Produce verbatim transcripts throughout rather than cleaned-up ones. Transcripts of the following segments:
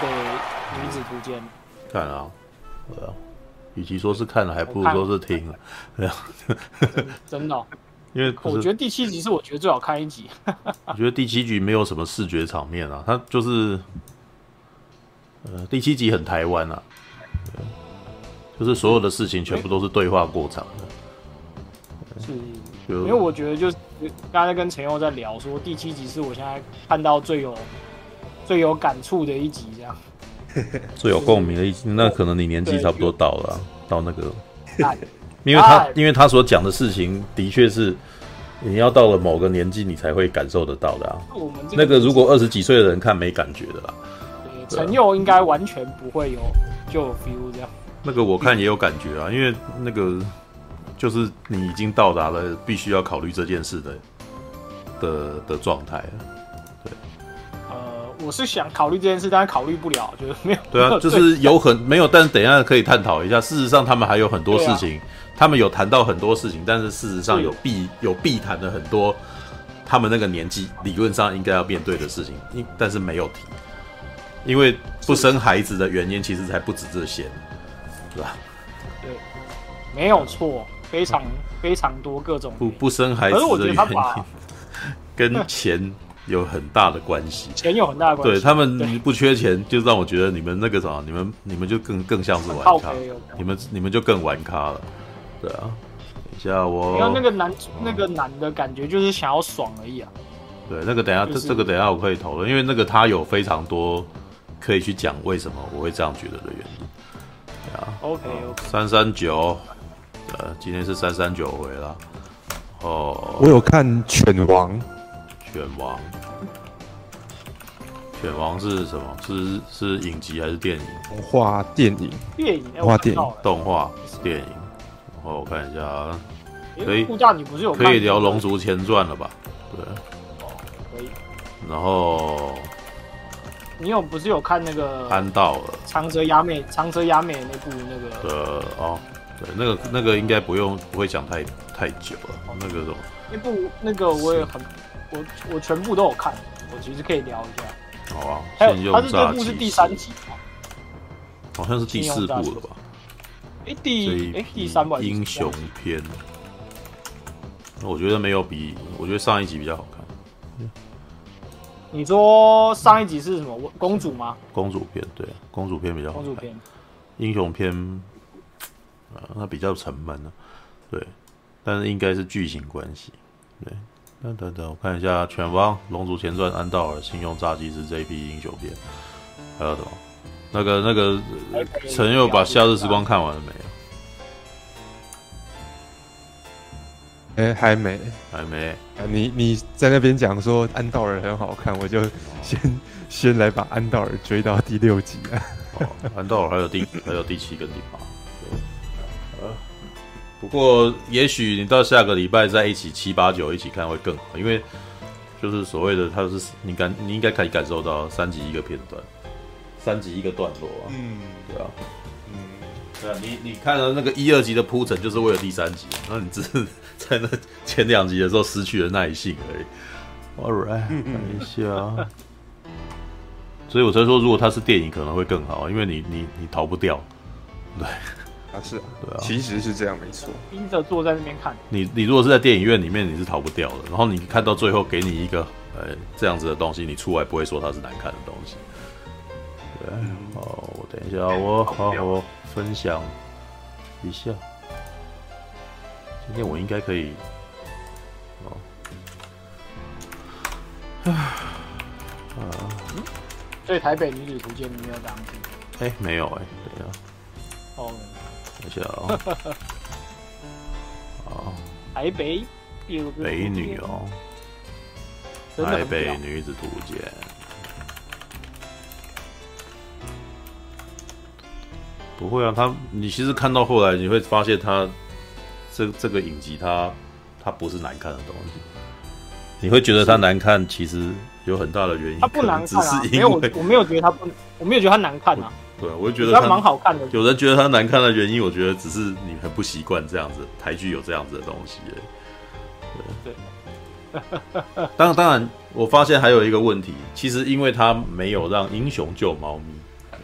北女子图鉴》？ 看啊，对啊，与其说是看了，还不如说是听了，对啊， 真真的、哦。 因为我觉得第七集是我觉得最好看一集。 我觉得第七集没有什么视觉场面啊，它就是呃第七集很台湾啊，就是所有的事情全部都是对话过场的。 是，因为我觉得就是刚才跟陈佑在聊说，第七集是我现在看到最有最有感触的一集，这样。 最有共鸣的一集，那可能你年纪差不多到了、啊，到那个。因为他因为他所讲的事情，的确是你要到了某个年纪，你才会感受得到的啊。 我们那个如果二十几岁的人看没感觉的啦。 对，陈佑应该完全不会有就有 feel 这样。 那个我看也有感觉啊，因为那个就是你已经到达了必须要考虑这件事的的的状态了。对。 呃，我是想考虑这件事，但是考虑不了，就是没有。 对啊，就是有很没有，但是等一下可以探讨一下。事实上，他们还有很多事情。他们有谈到很多事情，但是事实上有必有必谈的很多，他们那个年纪理论上应该要面对的事情，但是没有提，因为不生孩子的原因其实才不止这些，是吧？ 对，没有错，非常非常多各种不不生孩子的原因，跟钱有很大的关系， 钱有很大的关系。 对他们不缺钱，就让我觉得你们那个什么，你们你们就更更像是玩咖，你们你们就更玩咖了。对啊，等一下我。 你看那个男、嗯、那个男的感觉就是想要爽而已啊。 对，那个等一下、就是、这个等一下我可以讨论，因为那个他有非常多可以去讲为什么我会这样觉得的原因。对啊 ，OK OK。 三三九，呃，今天是三三九回了。哦， 我有看《犬王》。 犬王，犬王是什么？是是影集还是电影？ 动画电影。 电影。 动画电影。 动画电影。然后我看一下啊，可以。 顾大你不是有可以聊《龙族前传》了吧？对。 哦，可以。 然后。 你有不是有看那个？ 安道尔。 长泽雅美，长泽雅美那部那个。 呃哦，对，那个那个应该不用不会讲太太久了。哦、那个什么？ 那部那个我也很，我我全部都有看，我其实可以聊一下。 好啊。 还有，它是这部是第三集吗？ 好像是第四部了吧？ 哎、欸，第哎第三部英雄篇，我觉得没有比我觉得上一集比较好看。 你说上一集是什么？公主吗？ 公主篇，对，公主篇比较好看。 公主篇， 英雄篇，呃，它比较沉闷了，对，但是应该是剧情关系，对。等等等，我看一下《犬王》《龙族前传》《安道尔》《信用诈欺师》这一批英雄篇，还有什么？那个那个陈佑把《夏日时光》看完了没有？ 哎、欸，还没， 还没。 啊、你你在那边讲说安道尔很好看，我就先先来把安道尔追到第六集啊。 哦，安道尔还有第还有第七跟第八。呃，不过也许你到下个礼拜再一起七八九一起看会更好，因为就是所谓的它是你感你应该可以感受到三集一个片段。三集一个段落啊，嗯，对啊，嗯，对啊，你你看了那个一二集的铺陈，就是为了第三集，那你只是在那前两集的时候失去了耐性而已。All right， 看一下，所以我才说，如果它是电影，可能会更好，因为你你你逃不掉，对， 啊是啊， 对啊， 其实是这样，没错。 逼着坐在那边看， 你你如果是在电影院里面，你是逃不掉的，然后你看到最后给你一个呃这样子的东西，你出来不会说它是难看的东西。对，好，我等一下，我好好分享一下。今天我应该可以，哦，啊， 所以台北女子图鉴你没有当进？ 哎、欸，没有哎、欸，等一下， 哦， 等一下哦，好， 台北北女哦，台北女子图鉴。不会啊，他你其实看到后来，你会发现他这这个影集它，它它不是难看的东西。你会觉得它难看，其实有很大的原因。 它不难看啊，没有，我没有觉得它不，我没有觉得它难看啊。 对，我会觉得它蛮好看的。 有人觉得它难看的原因，我觉得只是你很不习惯这样子台剧有这样子的东西而已。对。当然，当然，我发现还有一个问题，其实因为他没有让英雄救猫咪。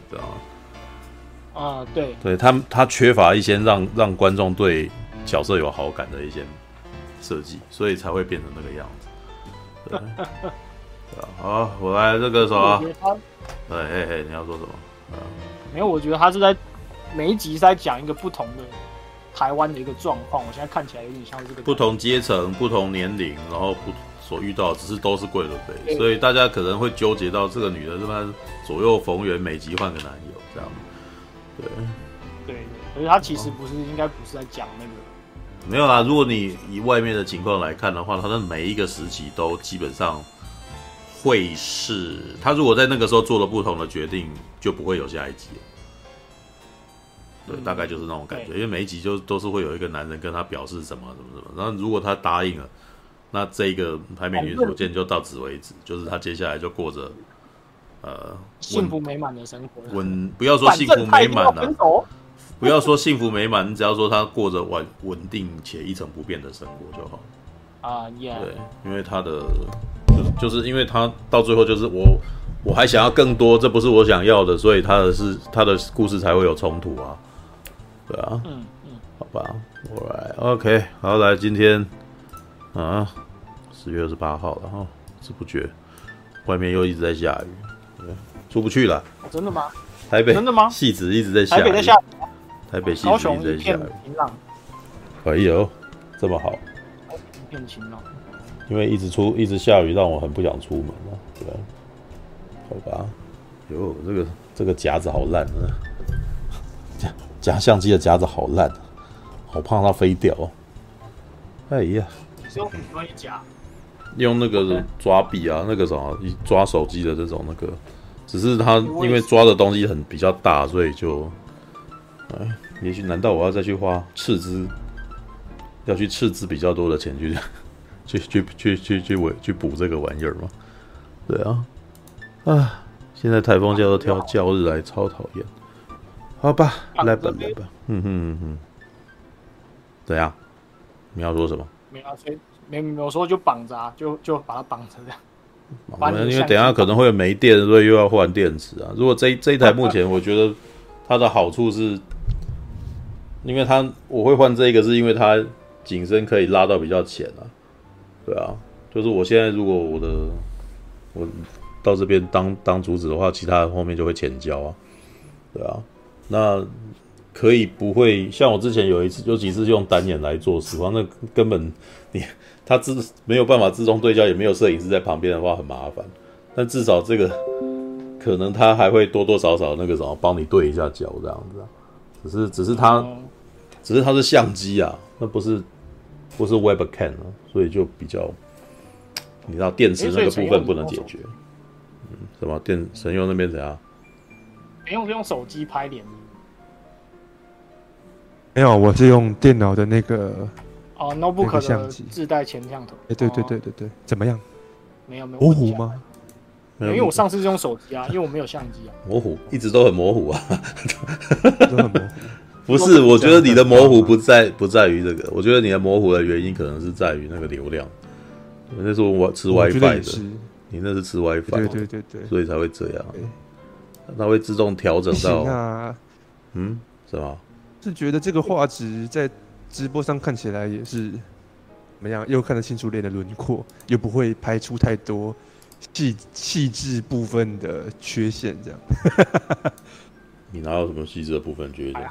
知道吗？ 啊、对， 对他他缺乏一些让让观众对角色有好感的一些设计，所以才会变成那个样子。对，对啊，好，我来这个什么？对，嘿嘿，你要说什么？啊、 没有，我觉得他是在每一集是在讲一个不同的台湾的一个状况。我现在看起来有点像是这个不同阶层、不同年龄，然后不所遇到的只是都是桂纶镁，所以大家可能会纠结到这个女的他妈左右逢源，每集换个男友这样。对， 对，可是他其实不是，应该不是在讲那个。 没有啦，如果你以外面的情况来看的话，他的每一个时期都基本上会是，他如果在那个时候做了不同的决定，就不会有下一集了。对，大概就是那种感觉，因为每一集就都是会有一个男人跟他表示什么什么什么，然后如果他答应了，那这一个台美女所见就到此为止，就是他接下来就过着呃幸福美满的生活。 稳，不要说幸福美满啦、啊，不要说幸福美满，你只要说他过着稳稳定且一成不变的生活就好。 啊、uh, ，Yeah， 对，因为他的就就是因为他到最后就是我我还想要更多，这不是我想要的，所以他的是他的故事才会有冲突啊。对啊， 嗯嗯， 好吧 ，Alright， OK， 好，来今天啊，十月二十八号了哈，不知不觉外面又一直在下雨，对，出不去了。 真的吗？ 台北真的吗？ 汐止一直在下雨， 台北在下雨， 台北汐高止一直在下雨， 晴朗。 哎呦，这么好， 一片晴朗。 因为一直出一直下雨，让我很不想出门啊，对吧？好吧，哟，这个这个夹子好烂啊，夹夹相机的夹子好烂，好怕它飞掉。哎呀， 你是用什么东西夹？ 用那个抓臂啊，那个什么抓手机的这种那个，只是它因为抓的东西很比较大，所以就，哎，也许难道我要再去花斥资，要去斥资比较多的钱去？去去去去去去补这个玩意儿吗？对啊，啊！现在台风假都挑假日来，超讨厌。好吧，来吧来吧，嗯哼嗯哼。怎样？你要说什么？ 没有，所以没没有说就绑着啊，就就把它绑着这样。 因为等一下可能会没电，所以又要换电池啊。如果这这一台目前，我觉得它的好处是，因为它我会换这一个，是因为它景深可以拉到比较浅啊。对啊，就是我现在如果我的我到这边当当主旨的话，其他的后面就会浅焦啊，对啊，那可以不会像我之前有一次有几次用单眼来做实况，那根本你它自没有办法自动对焦，也没有摄影师在旁边的话很麻烦，但至少这个可能它还会多多少少那个什么帮你对一下焦这样子啊，只是只是它只是它是相机啊，那不是。不是 Webcam 啊，所以就比较，你知道电池那个部分不能解决。嗯，什么电神佑那边怎样？ 没用，用手机拍脸。 没有，我是用电脑的那个哦 ，notebook 的自带前摄头。 哎，对对对对对，怎么样？ 没有没有模糊吗？ 因为我上次是用手机啊，因为我没有相机啊。 模糊，一直都很模糊啊， 都很模糊。 不是，我觉得你的模糊不在不在于这个，我觉得你的模糊的原因可能是在于那个流量。那是我吃 WiFi 的，你那是吃 WiFi， 对对对对， 所以才会这样。它会自动调整到， 啊、 嗯，是吗？ 是觉得这个画质在直播上看起来也是怎么样，又看得清楚脸的轮廓，又不会拍出太多细细致部分的缺陷，这样。 你哪有什么细致的部分缺陷？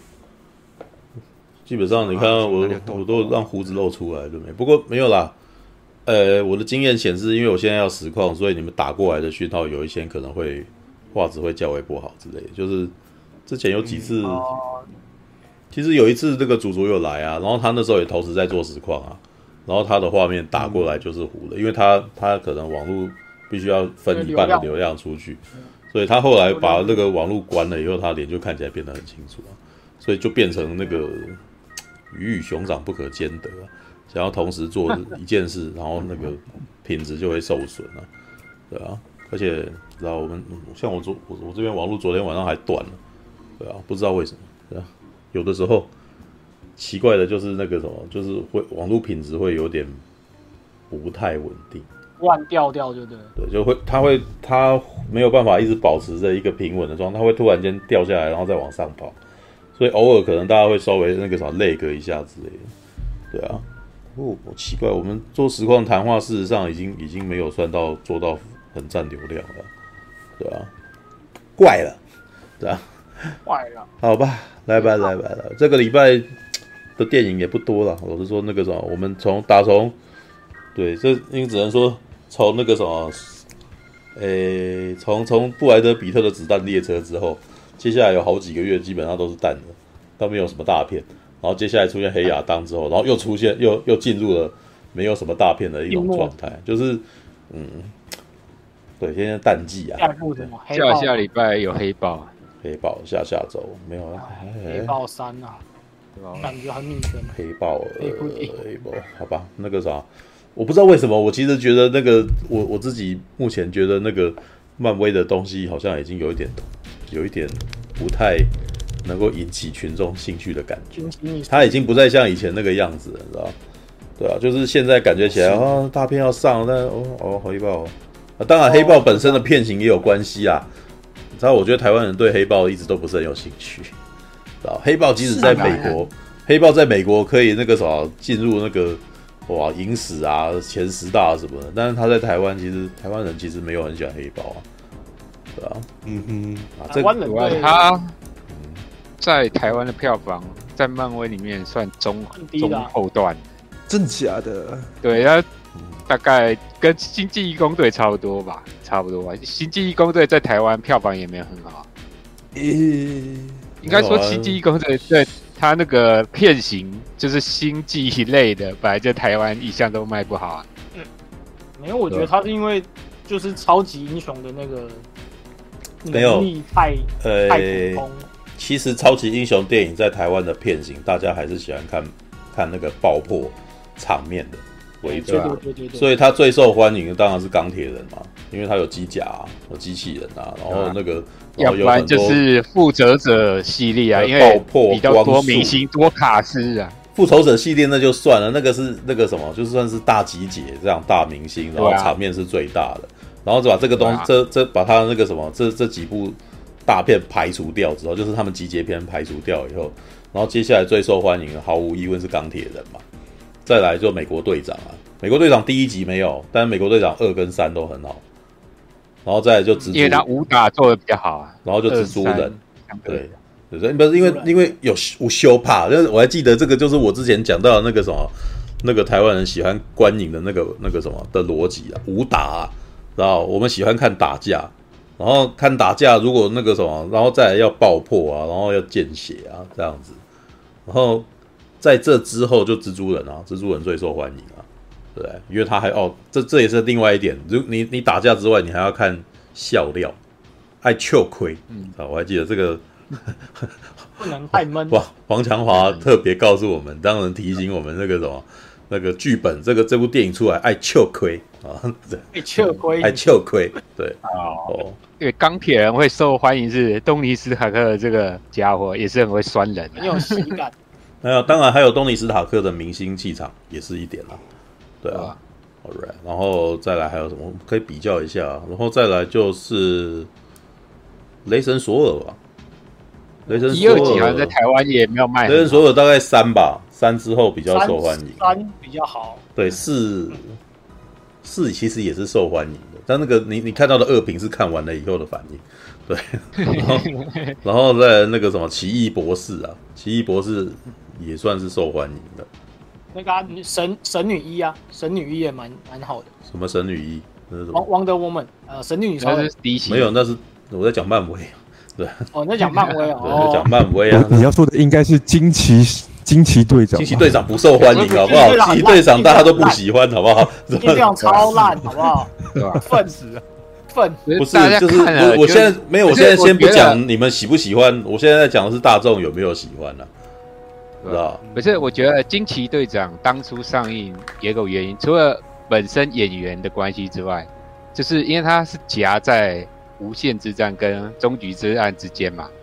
基本上你看我我都让胡子露出来，对没？不过没有啦，呃，我的经验显示，因为我现在要实况，所以你们打过来的讯号有一些可能会画质会较为不好之类的。就是之前有几次，其实有一次这个主厨有来啊，然后他那时候也同时在做实况啊，然后他的画面打过来就是糊的，因为他他可能网络必须要分一半的流量出去，所以他后来把那个网络关了以后，他脸就看起来变得很清楚啊，所以就变成那个。鱼与熊掌不可兼得啊！想要同时做一件事，然后那个品质就会受损啊，对啊。而且，知道我们像我昨我我这边网络昨天晚上还断了，对啊，不知道为什么，对啊。有的时候奇怪的就是那个什么，就是会网络品质会有点不太稳定。 突然掉掉，就对。 对，就会他会他没有办法一直保持着一个平稳的状态，他会突然间掉下来，然后再往上跑，所以偶尔可能大家会稍微那个啥累个一下之类的。对啊，哦，奇怪，我们做实况谈话，事实上已经已经没有算到做到很占流量了，对啊，怪了，对啊， 怪了， 好吧，来吧来吧来吧，这个礼拜的电影也不多了，我是说那个什么，我们从打从，对，这因为只能说从那个什么，诶，从从布莱德比特的子弹列车之后，接下来有好几个月基本上都是淡的，都没有什么大片。然后接下来出现黑亚当之后，然后又出现又又进入了没有什么大片的一种状态，就是嗯，对，现在淡季啊。 下部什么？ 下下礼拜有黑豹， 黑豹下下周没有啊？ 黑豹三啊，感觉很女生。 黑豹，呃，黑豹，好吧，那个啥，我不知道为什么，我其实觉得那个我我自己目前觉得那个漫威的东西好像已经有一点有一点不太能够引起群众兴趣的感觉，它已经不再像以前那个样子了，你知道？对啊，就是现在感觉起来啊，大片要上，但哦哦黑豹、啊，当然黑豹本身的片型也有关系啊。你知道，我觉得台湾人对黑豹一直都不是很有兴趣，知道？黑豹即使在美国，黑豹在美国可以那个什么进入那个哇影史啊前十大什么的，但是他在台湾其实台湾人其实没有很喜欢黑豹啊，对啊， 嗯哼， 啊， 台湾人对他在台湾的票房在漫威里面算中中后段， 真假的？ 对，他大概跟星际义工队差不多吧，差不多吧。星际义工队在台湾票房也没有很好， 诶、 应该说星际义工队对他那个片型就是星际一类的，本来在台湾一向都卖不好啊。 嗯，没有，我觉得他是因为就是超级英雄的那个能力太呃太普通。 其实超级英雄电影在台湾的片型，大家还是喜欢看看那个爆破场面的为主， 对对对对， 所以他最受欢迎的当然是钢铁人嘛，因为他有机甲、啊、有机器人啊，然后那个， 要不然就是复仇者系列啊，因为比较多明星多卡司啊。 复仇者系列那就算了，那个是那个什么，就算是大集结这样大明星，然后场面是最大的，然后就把这个东西，啊、这这把他那个什么，这这几部大片排除掉之后，就是他们集结片排除掉以后，然后接下来最受欢迎的毫无疑问是钢铁人嘛，再来就美国队长啊，美国队长第一集没有，但是美国队长二跟三都很好，然后再来就蜘蛛， 因为他武打做的比较好啊， 然后就蜘蛛人，对。不是因为因为有有修帕，我还记得这个就是我之前讲到的那个什么，那个台湾人喜欢观影的那个那个什么的逻辑啊，武打啊，然后我们喜欢看打架，然后看打架如果那个什么，然后再来要爆破啊，然后要见血啊这样子，然后在这之后就蜘蛛人啊，蜘蛛人最受欢迎啊，对，因为他还哦，这这也是另外一点，如你你打架之外，你还要看笑料，爱笑亏，嗯，啊，我还记得这个。 不能太闷。 哇，黄强华特别告诉我们，当然提醒我们那个什么，那个剧本，这个这部电影出来爱笑亏啊， 爱笑亏， 爱笑亏，对哦，因为钢铁人会受欢迎是东尼斯塔克的这个家伙也是很会酸人， 很有喜感。 还有，当然还有东尼斯塔克的明星气场也是一点啦，对啊 ，Alright， 然后再来还有什么？我们可以比较一下，然后再来就是雷神索尔吧。雷神一、二集好像在台湾也没有卖。 雷神索尔大概三吧，三之后比较受欢迎。 三比较好。对， 四四其实也是受欢迎的，但那个你你看到的恶评是看完了以后的反应，对。然后然后再那个什么奇异博士啊，奇异博士也算是受欢迎的。 那个、啊、神神女一啊，神女一也蛮蛮好的。 什么神女一？那是什么 ？Wonder Woman， 呃，神女超人。 没有，那是我在讲漫威。对， 哦，在讲漫威哦， 在讲漫威啊。 你要说的应该是惊奇惊奇队长， 惊奇队长不受欢迎，好不好？惊奇队长大家都不喜欢，好不好？ 惊奇队长超烂，好不好？对吧？愤死，愤！ 不是，就是我我现在没有，我现在先不讲你们喜不喜欢，我现在在讲的是大众有没有喜欢呢？知道？ 不是，我觉得惊奇队长当初上映也有原因，除了本身演员的关系之外，就是因为他是夹在无限之战跟终局之战之间嘛，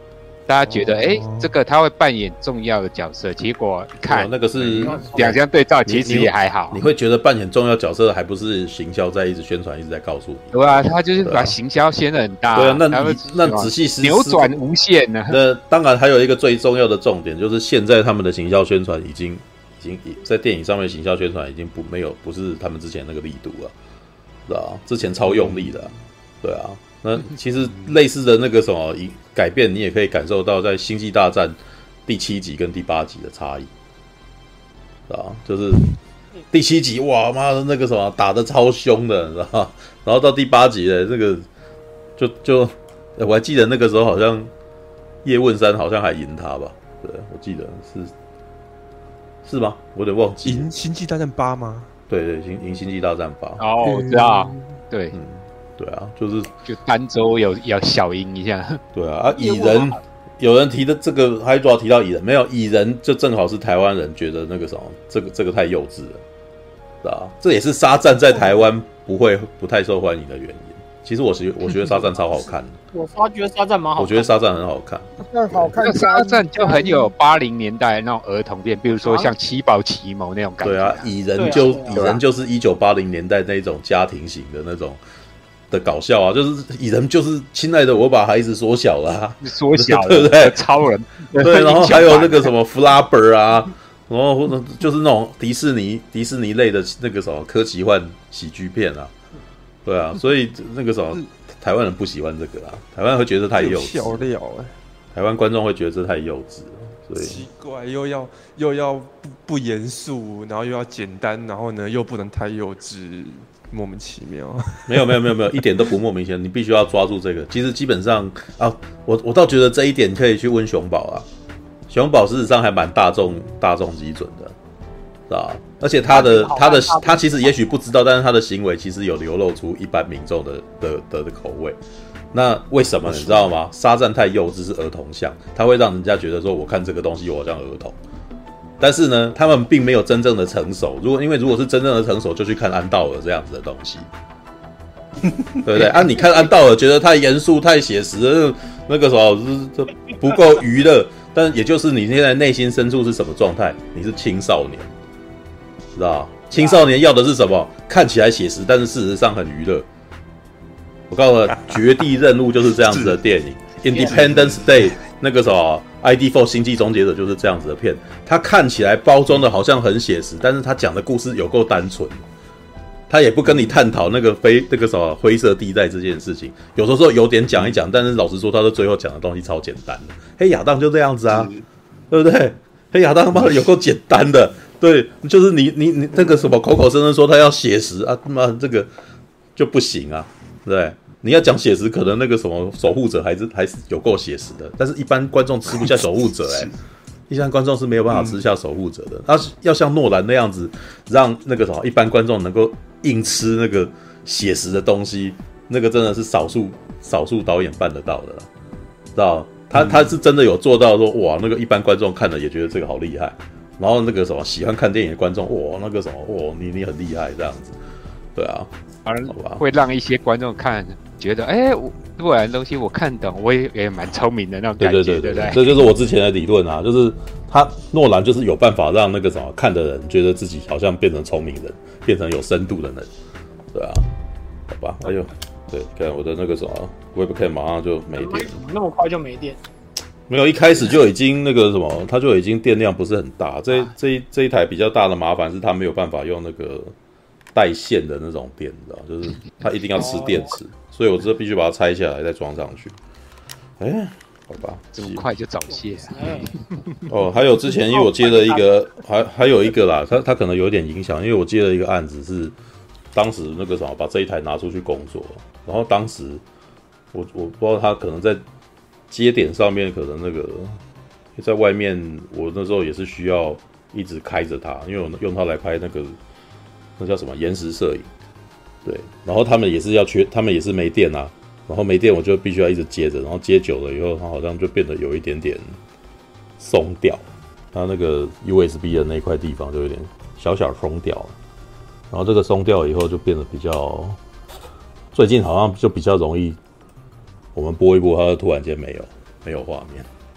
大家觉得哎、欸，这个他会扮演重要的角色，结果看、 哦、那个是两相对照，其实也还好。 你会觉得扮演重要角色，还不是行销在一直宣传，一直在告诉你？ 对啊，他就是把行销掀得很大。 对啊，那你那仔细思扭转无限呢、啊。 那当然还有一个最重要的重点，就是现在他们的行销宣传已经已经在电影上面行销宣传已经不没有不是他们之前那个力度了，是吧？之前超用力的、啊，对啊。那其实类似的那个什么改变，你也可以感受到在《星际大战》第七集跟第八集的差异，啊，就是第七集哇妈的那个什么打得超凶的，你知道吗？然后到第八集的这个就就、欸、我还记得那个时候好像叶问三好像还赢他吧？对，我记得是是吗？我有点忘记。 赢《星际大战八》吗？ 对对，赢赢《星际大战八》。 哦，我知道，对。 嗯对啊，就是就儋州有要小赢一下。 对啊，啊蚁人有人提的这个，Hydra提到蚁人，没有蚁人就正好是台湾人觉得那个什么，这个这个太幼稚了，对啊，这也是沙赞在台湾不会不太受欢迎的原因。其实我觉我觉得沙赞超好看的， 我发觉沙赞蛮好看， 我觉得沙赞很好看， 很好看。 沙赞就很有八零年代那种儿童片，比如说像七宝奇谋那种感觉。 对啊，蚁人就蚁人就是一九八零年代那种家庭型的那种。的搞笑啊，就是蚁人就是亲爱的，我把孩子缩小了、啊， 缩小了， 对不对？ 超人， 对，然后还有那个什么 Flubber 啊，然后或者就是那种迪士尼迪士尼类的那个什么科奇幻喜剧片啊，对啊，所以那个什么台湾人不喜欢这个啊，台湾会觉得太幼稚， 笑料哎， 台湾观众会觉得这太幼稚了，所以奇怪，又要又要不不严肃，然后又要简单，然后呢又不能太幼稚。莫名其妙， 没有没有没有没有，一点都不莫名其妙。你必须要抓住这个。其实基本上啊，我我倒觉得这一点可以去问熊宝啊。熊宝事实上还蛮大众大众基准的，是吧？而且他的他的他其实也许不知道，但是他的行为其实有流露出一般民众的的的的口味。那为什么你知道吗？沙赞太幼稚是儿童像，他会让人家觉得说，我看这个东西我好像儿童。但是呢，他们并没有真正的成熟。如果因为如果是真正的成熟，就去看安道尔这样子的东西，对不对？啊，你看安道尔觉得太严肃、太写实了，那个时候这不够娱乐。但也就是你现在内心深处是什么状态？你是青少年，知道吗？青少年要的是什么？看起来写实，但是事实上很娱乐。我告诉你，《绝地任务》就是这样子的电影，《Independence Day》那个什么。I D 四 星际终结者就是这样子的片，它看起来包装的好像很写实，但是它讲的故事有够单纯，他也不跟你探讨那个非那个什么灰色地带这件事情，有的时候有点讲一讲，但是老实说，他的最后讲的东西超简单的。黑亚当就这样子啊，对不对？黑亚当他妈的有够简单的，对，就是你你你那个什么口口声声说他要写实啊，他妈这个就不行啊，对不对？你要讲写实，可能那个什么守护者还是还是有够写实的，但是一般观众吃不下守护者、欸，哎，一般观众是没有办法吃下守护者的。他、嗯、要像诺兰那样子，让那个什么一般观众能够硬吃那个写实的东西，那个真的是少数少数导演办得到的，知道？他他是真的有做到说，哇，那个一般观众看了也觉得这个好厉害，然后那个什么喜欢看电影的观众，哇，那个什么，哇，你你很厉害这样子，对啊， 好吧，会让一些观众看。觉得哎，诺兰的东西我看懂，我也也蛮聪明的那种感觉，对对对 对, 对, 对, 对， 这就是我之前的理论啊，就是他诺兰就是有办法让那个什么看的人觉得自己好像变成聪明人，变成有深度的人，对啊，好吧，哎呦，对，看我的那个什么 Webcam 马上就没电了， 那么快就没电？ 没有，一开始就已经那个什么，它就已经电量不是很大，这这这一台比较大的麻烦是它没有办法用那个带线的那种电，你知道，就是它一定要吃电池。所以我这必须把它拆下来再装上去。哎、欸，好吧， 这么快就早泄、啊。 哦，还有之前因为我接了一个，还还有一个啦，它它可能有点影响，因为我接了一个案子是当时那个什么把这一台拿出去工作，然后当时我我不知道他可能在接点上面可能那个在外面，我那时候也是需要一直开着它，因为我用它来拍那个那叫什么延时摄影。对，然后他们也是要缺，他们也是没电啊，然后没电我就必须要一直接着，然后接久了以后，它好像就变得有一点点松掉，它那个 U S B 的那块地方就有点小小松掉了，然后这个松掉以后就变得比较，最近好像就比较容易，我们播一播，它就突然间没有没有画面，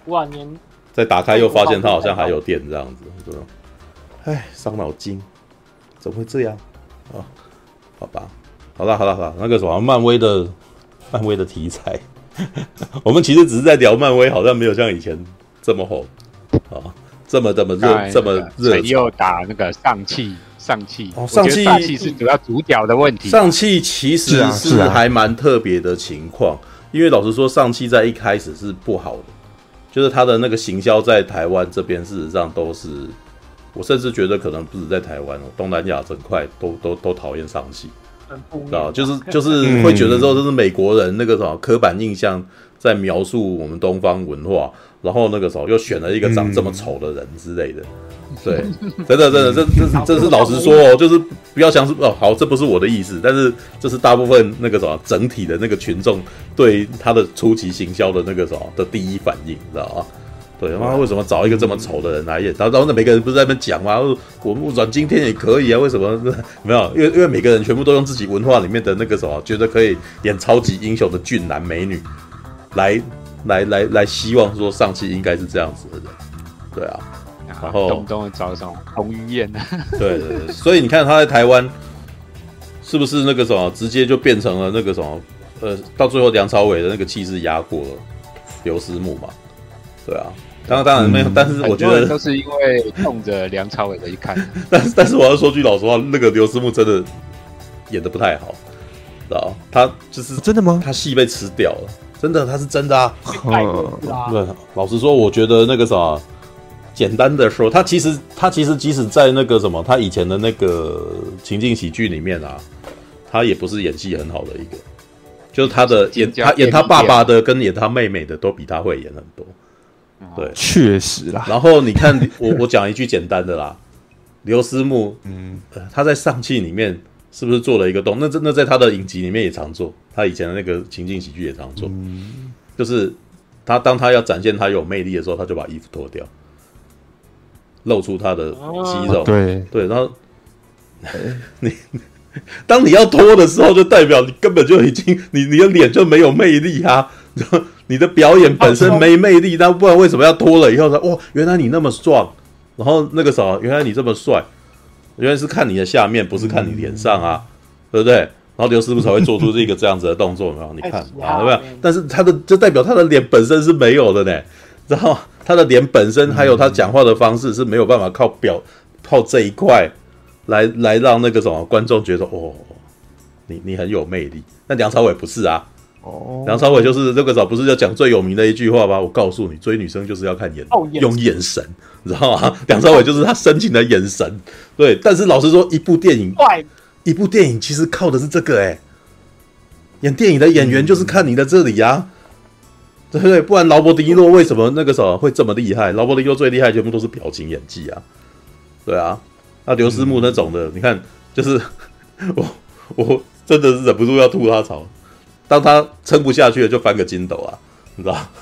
突然间再打开又发现它好像还有电这样子，对吧？哎，伤脑筋，怎么会这样啊？好吧，好了好了好了，那个什么漫威的漫威的题材，我们其实只是在聊漫威，好像没有像以前这么红啊，这么这么热这么热。 陈又打那个上汽。上汽， 哦，上汽上汽是主要主角的问题。 上汽其实是还蛮特别的情况，因为老实说，上汽在一开始是不好的，就是它的那个行销在台湾这边，事实上都是，我甚至觉得可能不止在台湾哦，东南亚整块都都都讨厌上汽，啊，就是就是会觉得说这是美国人那个什么刻板印象在描述我们东方文化，然后那个时候又选了一个长这么丑的人之类的。对，真的真的，这这是这是老实说哦，就是不要想说哦，好，这不是我的意思，但是这是大部分那个什么整体的那个群众对他的初期行销的那个什么的第一反应，你知道吗？对，他妈为什么找一个这么丑的人来演？然后然后那每个人不是在那边讲吗？我们阮经天也可以啊，为什么没有？因为因为每个人全部都用自己文化里面的那个什么，觉得可以演超级英雄的俊男美女，来来来来，希望说上期应该是这样子的人，对啊。然后动不动找什么彭于晏呢？ 对对对，所以你看他在台湾是不是那个什么，直接就变成了那个什么，呃，到最后梁朝伟的那个气势压过了刘思慕嘛？对啊，当然当然没有，嗯、但是我觉得都是因为冲着梁朝伟的一看。 但是但是我要说句老实话，那个刘思慕真的演得不太好，知道他就是真的吗？ 他戏被吃掉了，真的，他是真的啊。 哦、 对，老实说，我觉得那个啥。简单的说，他其实他其实即使在那个什么，他以前的那个情境喜剧里面啊，他也不是演戏很好的一个，就是他的演他演他爸爸的跟演他妹妹的都比他会演很多，对， 确实啦。 然后你看我我讲一句简单的啦，刘思慕，嗯、呃，他在上汽里面是不是做了一个动？那真的在他的影集里面也常做，他以前的那个情境喜剧也常做，嗯、就是他当他要展现他有魅力的时候，他就把衣服脱掉。露出他的肌肉， 哦、对对，然后你当你要脱的时候，就代表你根本就已经你你的脸就没有魅力啊，你的表演本身没魅力，那不然为什么要脱了以后说哇，原来你那么壮，然后那个什么，原来你这么帅，原来是看你的下面，不是看你脸上啊，嗯、对不对？然后刘师傅才会做出这个这样子的动作，有没有？你看啊，有没有？但是他的就代表他的脸本身是没有的呢。然后他的脸本身还有他讲话的方式是没有办法靠表靠这一块来来让那个什么观众觉得哦，你你很有魅力。那梁朝伟不是啊，哦，梁朝伟就是这个早不是就讲最有名的一句话吗？我告诉你，追女生就是要看眼，哦、用眼神，你知道吗？梁朝伟就是他深情的眼神。对，但是老实说，一部电影，一部电影其实靠的是这个哎、欸，演电影的演员就是看你的这里啊。对不对？不然劳勃迪尼洛为什么那个时候会这么厉害？劳勃迪尼洛最厉害全部都是表情演技啊，对啊。那刘思慕那种的，嗯、你看，就是我我真的是忍不住要吐他槽。当他撑不下去了，就翻个筋斗啊，你知道？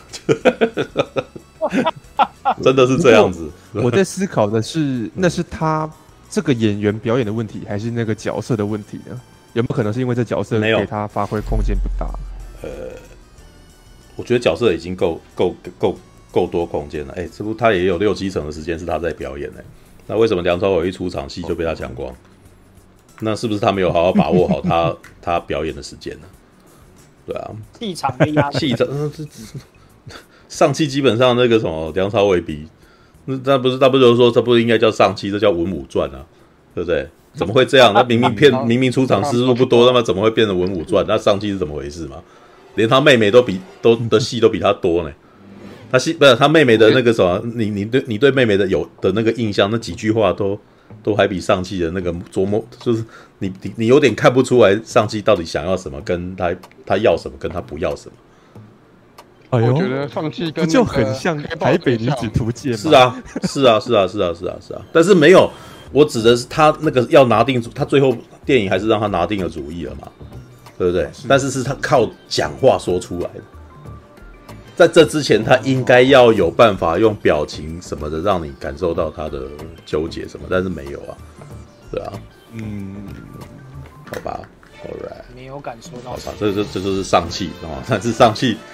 真的是这样子。 我在思考的是，那是他这个演员表演的问题，还是那个角色的问题呢？有没有可能是因为这角色给他发挥空间不大？ 呃。我觉得角色已经够够够够多空间了，哎、欸，这不他也有六七成的时间是他在表演呢、欸。那为什么梁朝伟一出场戏就被他抢光？那是不是他没有好好把握好他他表演的时间呢？对啊， 气场被压， 气场，上汽基本上那个什么梁朝伟比，那不是他不就是说这不应该叫上汽，这叫文武传啊，对不对？怎么会这样？他明明片明明出场次数不多，那么怎么会变成文武传？那上汽是怎么回事嘛？连他妹妹都比都的戏都比他多呢，他戏不是他妹妹的那个什么，你你对你对妹妹的有的那个印象，那几句话都都还比上汽的那个琢磨，就是你你你有点看不出来上汽到底想要什么，跟他他要什么，跟他不要什么。 哎呦， 我觉得上汽跟就很像台北女子图鉴。 是啊，是啊，是啊，是啊，是啊，是啊，但是没有，我指的是他那个要拿定主，他最后电影还是让他拿定了主意了嘛。对不对？是，但是是他靠讲话说出来的，在这之前，他应该要有办法用表情什么的让你感受到他的纠结什么，但是没有啊，对啊，嗯，好吧 ，All right， 没有感受到， 好吧，这这这就是上汽啊，但是上汽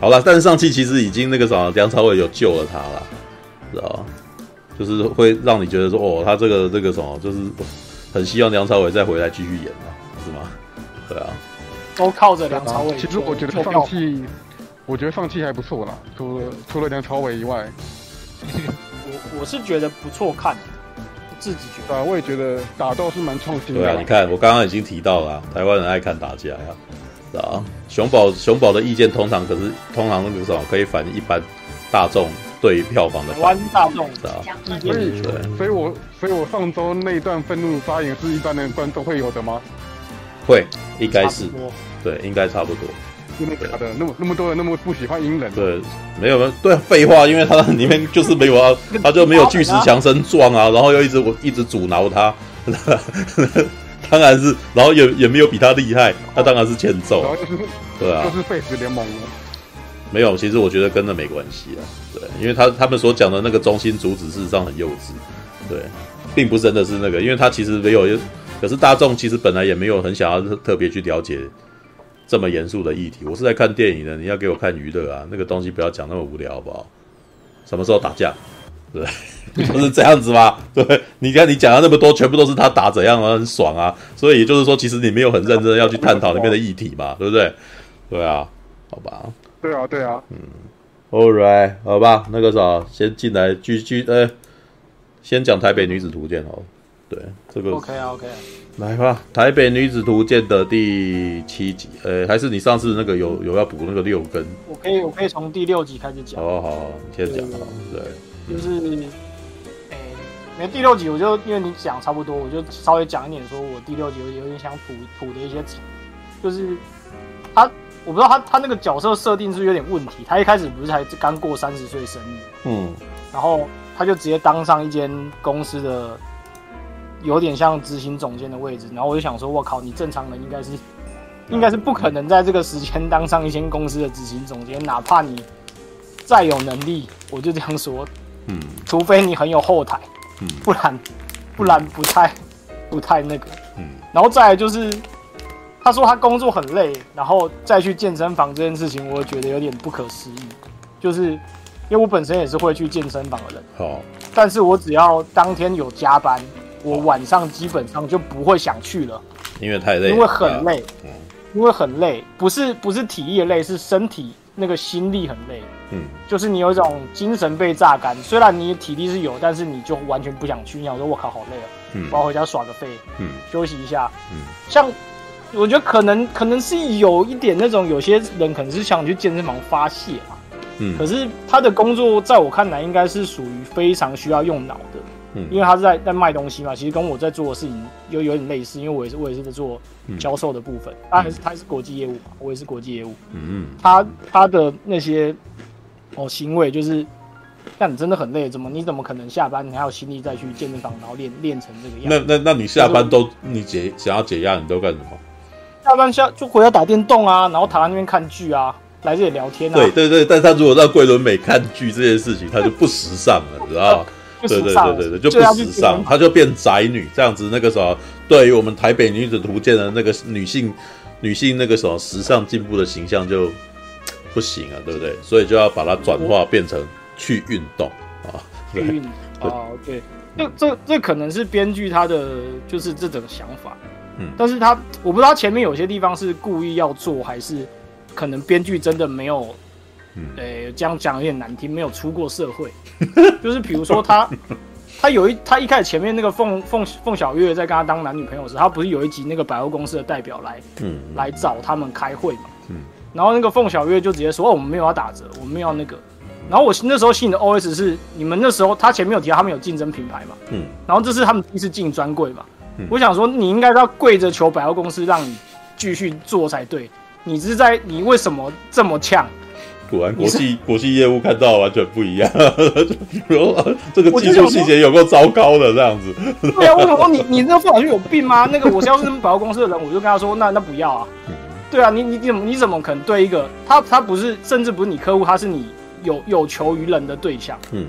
好了，但是上期其实已经那个什么梁朝伟有救了他了，知道吗？就是会让你觉得说，哦，他这个这个什么，就是很希望梁朝伟再回来继续演嘛，是吗？对啊， 都靠着梁朝伟。 其实我觉得上汽，我觉得上汽还不错啦，除了除了梁朝伟以外， 我我是觉得不错看，自己觉得。 对啊，我也觉得打斗是蛮创新的。 对啊，你看我刚刚已经提到了、啊，台湾人爱看打架呀、啊，啊，熊宝熊宝的意见通常可是通常那个什么可以反映一般大众对票房的台湾大众是啊， 所以所以我所以我上周那一段愤怒发言是一般的观众会有的吗？ 会，应该是，对，应该差不多。 真的假的？那么那么多人那么不喜欢鹰人？ 对，没有没有，对，废话，因为他里面就是没有啊，他就没有巨石强森撞啊，然后又一直我一直阻挠他，当然是，然后也也没有比他厉害，他当然是欠揍。 然后就是， 对啊， 就是废死联盟了。 没有，其实我觉得跟那没关系啊，对，因为他他们所讲的那个中心主旨事实上很幼稚，对，并不真的是那个，因为他其实没有，可是大众其实本来也没有很想要特别去了解这么严肃的议题。我是在看电影的，你要给我看娱乐啊，那个东西不要讲那么无聊好不好？什么时候打架？对，不是这样子吗？对，你看你讲了那么多，全部都是他打怎样啊，很爽啊，所以也就是说，其实你没有很认真要去探讨里面的议题嘛，对不对？对啊，好吧。 对啊，对啊， 嗯 ，All right， 好吧，那个啥，先进来，继续，呃，先讲台北女子图鉴哦。对，这个 OK 啊 OK 啊， 来吧，台北女子图鉴的第七集，呃，还是你上次那个有有要补那个六根？ 我可以我可以从第六集开始讲。 好好好，你先讲好，对， 就是，诶、欸，没第六集我就因为你讲差不多，我就稍微讲一点，说我第六集有有点想补补的一些词，就是他。我不知道他他那个角色设定是不是有点问题。他一开始不是才刚过三十岁生日， 嗯， 然后他就直接当上一间公司的有点像执行总监的位置。然后我就想说，我靠，你正常人应该是应该是不可能在这个时间当上一间公司的执行总监，哪怕你再有能力，我就这样说， 嗯， 除非你很有后台， 嗯， 不然不然不太不太那个， 嗯， 然后再来就是。他说他工作很累，然后再去健身房这件事情，我觉得有点不可思议。就是因为我本身也是会去健身房的人， 好， 但是我只要当天有加班，我晚上基本上就不会想去了， 因为太累， 因为很累， 嗯， 因为很累，不是不是体力的累，是身体那个心力很累， 嗯， 就是你有一种精神被榨干，虽然你体力是有，但是你就完全不想去，你想说我靠好累啊， 嗯， 我要回家耍个废， 嗯， 休息一下， 嗯， 像。我觉得可能可能是有一点那种，有些人可能是想去健身房发泄嘛， 嗯， 可是他的工作在我看来应该是属于非常需要用脑的， 嗯， 因为他是在在卖东西嘛，其实跟我在做的事情有有点类似，因为我也是我也是在做销售的部分，他还是他是国际业务嘛，我也是国际业务， 嗯， 他他的那些哦行为就是，那你真的很累，怎么你怎么可能下班你还有心力再去健身房，然后练练成这个样子？ 那那那你下班都你解想要解压，你都干什么？ 下班下就回家打电动啊，然后躺在那边看剧啊，来这里聊天啊。 对对对，但他如果到桂纶镁看剧这件事情，他就不时尚了，你知道吗？对对对对对，就不时尚，他就变宅女这样子。那个什么，对于我们台北女子图鉴的那个女性女性那个什么时尚进步的形象就不行啊，对不对？所以就要把它转化变成去运动啊， 去运动哦，对，这这这可能是编剧他的就是这种想法。嗯，但是他我不知道他前面有些地方是故意要做，还是可能编剧真的没有，嗯，诶、欸，这样讲有点难听，没有出过社会。就是比如说他，他有一他一开始前面那个凤凤凤小岳在跟他当男女朋友时，他不是有一集那个百货公司的代表来，嗯，来找他们开会嘛，嗯，然后那个凤小岳就直接说，哦，我们没有要打折，我们没有要那个。然后我那时候心里的 O S 是，你们那时候他前面有提到他们有竞争品牌嘛，嗯，然后这是他们第一次进专柜嘛。我想说，你应该要跪着求百货公司让你继续做才对。你是在你为什么这么呛？ 果然国际国际业务看到完全不一样，这个技术细节有够糟糕的这样子。 对啊，我想说你你这个凤小岳有病吗？那个我要是百货公司的人，我就跟他说，那那不要啊。对啊，你你你怎么你怎么可能对一个他他不是甚至不是你客户，他是你有有求于人的对象。嗯。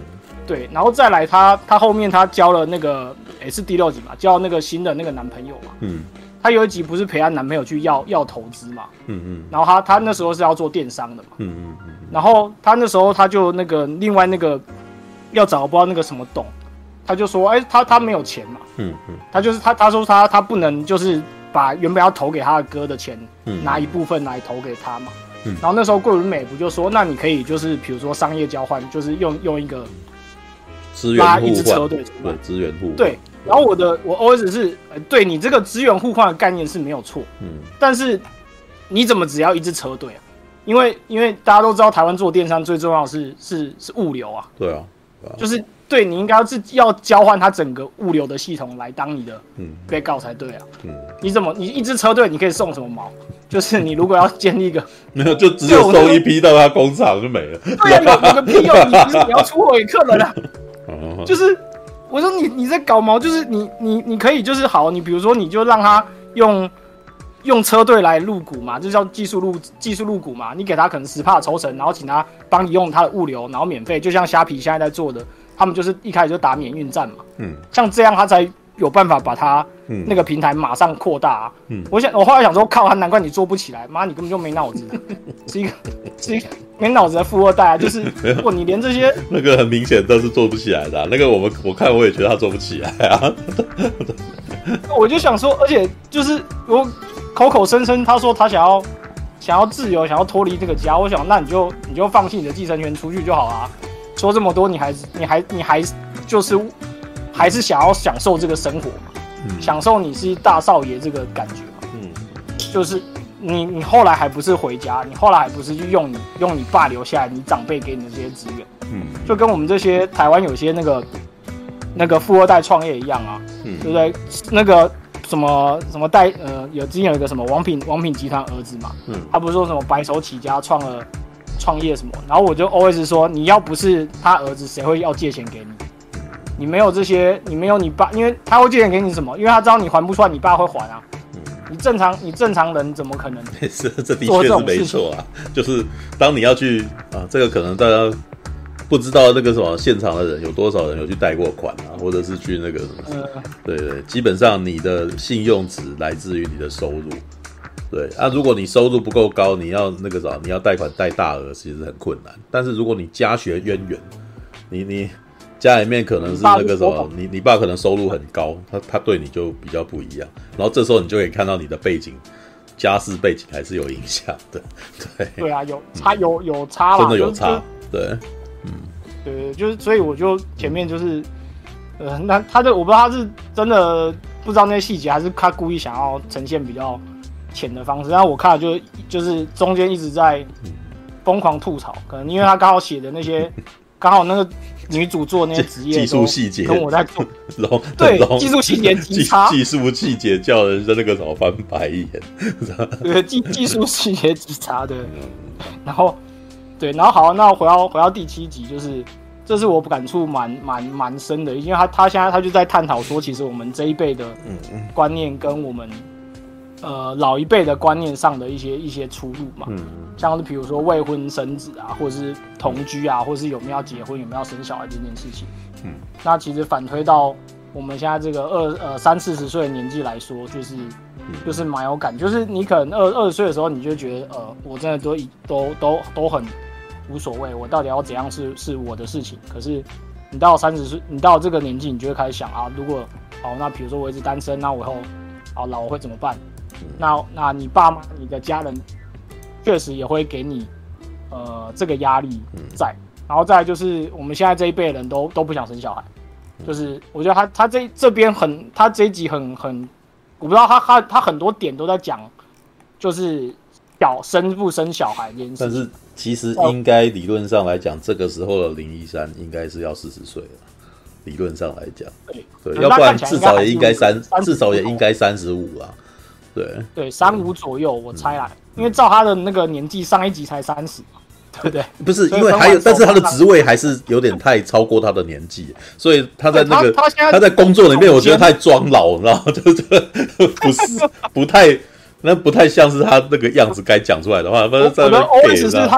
对，然后再来他他后面他交了那个也、欸、是第六集嘛，交那个新的那个男朋友嘛， 嗯， 他有一集不是陪他男朋友去要要投资嘛， 嗯嗯， 然后他他那时候是要做电商的嘛， 嗯嗯嗯， 然后他那时候他就那个另外那个要找不知道那个什么董，他就说，哎、欸，他他没有钱嘛， 嗯嗯， 他就是他他说他他不能就是把原本要投给他的哥的钱、嗯、拿一部分来投给他嘛。嗯、然后那时候桂纶镁不就说，那你可以就是比如说商业交换，就是用用一个资源互换， 一支车队出来， 对，资源互换。 对，然后我的我 O S 是，呃，对你这个资源互换的概念是没有错，嗯，但是你怎么只要一支车队啊？因为因为大家都知道台湾做电商最重要的是是是物流啊， 对啊，对啊就是对你应该是要交换它整个物流的系统来当你的被告才对啊，嗯，你怎么你一支车队你可以送什么毛？就是你如果要建立一个没有，就只有收一批到他工厂就没了。 对啊，有有个屁用！你不是你要出货给客人啊？就是我说你你在搞毛，就是你你你可以就是好，你比如说你就让他用用车队来入股嘛，这叫技术入技术入股嘛。你给他可能十趴抽成，然后请他帮你用他的物流，然后免费，就像虾皮现在在做的，他们就是一开始就打免运战嘛。嗯，像这样他才有办法把他那个平台马上扩大啊！嗯，我想我后来想说，靠，难怪你做不起来，妈，你根本就没脑子，是一个是一个没脑子的富二代啊！就是如果你连这些那个很明显都是做不起来的、啊，那个我们我看我也觉得他做不起来啊。 我就想说，而且就是我口口声声他说他想要想要自由，想要脱离这个家，我想那你就你就放弃你的继承权出去就好啦。说这么多，你还你还你还就是。还是想要享受这个生活嘛，嗯、享受你是大少爷这个感觉嘛，嗯，就是你你后来还不是回家，你后来还不是去用你用你爸留下来你长辈给你的这些资源，嗯，就跟我们这些台湾有些那个那个富二代创业一样啊，嗯，对不对？那个什么什么代呃，有之前有一个什么王品王品集团儿子嘛，嗯，他不是说什么白手起家创了创业什么，然后我就 always 说，你要不是他儿子，谁会要借钱给你？你没有这些，你没有你爸，因为他会借钱给你什么？因为他知道你还不出来，你爸会还啊。嗯、你正常，你正常人怎么可能？ 是，这的确是没错啊。就是当你要去啊，这个可能大家不知道那个什么现场的人有多少人有去贷过款啊，或者是去那个什么？呃、对对，基本上你的信用值来自于你的收入。对啊，如果你收入不够高，你要那个啥，你要贷款贷大额，其实很困难。但是如果你家学渊源，你你。家里面可能是那个什么，你你爸可能收入很高，他他对你就比较不一样，然后这时候你就可以看到你的背景，家世背景还是有影响的，对。 对啊，有差有有差啦， 真的有差，对， 嗯，对，就是所以我就前面就是，呃，那他的我不知道他是真的不知道那些细节，还是他故意想要呈现比较浅的方式，然后我看了就就是中间一直在疯狂吐槽，可能因为他刚好写的那些。刚好那个女主做那些职业技术细节跟我在做，对技术细节极差， 技术细节叫人在那个什么翻白眼， 对技技术细节极差的。然后对，然后好，那回到回到第七集，就是这是我感触蛮蛮蛮深的，因为他他现在他就在探讨说，其实我们这一辈的观念跟我们。呃，老一辈的观念上的一些一些出入嘛，嗯，像是比如说未婚生子啊，或者是同居啊，或者是有没有要结婚、有没有要生小孩这件事情，嗯，那其实反推到我们现在这个二呃三四十岁的年纪来说，就是就是蛮有感，就是你可能二二十岁的时候，你就觉得呃，我真的都都都都很无所谓，我到底要怎样是是我的事情。可是你到三十岁，你到这个年纪，你就会开始想啊，如果好，那比如说我一直单身，那我以后好老我会怎么办？那那你爸妈、你的家人确实也会给你呃这个压力在，然后再来就是我们现在这一辈人都都不想生小孩，就是我觉得他他这这边很他这一集很很，我不知道他他他很多点都在讲，就是小生不生小孩这件事情。 但是其实应该理论上来讲，这个时候的林一山应该是要四十岁了。理论上来讲，对对，要不然至少也应该三，至少也应该三十五啦。对对，三五左右，我猜啦，嗯、因为照他的那个年纪，上一集才三十，对不对？ 不是，因为还有，但是他的职位还是有点太超过他的年纪，所以他在那个 他, 他, 他在工作里面，我觉得太装老，你知道吗？就是不是不太，那不太像是他那个样子该讲出来的话。 我的 O S 是他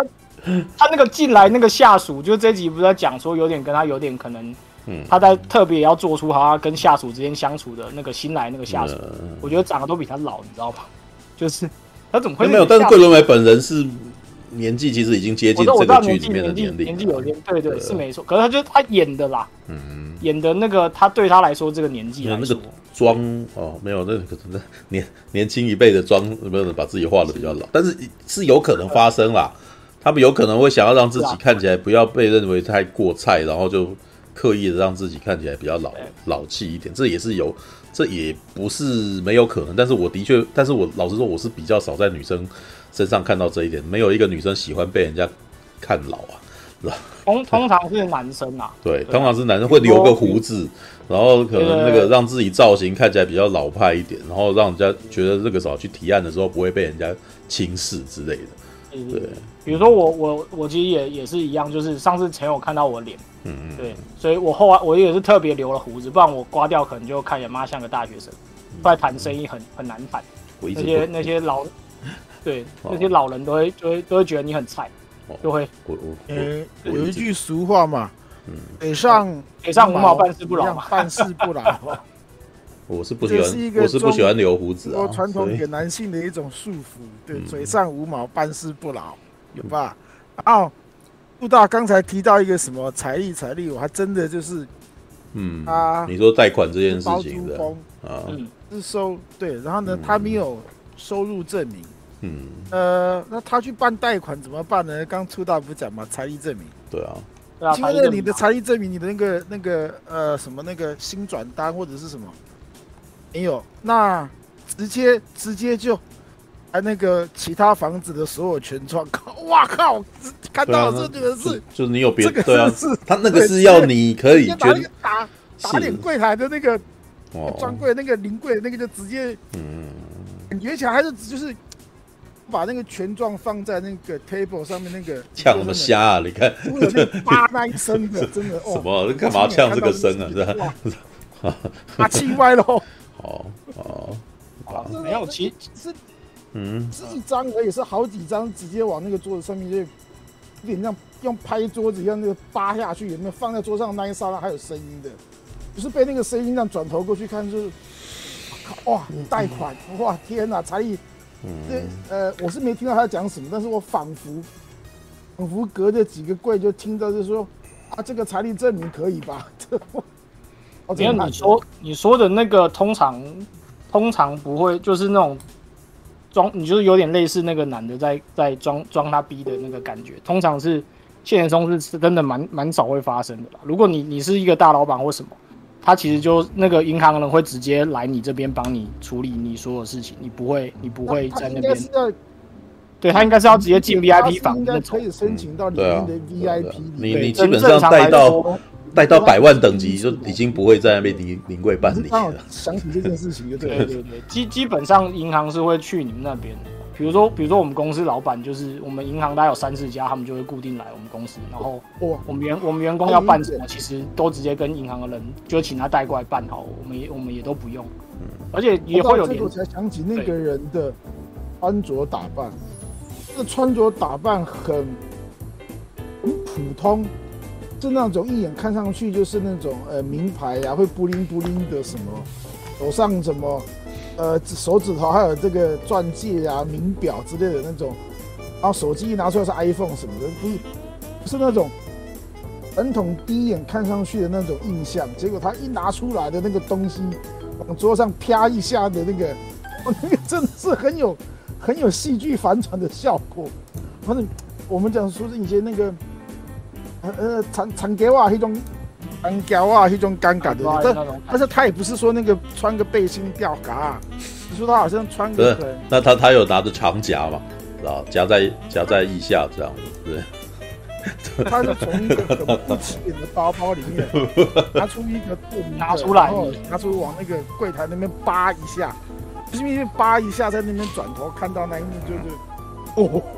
他那个进来那个下属，就这集不是在讲说有点跟他有点可能，嗯，他在特别要做出他跟下属之间相处的那个新来那个下属，嗯、我觉得长得都比他老，你知道吗？就是他怎么会没有？但是桂纶镁本人是年纪其实已经接近这个剧里面的年龄， 年纪有点对对是没错，可是他就他演的啦，嗯，演的那个他对他来说这个年纪来说。 妆哦，没有那个年年轻一辈的妆，没有把自己画的比较老，但是是有可能发生啦。他们有可能会想要让自己看起来不要被认为太过菜，然后就刻意的让自己看起来比较老老气一点，这也是有，这也不是没有可能。但是我的确，但是我老实说，我是比较少在女生身上看到这一点，没有一个女生喜欢被人家看老啊。 通通常是男生啊， 对，通常是男生会留个胡子，然后可能那个让自己造型看起来比较老派一点，然后让人家觉得这个时候去提案的时候不会被人家轻视之类的。对， 比如说我我我其实也也是一样，就是上次陈友看到我脸，嗯嗯，对，所以我后来我也是特别留了胡子，不然我刮掉可能就看起来妈像个大学生，不然谈生意很很难谈。那些那些老，对，那些老人都会就会都会觉得你很菜。就会， 呃，有一句俗话嘛，北上北上无毛办事不牢嘛， 办事不牢。 我是不喜欢，我是不喜欢留胡子啊。 传统给男性的一种束缚，对，嘴上无毛，办事不牢，有吧？然后陆大刚才提到一个什么财力，财力，我还真的就是， 嗯，啊，你说贷款这件事情的啊，嗯，是收对，然后呢，他没有收入证明。嗯，呃，那他去办贷款怎么办呢？刚出道不讲嘛，财力证明。 对啊， 对啊， 请问你的财力证明，你的那个那个呃什么那个薪转单或者是什么没有？那直接直接就按那个其他房子的所有权状，哇靠！看到了这个是， 就是你有别对啊，他那个是要你可以打打打脸柜台的那个专柜那个临柜那个就直接，嗯，感觉起来还是就是。把那个权状放在那个 table 上面，那个呛什么虾啊？你看， 有那个叭那一声的，真的哦。 什么？干嘛呛这个声啊？是吧？把气歪了。 哦哦， 没有，其实嗯，是一张而已，是好几张，直接往那个桌子上面就有点像用拍桌子一样，那个扒下去，有没有放在桌上那一刹那还有声音的？不是被那个声音让转头过去看，就是哇，贷款，哇，天哪，财力。这呃，我是没听到他讲什么，但是我仿佛仿佛隔着几个柜就听到，就是说啊，这个财力证明可以吧？ 没有你说你说的那个，通常通常不会，就是那种装，你就是有点类似那个男的在在装装他逼的那个感觉。通常是现实中是真的蛮蛮少会发生的啦。如果你你是一个大老板或什么。他其实就那个银行人会直接来你这边帮你处理你所有事情，你不会你不会在那边。对他应该是要直接进 V I P 房， 应该可以申请到里面的 V I P。 你你基本上带到带到百万等级就已经不会在那边临临柜办理了。 想起这件事情就对对对对，基基本上银行是会去你们那边的。比如说，比如说我们公司老板就是我们银行大概有三四家，他们就会固定来我们公司，然后我们员我们员工要办什么，其实都直接跟银行的人就请他带过来办好，我们也我们也都不用，而且也会有。 这个我才想起那个人的穿着打扮，这穿着打扮很很普通，是那种一眼看上去就是那种呃名牌呀、啊，会布灵布灵的什么，手上什么。呃，手指头还有这个钻戒啊、名表之类的那种，然后手机一拿出来是 iPhone 什么的，不是不是那种传统第一眼看上去的那种印象。结果他一拿出来的那个东西，往桌上啪一下的那个，那个真的是很有很有戏剧反转的效果。反正我们讲说是以前那个呃呃长长给我那种。干胶啊，那种尴尬的，但但是他也不是说那个穿个背心吊嘎，你说他好像穿个很， 那他他有拿着长夹嘛，知道夹在夹在腋下这样子， 对。他就从一个很不起眼的包包里面拿出一个拿出来， 拿出往那个柜台那边扒一下，就是因为扒一下，在那边转头看到那一幕就是，哦，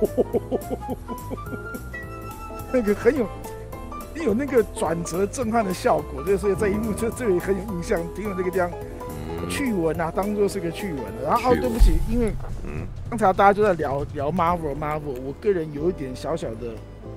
那个很有。有那个转折震撼的效果，所以这一幕就这里很有印象，挺有这个地方趣闻啊，当做是个趣闻的。然后哦，对不起，因为刚才大家就在聊聊 Marvel Marvel， 我个人有一点小小的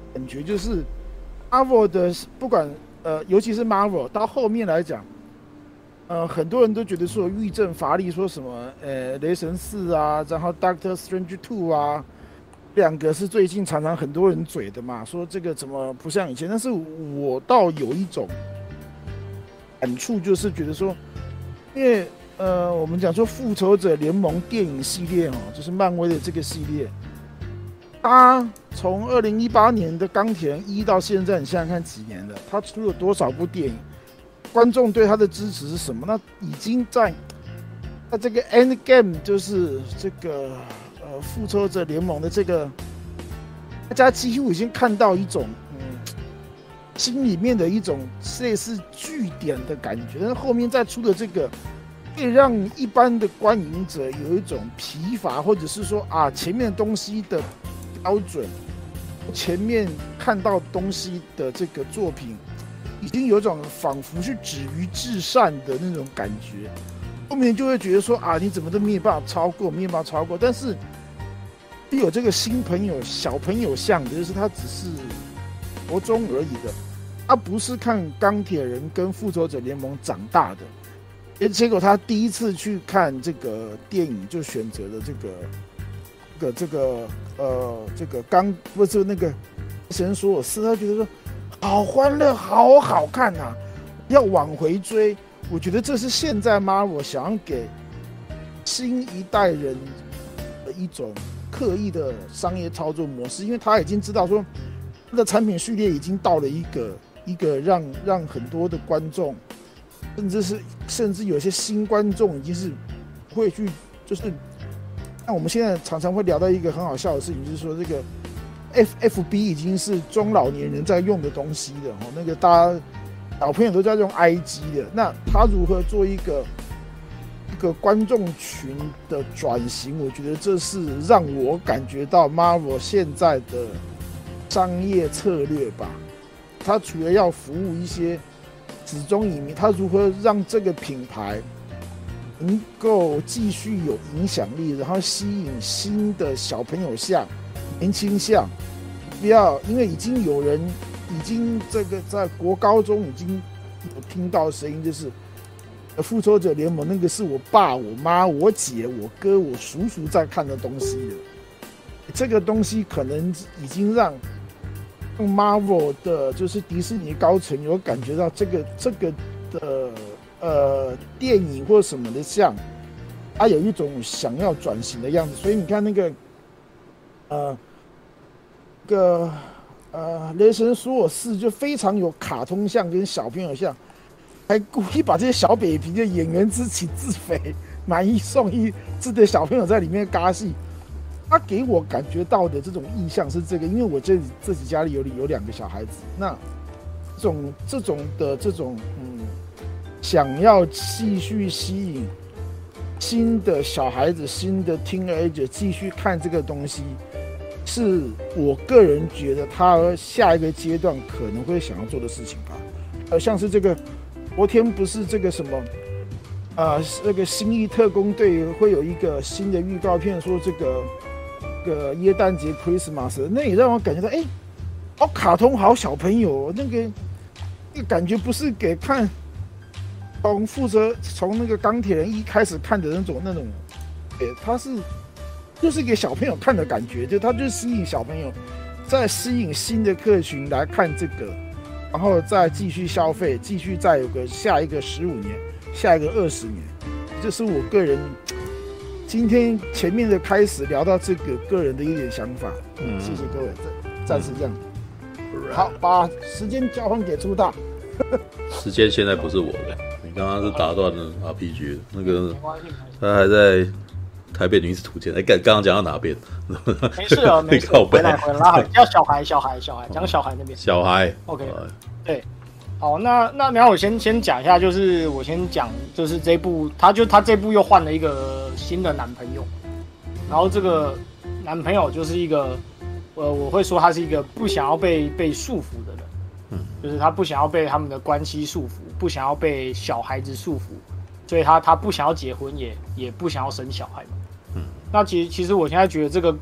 感觉就是 Marvel 的不管呃，尤其是 Marvel 到后面来讲，呃，很多人都觉得说欲振乏力，说什么呃雷神四啊，然后 Doctor Strange two 啊，两个是最近常常很多人嘴的嘛，说这个怎么不像以前？但是我倒有一种感触，就是觉得说，因为呃，我们讲说复仇者联盟电影系列哦，就是漫威的这个系列。他从二零一八年的钢铁人一到现在，你想想看几年了？他出了多少部电影？观众对他的支持是什么？那已经在在这个 End Game， 就是这个呃复仇者联盟的这个，大家几乎已经看到一种嗯心里面的一种类似据点的感觉。但是后面再出的这个，可以让一般的观影者有一种疲乏，或者是说啊前面东西的标准，前面看到东西的这个作品，已经有种仿佛是止于至善的那种感觉，后面就会觉得说啊，你怎么都没有办法超过，没有办法超过。但是有这个新朋友、小朋友像的，就是他只是国中而已的，他不是看钢铁人跟复仇者联盟长大的，结果他第一次去看这个电影，就选择了这个。这个这个呃，这个刚不是那个神索尔斯，他觉得说好欢乐，好好看啊，要往回追。我觉得这是现在 Marvel 想要给新一代人的一种刻意的商业操作模式，因为他已经知道说他的产品序列已经到了一个一个让让很多的观众，甚至是甚至有些新观众已经是会去就是。那我们现在常常会聊到一个很好笑的事情，就是说这个 F F B 已经是中老年人在用的东西了，那个大家小朋友都在用 I G 的，那他如何做一个一个观众群的转型？我觉得这是让我感觉到 Marvel 现在的商业策略吧。他除了要服务一些始终影迷，他如何让这个品牌能够继续有影响力，然后吸引新的小朋友像、年轻像，不要因为已经有人已经这个在国高中已经有听到声音，就是复仇者联盟那个是我爸、我妈、我姐、我哥、我叔叔在看的东西了。这个东西可能已经让 Marvel 的，就是迪士尼高层有感觉到这个这个的。呃，电影或什么的像，它有一种想要转型的样子，所以你看那个，呃，个呃，雷神索尔四就非常有卡通像跟小朋友像，还故意把这些小北平的演员自己自肥，买一送一，自的小朋友在里面尬戏，他给我感觉到的这种意象是这个，因为我这自己家里有有两个小孩子，那这种这种的这种嗯。想要继续吸引新的小孩子、新的 teenager 继续看这个东西，是我个人觉得他下一个阶段可能会想要做的事情吧。呃，像是这个，昨天不是这个什么，啊、呃，那个新义特工队会有一个新的预告片，说这个这个耶诞节 Christmas， 那也让我感觉到，哎，好卡通，好小朋友，那个那个感觉不是给看。从负责从那个钢铁人一开始看的那种那种，诶，他是就是给小朋友看的感觉，就他就是吸引小朋友，再吸引新的客群来看这个，然后再继续消费，继续再有个下一个十五年，下一个二十年，这是我个人今天前面的开始聊到这个个人的一点想法。嗯，谢谢各位，暂时这样。好，把时间交还给朱大。 时间现在不是我的。你刚刚是打断了 R P G 的那个，他还在台北女子图鉴。哎，刚刚讲到哪边？ 没事啊，没事。回来回来，叫小孩，小孩，小孩，讲小孩那边。 小孩 ，OK， 对，好，那那然后我先先讲一下，就是我先讲，就是这部，他就他这部又换了一个新的男朋友，然后这个男朋友就是一个，呃，我会说他是一个不想要被被束缚的人。就是他不想要被他们的关系束缚，不想要被小孩子束缚，所以他他不想要结婚，也也不想要生小孩嘛。嗯，那其实其实我现在觉得这个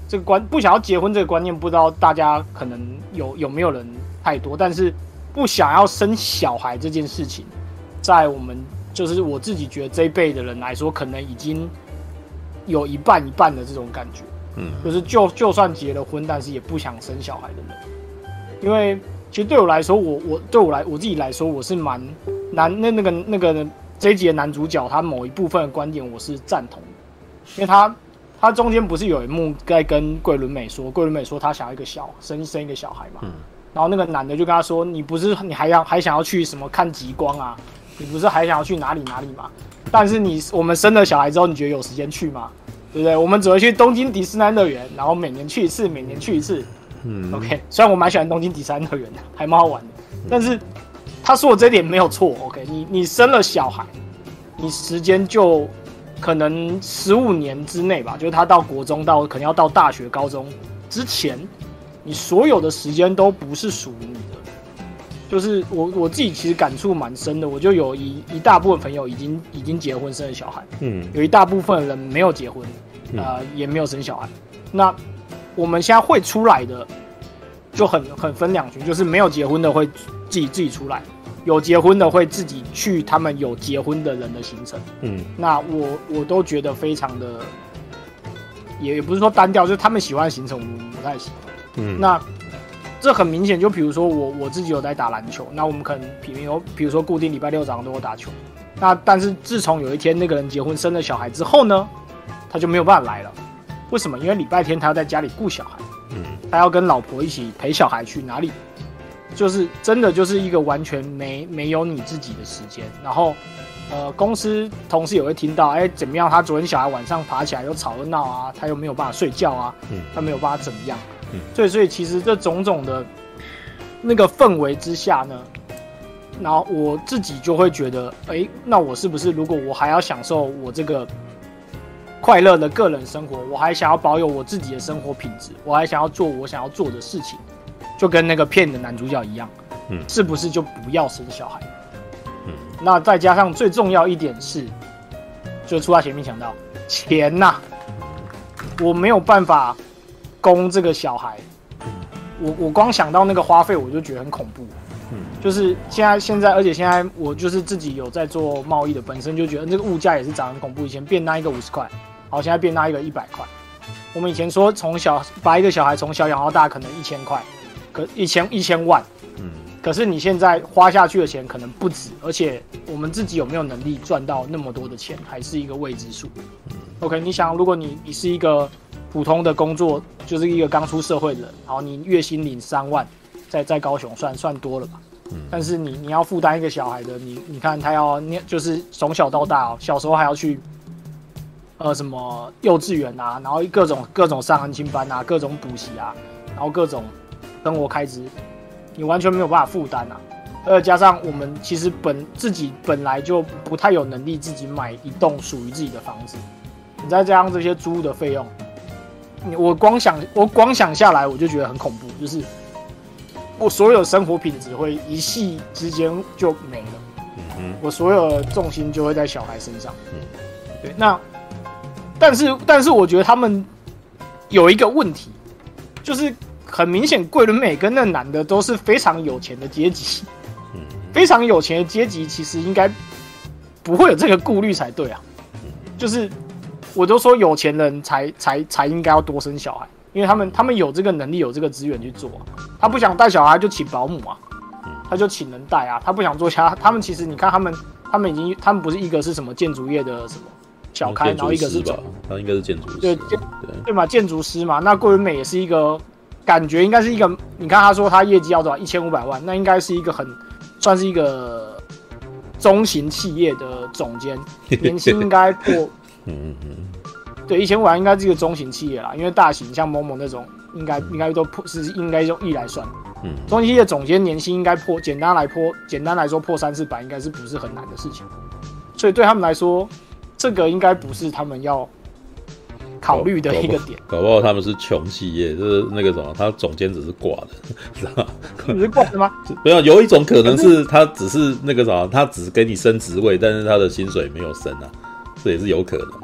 这个观不想要结婚这个观念，不知道大家可能有有没有人太多，但是不想要生小孩这件事情，在我们就是我自己觉得这一辈的人来说，可能已经有一半一半的这种感觉。嗯，就是就就算结了婚，但是也不想生小孩的人，因为其实对我来说，我我对我来我自己来说，我是蛮男那那个那个这一集的男主角，他某一部分的观点我是赞同的，因为他他中间不是有一幕在跟桂纶镁说，桂纶镁说他想要一个小生生一个小孩嘛，嗯，然后那个男的就跟他说，你不是你还要还想要去什么看极光啊，你不是还想要去哪里哪里嘛？但是你我们生了小孩之后，你觉得有时间去吗？对不对？我们只会去东京迪士尼乐园，然后每年去一次，每年去一次。嗯 ，OK。虽然我蛮喜欢东京迪士尼乐园的，还蛮好玩的，但是他说的这点没有错。OK， 你你生了小孩，你时间就可能十五年之内吧，就是他到国中到可能要到大学、高中之前，你所有的时间都不是属于你的。就是我我自己其实感触蛮深的，我就有一一大部分朋友已经已经结婚生了小孩，嗯，有一大部分人没有结婚，呃，嗯、也没有生小孩。那我们现在会出来的就很很分两群，就是没有结婚的会自己自己出来，有结婚的会自己去他们有结婚的人的行程，嗯，那我我都觉得非常的，也也不是说单调，就是他们喜欢的行程我们不太喜欢，嗯，那。这很明显，就比如说我我自己有在打篮球，那我们可能比如比如说固定礼拜六早上都有打球，那但是自从有一天那个人结婚生了小孩之后呢，他就没有办法来了。为什么？因为礼拜天他要在家里顾小孩，嗯，他要跟老婆一起陪小孩去哪里，就是真的就是一个完全没没有你自己的时间。然后，呃，公司同事也会听到，哎，怎么样？他昨天小孩晚上爬起来又吵又闹啊，他又没有办法睡觉啊，嗯，他没有办法怎么样。所以，所以其实这种种的那个氛围之下呢，然后我自己就会觉得，哎，那我是不是如果我还要享受我这个快乐的个人生活，我还想要保有我自己的生活品质，我还想要做我想要做的事情，就跟那个片的男主角一样，嗯，是不是就不要生小孩？嗯，那再加上最重要一点是，就出他前面讲到钱呐、啊，我没有办法。供这个小孩，我我光想到那个花费，我就觉得很恐怖。嗯，就是现在现在，而且现在我就是自己有在做贸易的，本身就觉得这个物价也是涨很恐怖。以前便当一个五十块，好，现在便当一个一百块。我们以前说从小把一个小孩从小养到大，可能一千块，可一千一千万。嗯，可是你现在花下去的钱可能不止，而且我们自己有没有能力赚到那么多的钱，还是一个未知数。OK， 你想，如果你你是一个普通的工作，就是一个刚出社会的人，然后你月薪领三万，在在高雄算算多了吧？嗯。但是你你要负担一个小孩的，你你看他要念，就是从小到大哦，小时候还要去，呃什么幼稚园啊，然后各种各种上安亲班啊，各种补习啊，然后各种生活开支，你完全没有办法负担啊。而加上我们其实本自己本来就不太有能力自己买一栋属于自己的房子，你再加上这些租的费用。我光想，我光想下来，我就觉得很恐怖，就是我所有生活品质会一夕之间就没了，嗯、我所有的重心就会在小孩身上。嗯、对，那但是但是我觉得他们有一个问题，就是很明显，桂纶镁跟那男的都是非常有钱的阶级，嗯、非常有钱的阶级其实应该不会有这个顾虑才对啊，就是。我都说有钱人才才才应该要多生小孩，因为他们他们有这个能力有这个资源去做、啊。他不想带小孩就请保姆啊，他就请人带啊。他不想做其他，他们其实你看他们他们已经他们不是一个是什么建筑业的什么小开，然后一个是总， 他应该是建筑师， 对对对嘛，建筑师嘛。那桂纶镁也是一个感觉应该是一个，你看他说他业绩要多少一千五百万，那应该是一个很算是一个中型企业的总监，年薪应该破。嗯嗯，对，一千五百应该是一个中型企业啦，因为大型像某某那种，应该应该都破是应该用亿来算。嗯，中型企业总监年薪应该破，简单来破，简单来说破三四百应该是不是很难的事情。所以对他们来说，这个应该不是他们要考虑的一个点。 搞不好他们是穷企业，就是那个什么，他总监只是挂的，知道吗？ 只是挂的吗？ 没有，有一种可能是他只是那个什么，他只给你升职位，但是他的薪水没有升啊。这也是有可能的、啊，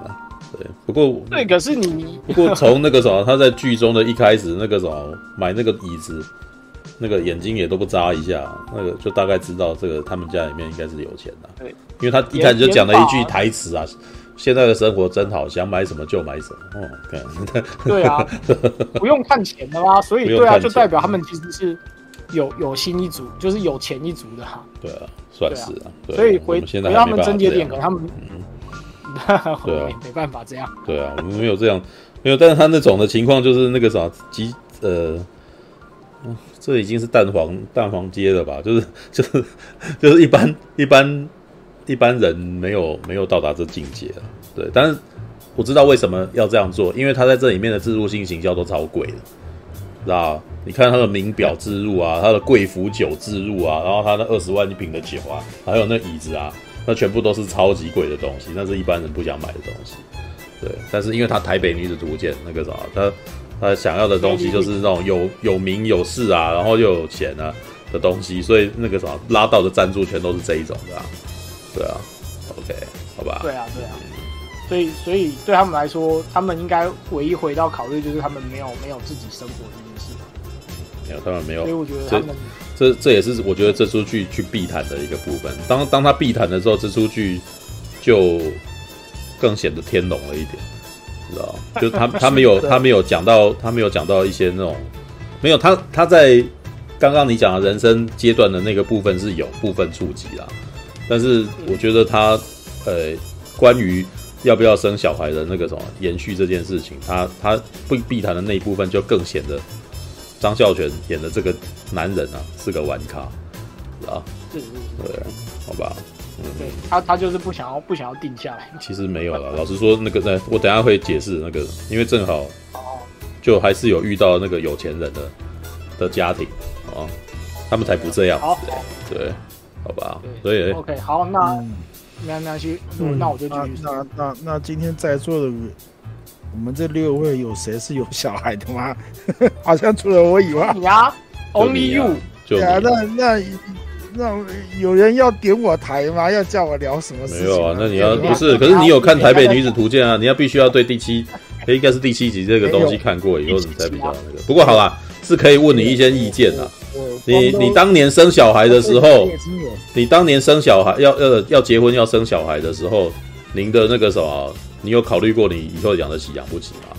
对，不过对，可是你不过从那个什么，他在剧中的一开始那个什么买那个椅子，那个眼睛也都不眨一下，那个就大概知道这个他们家里面应该是有钱的。对，因为他一开始就讲了一句台词啊，现在的生活真好，想买什么就买什么。哦，看， 对啊，不用看钱的啦，所以对啊，就代表他们其实是有有心一族，就是有钱一族的哈。 对啊，算是啊。 对啊所以回回到他们症结点，可能他们。嗯对啊， 没办法这样。 对啊，我们没有这样，没有。但是他那种的情况就是那个啥，极呃，这已经是蛋黄蛋黄街了吧？就是就是就是一般一般一般人没有没有到达这境界了。对，但是我知道为什么要这样做，因为他在这里面的置入性行销都超贵的，知道吧？你看他的名表置入啊，他的贵腐酒置入啊，然后他那二十万一瓶的酒啊，还有那椅子啊。那全部都是超级贵的东西，那是一般人不想买的东西。对，但是因为他台北女子图鉴那个啥，他他想要的东西就是那种有有名有势啊，然后又有钱啊的东西，所以那个啥拉到的赞助全都是这一种的啊。对啊 ，OK， 好吧。 对啊，对啊。所以所以对他们来说，他们应该唯一回到考虑就是他们没有没有自己生活这件事。 没有，他们没有。 所以我觉得他们。 这这也是我觉得这出剧去避谈的一个部分。当当他避谈的时候，这出剧就更显得天龙了一点，知道吗？就他他没有他没有讲到他没有讲到一些那种没有他他在刚刚你讲的人生阶段的那个部分是有部分触及啦，但是我觉得他呃关于要不要生小孩的那个什么延续这件事情，他他不避谈的那一部分就更显得。张孝全演的这个男人啊，是个玩咖，啊， 是是是， 对，好吧， 嗯，对他他就是不想要不想要定下来。 其实没有啦，老实说，那个呢，我等一下会解释那个，因为正好就还是有遇到那个有钱人的的家庭啊，他们才不这样子，对，好吧，所以 OK 好，那那那去，那我就继续。 那那那今天在座的。我们这六位有谁是有小孩的吗？好像除了我以外， 你呀 ，Only you。 对啊，那那那有人要点我台吗？要叫我聊什么事情？ 没有啊，那你要不是？可是你有看《台北女子图鉴》啊？你要必须要对第七，应该是第七集这个东西看过以后，你才比较那个。不过好啦，是可以问你一些意见啊。你你当年生小孩的时候，你当年生小孩要要要结婚要生小孩的时候，您的那个什么？你有考虑过你以后养得起养不起吗？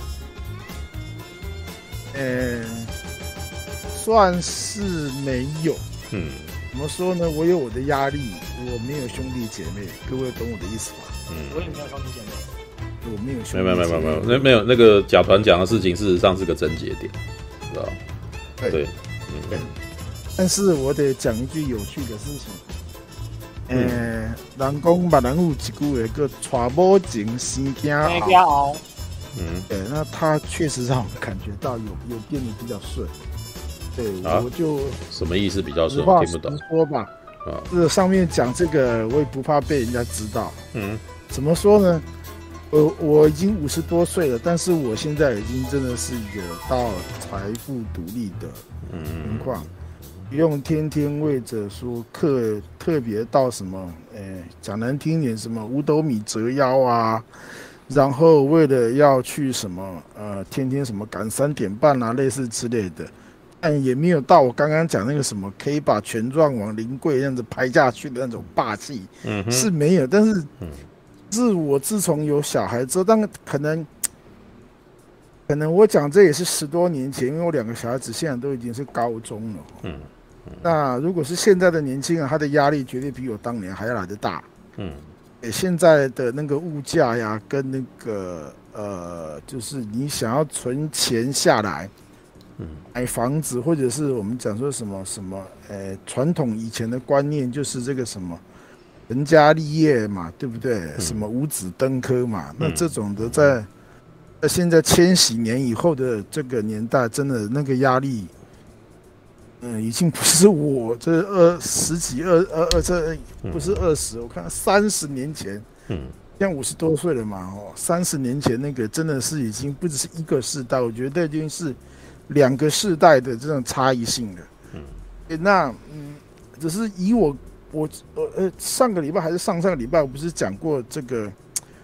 呃，算是没有。嗯，怎么说呢？我有我的压力，我没有兄弟姐妹，各位懂我的意思吧？ 嗯，我也没有兄弟姐妹， 我没有兄弟姐妹。 没有没有没有没有，那没有那个甲团讲的事情，事实上是个症结点，知道？对，对， 嗯。但是我得讲一句有趣的事情。诶、欸，人讲别人有一句话叫“娶某前生囝后”，嗯，对，那他确实让我感觉到有有变得比较顺。对，啊、我就什么意思比较顺？听不懂。 说吧，啊，这上面讲这个，我也不怕被人家知道。嗯，怎么说呢？我我已经五十多岁了，但是我现在已经真的是有到财富独立的情况。嗯不用天天为着说特特别到什么，诶、欸，讲难听点，什么五斗米折腰啊，然后为了要去什么，呃，天天什么赶三点半啊，类似之类的，但也没有到我刚刚讲那个什么可以把权状往临柜这样子拍下去的那种霸气，嗯，是没有。但是，嗯，是我自从有小孩之后，但可能。可能我讲这也是十多年前，因为我两个小孩子现在都已经是高中了。嗯，嗯那如果是现在的年轻人，他的压力绝对比我当年还要来得大。嗯，现在的那个物价呀，跟那个呃，就是你想要存钱下来，嗯，买房子，或者是我们讲说什么什么，呃，传统以前的观念就是这个什么成家立业嘛，对不对？嗯、什么五子登科嘛，那这种的在。那现在千禧年以后的这个年代，真的那个压力，嗯，已经不是我这二十几二二二这不是二十，我看三十年前，嗯，像五十多岁了嘛，哦，三十年前那个真的是已经不只是一个世代，我觉得已经是两个世代的这种差异性了。嗯，那嗯，只是以我我呃呃上个礼拜还是上上个礼拜，我不是讲过这个。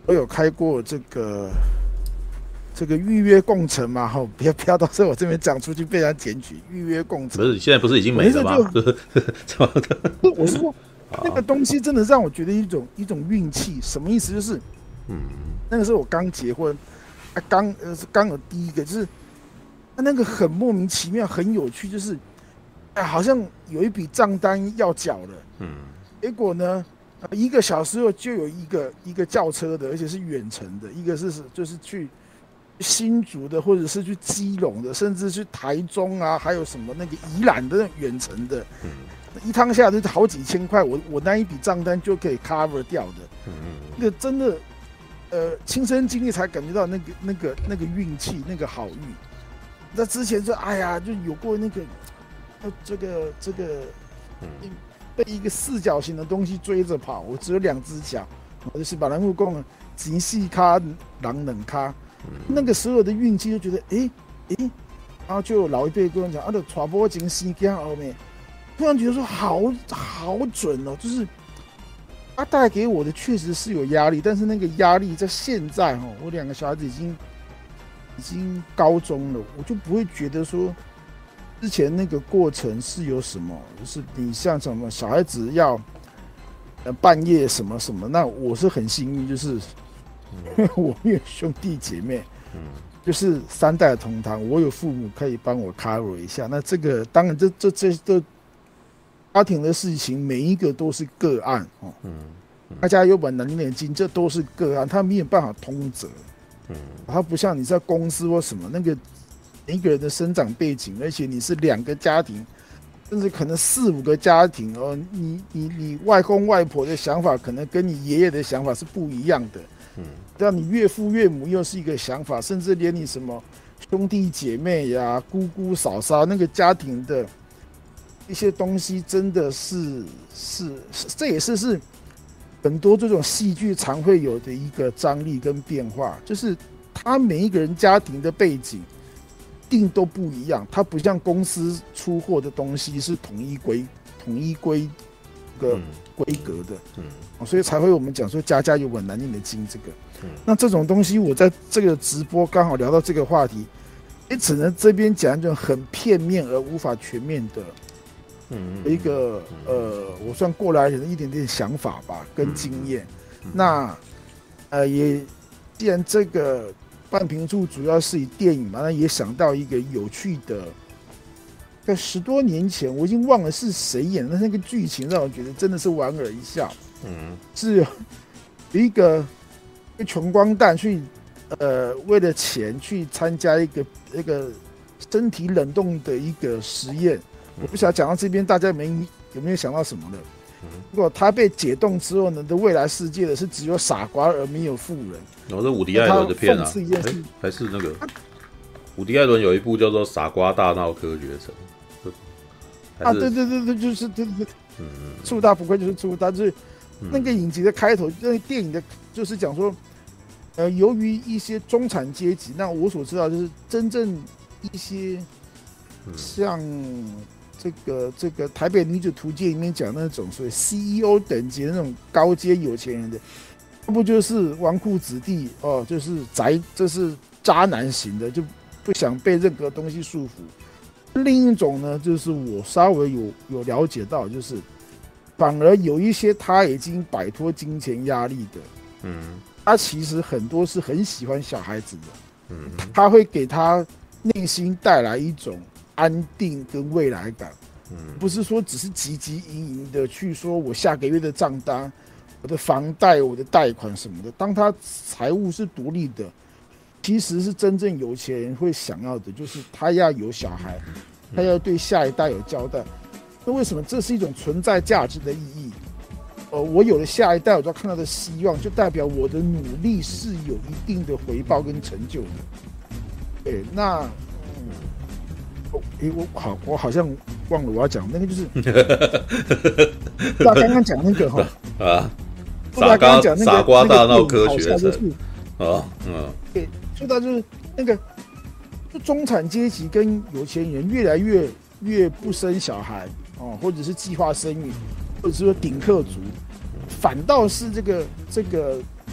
我有开过这个这个预约共乘嘛，哈，不要不要到时候我这边讲出去被人家检举。预约共乘不是现在不是已经没了吗？怎么的？ 我是说那个东西真的让我觉得一种一种运气，什么意思？就是，嗯，那个时候我刚结婚，啊，刚呃刚有第一个，就是那个很莫名其妙，很有趣，就是，哎，好像有一笔账单要缴了，嗯，结果呢？一个小时后就有一个一个轿车的，而且是远程的，一个是就是去新竹的，或者是去基隆的，甚至去台中啊，还有什么那个宜兰的远程的，嗯、一趟下来就是好几千块，我我那一笔账单就可以 cover 掉的，嗯、那个真的，呃，亲身经历才感觉到那个那个那个运气，那个好运。那之前就哎呀，就有过那个，呃，这个这个，嗯。被一个四角形的东西追着跑，我只有两只脚，我就是把人物讲极细咖、狼冷咖，那个时候的运气就觉得，哎、欸、哎、欸，然后就有老一辈跟我讲，啊，就传播进西干后面，突然觉得说好好准哦，就是他带给我的确实是有压力，但是那个压力在现在哦，我两个小孩子已经已经高中了，我就不会觉得说。之前那个过程是有什么？就是你像什么小孩子要呃半夜什么什么，那我是很幸运，就是我有兄弟姐妹，就是三代同堂，我有父母可以帮我 cover 一下。那这个当然这这这这家庭的事情，每一个都是个案哦。大家有本难念的经，这都是个案，他没有办法通则。他不像你在公司或什么那个。一个人的生长背景，而且你是两个家庭，甚至可能四五个家庭哦。你你你外公外婆的想法，可能跟你爷爷的想法是不一样的。嗯，让你岳父岳母又是一个想法，甚至连你什么兄弟姐妹呀、啊、姑姑嫂嫂那个家庭的一些东西，真的是是这也是是很多这种戏剧常会有的一个张力跟变化，就是他每一个人家庭的背景。定都不一样，它不像公司出货的东西是统一规、统一规个规格的，嗯，嗯所以才会我们讲说家家有本难念的经这个。嗯、那这种东西，我在这个直播刚好聊到这个话题，也只能这边讲一种很片面而无法全面的，嗯，一个呃，我算过来人的一点点想法吧，跟经验。嗯、那呃，也既然这个。半瓶醋主要是以电影嘛，那也想到一个有趣的，在十多年前我已经忘了是谁演的，那个剧情让我觉得真的是莞尔一笑。嗯，是有一个一个穷光蛋去，呃，为了钱去参加一个那个身体冷冻的一个实验。我不晓得讲到这边，大家没有没有想到什么了？如果他被解冻之后呢，的未来世界的是只有傻瓜而没有富人。 我、哦、是伍迪·艾伦的片啊，欸、还是那个伍迪·艾伦有一部叫做《傻瓜大闹科学城》 啊，对对对对，就是对对对，嗯，触大不愧就是触大，就是那个影集的开头，那个电影的，就是讲说，呃，由于一些中产阶级，那我所知道就是真正一些像。这个这个台北女子图鉴里面讲那种所谓 C E O 等级的那种高阶有钱人的，要不就是纨绔子弟哦，就是宅，这是渣男型的，就不想被任何东西束缚。另一种呢，就是我稍微有有了解到，就是反而有一些他已经摆脱金钱压力的，嗯，他其实很多是很喜欢小孩子的，嗯，他会给他内心带来一种。安定跟未来感，嗯，不是说只是汲汲营营的去说我下个月的账单、我的房贷、我的贷款什么的。当他财务是独立的，其实是真正有钱人会想要的，就是他要有小孩，他要对下一代有交代。那为什么这是一种存在价值的意义？呃，我有了下一代，我就要看到的希望，就代表我的努力是有一定的回报跟成就的。对，那。哎，我好，我好像忘了我要讲那个，就是他刚刚讲那个哈啊， 傻瓜讲那个傻瓜大闹科学城啊，嗯， 对，说到就是那个，就中产阶级跟有钱人越来越越不生小孩哦，或者是计划生育，或者是说顶客族，反倒是这个这个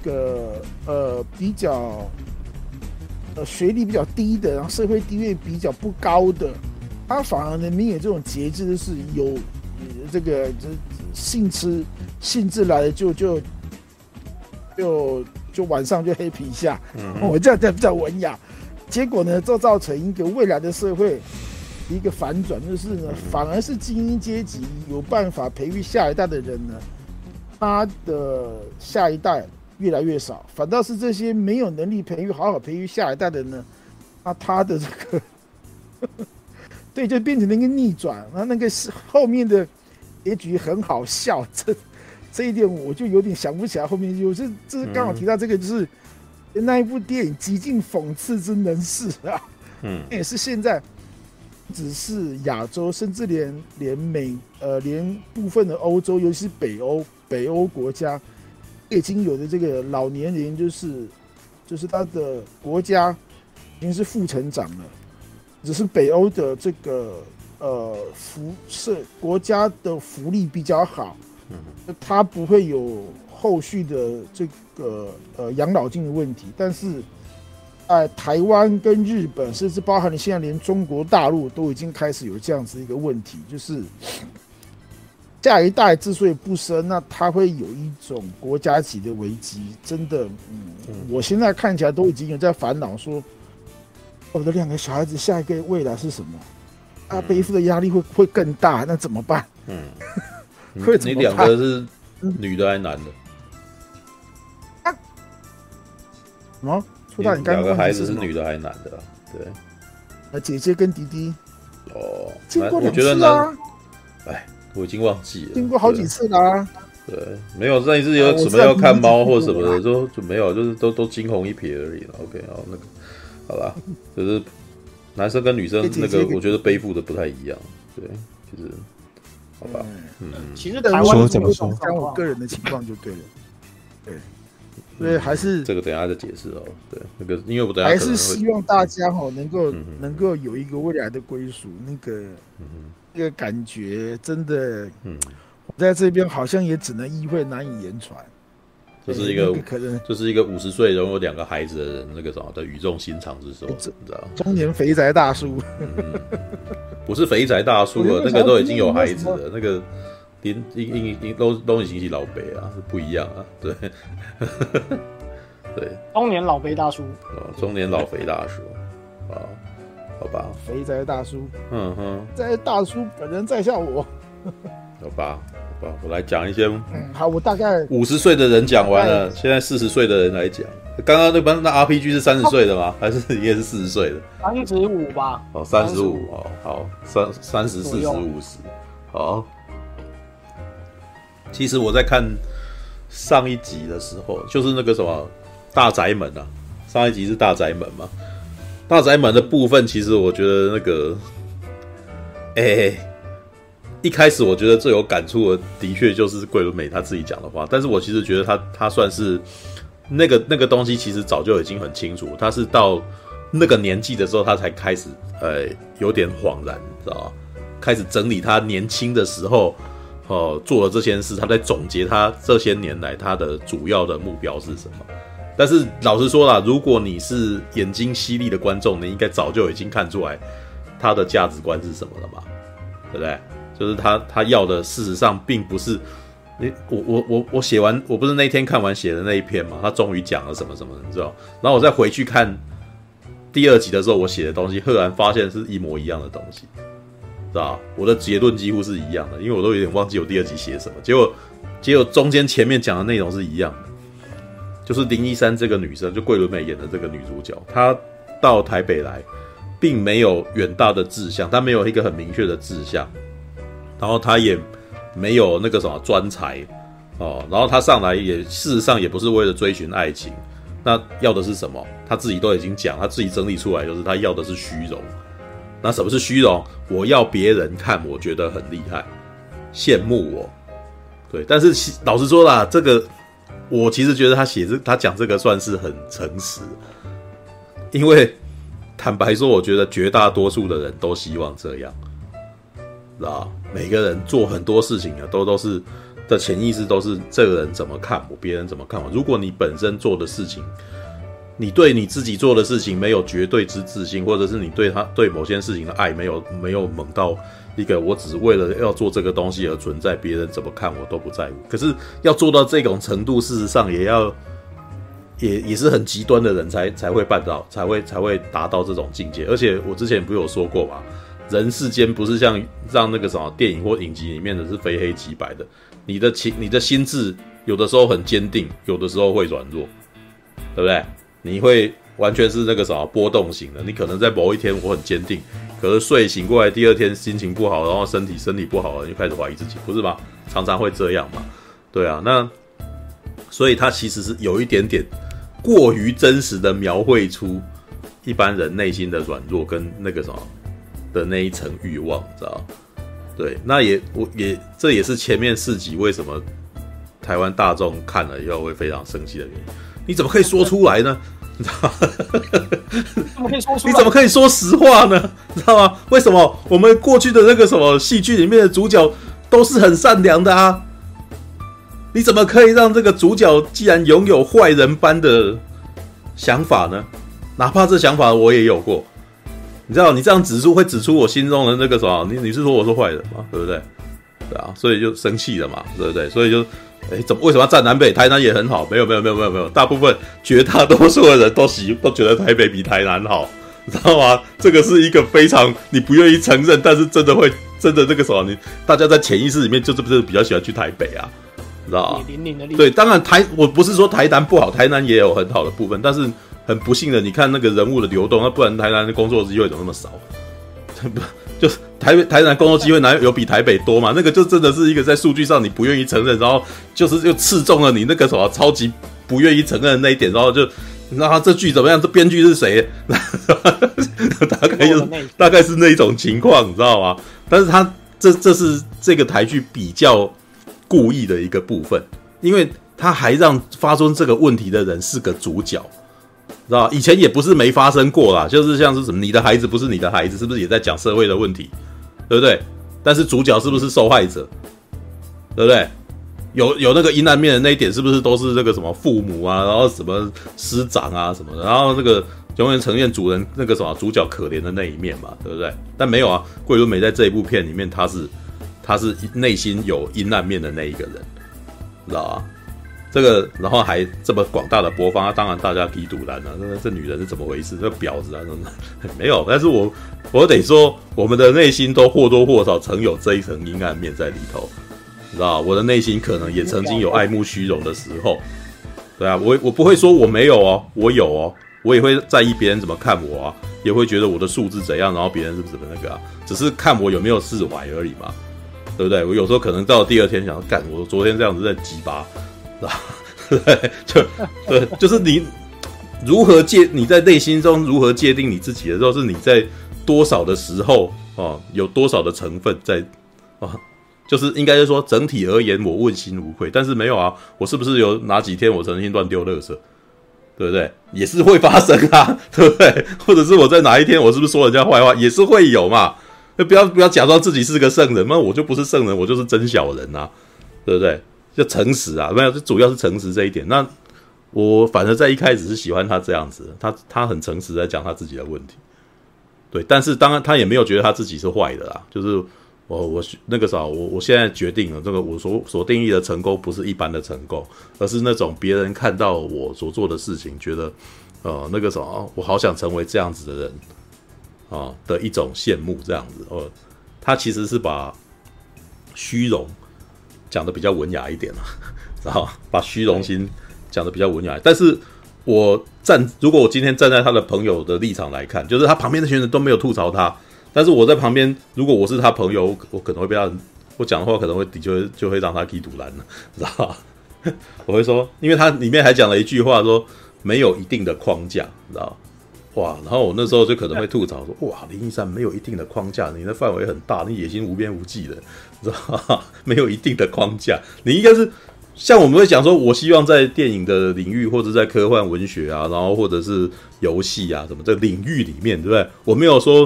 个呃比较呃学历比较低的，然后社会地位比较不高的，他反而呢没有这种节制，就是有、呃、这个这兴致兴致来了就就就就晚上就黑皮一下，嗯、我这样这样比较文雅。结果呢，就造成一个未来的社会一个反转，就是呢，反而是精英阶级有办法培育下一代的人呢，他的下一代越来越少，反倒是这些没有能力培育好好培育下一代的人呢，那他的这个对，就变成了一个逆转，然后那个后面的结局很好笑，这这一点我就有点想不起来后面有这这刚好提到这个就是。那一部电影极尽讽刺之能事啊，嗯，也是现在只是亚洲，甚至连连美呃连部分的欧洲，尤其是北欧北欧国家，已经有的这个老年人，就是就是他的国家已经是负成长了，只是北欧的这个呃福是国家的福利比较好，嗯，他不会有后续的这个呃养老金的问题，但是在、呃、台湾跟日本，甚至包含了现在连中国大陆都已经开始有这样子一个问题，就是下一代之所以不生，那他会有一种国家级的危机。真的，嗯，我现在看起来都已经有在烦恼说，我的两个小孩子下一个未来是什么？他背负的压力会会更大，那怎么办？ 嗯，会怎么办？你两个是女的还是男的？ 什么？初大，你刚刚两个孩子是女的还是男的、啊？对， 呃，姐姐跟弟弟。 哦， 经过两次啊。 哎，我已经忘记了。 经过好几次啦、啊。 对，没有上一次有什么要看猫或什么的，就就没有，就是都都惊鸿一瞥而已了。OK， 好，那个，好吧，就是男生跟女生那个，我觉得背负的不太一样。对，就是，好吧，嗯， 其实台湾怎么说？讲我个人的情况就对了。对。所以还是、 嗯、这个等一下再解释哦。对，那个因为我等一下还是希望大家哈能够、嗯、能够有一个未来的归属，那个、嗯、那个感觉真的，嗯，我在这边好像也只能意会难以言传。 这是一个、 那个、可能， 这是一个五十岁拥有两个孩子的人，那个什么的语重心长之说，你知道？ 中年肥宅大叔， 嗯、不是肥宅大叔了，那个都已经有孩子了，那个。因因因都都已经是老辈啊，不一样啊，对，对， 中年老肥大叔， 哦，中年老肥大叔，啊，好吧， 肥宅大叔， 嗯哼， 在大叔本人在下我， 好吧，好吧，我来讲一些， 嗯，好，我大概五十岁的人讲完了，现在四十岁的人来讲，刚刚那帮那 R P G 是三十岁的吗？还是也是四十岁的？ 三十五吧， 哦，三十五，哦，好，三三十、四十、五十，好。其实我在看上一集的时候，就是那个什么大宅门啊，上一集是大宅门嘛。大宅门的部分，其实我觉得那个，哎、欸，一开始我觉得最有感触的，的确就是桂纶镁他自己讲的话。但是我其实觉得他他算是那个那个东西，其实早就已经很清楚，他是到那个年纪的时候，他才开始呃有点恍然，知道吧？开始整理他年轻的时候。呃，做了这件事，他在总结他这些年来他的主要的目标是什么。但是老实说啦，如果你是眼睛犀利的观众，你应该早就已经看出来他的价值观是什么了吧？对不对？就是他他要的，事实上并不是你我我我我写完，我不是那天看完写的那一篇嘛？他终于讲了什么什么，你知道？然后我再回去看第二集的时候，我写的东西，赫然发现是一模一样的东西。知道我的结论几乎是一样的，因为我都有点忘记我第二集写什么。结果，结果中间前面讲的内容是一样的，就是林一山这个女生，就桂纶镁演的这个女主角，她到台北来，并没有远大的志向，她没有一个很明确的志向，然后她也没有那个什么专才哦，然后她上来也事实上也不是为了追寻爱情，那要的是什么？她自己都已经讲，她自己整理出来，就是她要的是虚荣。那什么是虚荣？我要别人看我觉得很厉害，羡慕我。对，但是老实说啦，这个我其实觉得他写这他讲这个算是很诚实，因为坦白说，我觉得绝大多数的人都希望这样，知道？每个人做很多事情啊，都都是的潜意识都是这个人怎么看我，别人怎么看我。如果你本身做的事情，你对你自己做的事情没有绝对之自信，或者是你对他对某件事情的爱没有没有猛到一个我只是为了要做这个东西而存在，别人怎么看我都不在乎。可是要做到这种程度，事实上也要也也是很极端的人才才会办到，才会才会达到这种境界。而且我之前不是有说过嘛，人世间不是像让那个什么电影或影集里面的是非黑即白的，你的情你的心智有的时候很坚定，有的时候会软弱，对不对？你会完全是那个什么波动型的，你可能在某一天我很坚定，可是睡醒过来第二天心情不好，然后身体身体不好了，就开始怀疑自己，不是吗？常常会这样嘛，对啊，那所以它其实是有一点点过于真实的描绘出一般人内心的软弱跟那个什么的那一层欲望，知道？对，那也我也这也是前面四集为什么台湾大众看了以后会非常生气的原因。你怎么可以说出来呢？你知道吗？ 怎么可以说出来？ 你怎么可以说实话呢？你知道吗？为什么我们过去的那个什么戏剧里面的主角都是很善良的啊？你怎么可以让这个主角既然拥有坏人般的想法呢？哪怕这想法我也有过，你知道，你这样指出会指出我心中的那个什么？你你是说我是坏人吗？对不对？对啊，所以就生气了嘛，对不对？所以就。哎，怎么为什么要站南北？台南也很好，没有没有没有没有没有，大部分绝大多数的人都喜都觉得台北比台南好，你知道吗？这个是一个非常你不愿意承认，但是真的会真的这个什么，你大家在潜意识里面就是不是比较喜欢去台北啊，你知道吗？对，当然台我不是说台南不好，台南也有很好的部分，但是很不幸的，你看那个人物的流动，那不然台南的工作机会怎么那么少？就是台北台南工作机会哪有比台北多嘛？那个就真的是一个在数据上你不愿意承认，然后就是又刺中了你那个什么超级不愿意承认的那一点，然后就你知道他这剧怎么样？这编剧是谁？大概就是大概是那一种情况，你知道吗？但是他这这是这个台剧比较故意的一个部分，因为他还让发生这个问题的人是个主角。知道以前也不是没发生过啦，就是像是什么你的孩子不是你的孩子，是不是也在讲社会的问题，对不对？但是主角是不是受害者，对不对？有有那个阴暗面的那一点，是不是都是那个什么父母啊，然后什么师长啊什么的，然后那个永远呈现主人那个什么主角可怜的那一面嘛，对不对？但没有啊，桂纶镁在这一部片里面，他是他是内心有阴暗面的那一个人，知道吧？这个，然后还这么广大的播放，当然大家批赌烂了。这这女人是怎么回事？这婊子啊，什么没有？但是我我得说，我们的内心都或多或少曾有这一层阴暗面在里头，你知道我的内心可能也曾经有爱慕虚荣的时候，对啊，我我不会说我没有哦，我有哦，我也会在意别人怎么看我啊，也会觉得我的素质怎样，然后别人是不是怎么那个啊？只是看我有没有释怀而已嘛，对不对？我有时候可能到第二天想干，我昨天这样子在鸡巴。对，就对，就是你如何界你在内心中如何界定你自己的时候，是你在多少的时候哦，有多少的成分在啊？就是应该是说整体而言，我问心无愧，但是没有啊，我是不是有哪几天我曾经乱丢垃圾，对不对？也是会发生啊，对不对？或者是我在哪一天我是不是说人家坏话，也是会有嘛？不要不要假装自己是个圣人，那我就不是圣人，我就是真小人啊，对不对？就诚实啊，没有，主要是诚实这一点。那我反而在一开始是喜欢他这样子，他他很诚实在讲他自己的问题，对。但是当然他也没有觉得他自己是坏的啦，就是我我那个啥，我我现在决定了，这个我所所定义的成功不是一般的成功，而是那种别人看到我所做的事情，觉得呃那个什么，我好想成为这样子的人啊、呃、的一种羡慕这样子。呃，他其实是把虚荣讲的比较文雅一点了，然后把虚荣心讲的比较文雅。但是我站，如果我今天站在他的朋友的立场来看，就是他旁边那群人都没有吐槽他，但是我在旁边，如果我是他朋友，我可能会被他，我讲的话可能会的确就会让他踢赌篮了，知道吧？我会说，因为他里面还讲了一句话说，没有一定的框架，知道吧？哇，然后我那时候就可能会吐槽说，哇，林一山没有一定的框架，你的范围很大，你野心无边无际的，知道吧？没有一定的框架，你应该是像我们会讲说，我希望在电影的领域，或者在科幻文学啊，然后或者是游戏啊什么这领域里面，对不对？我没有说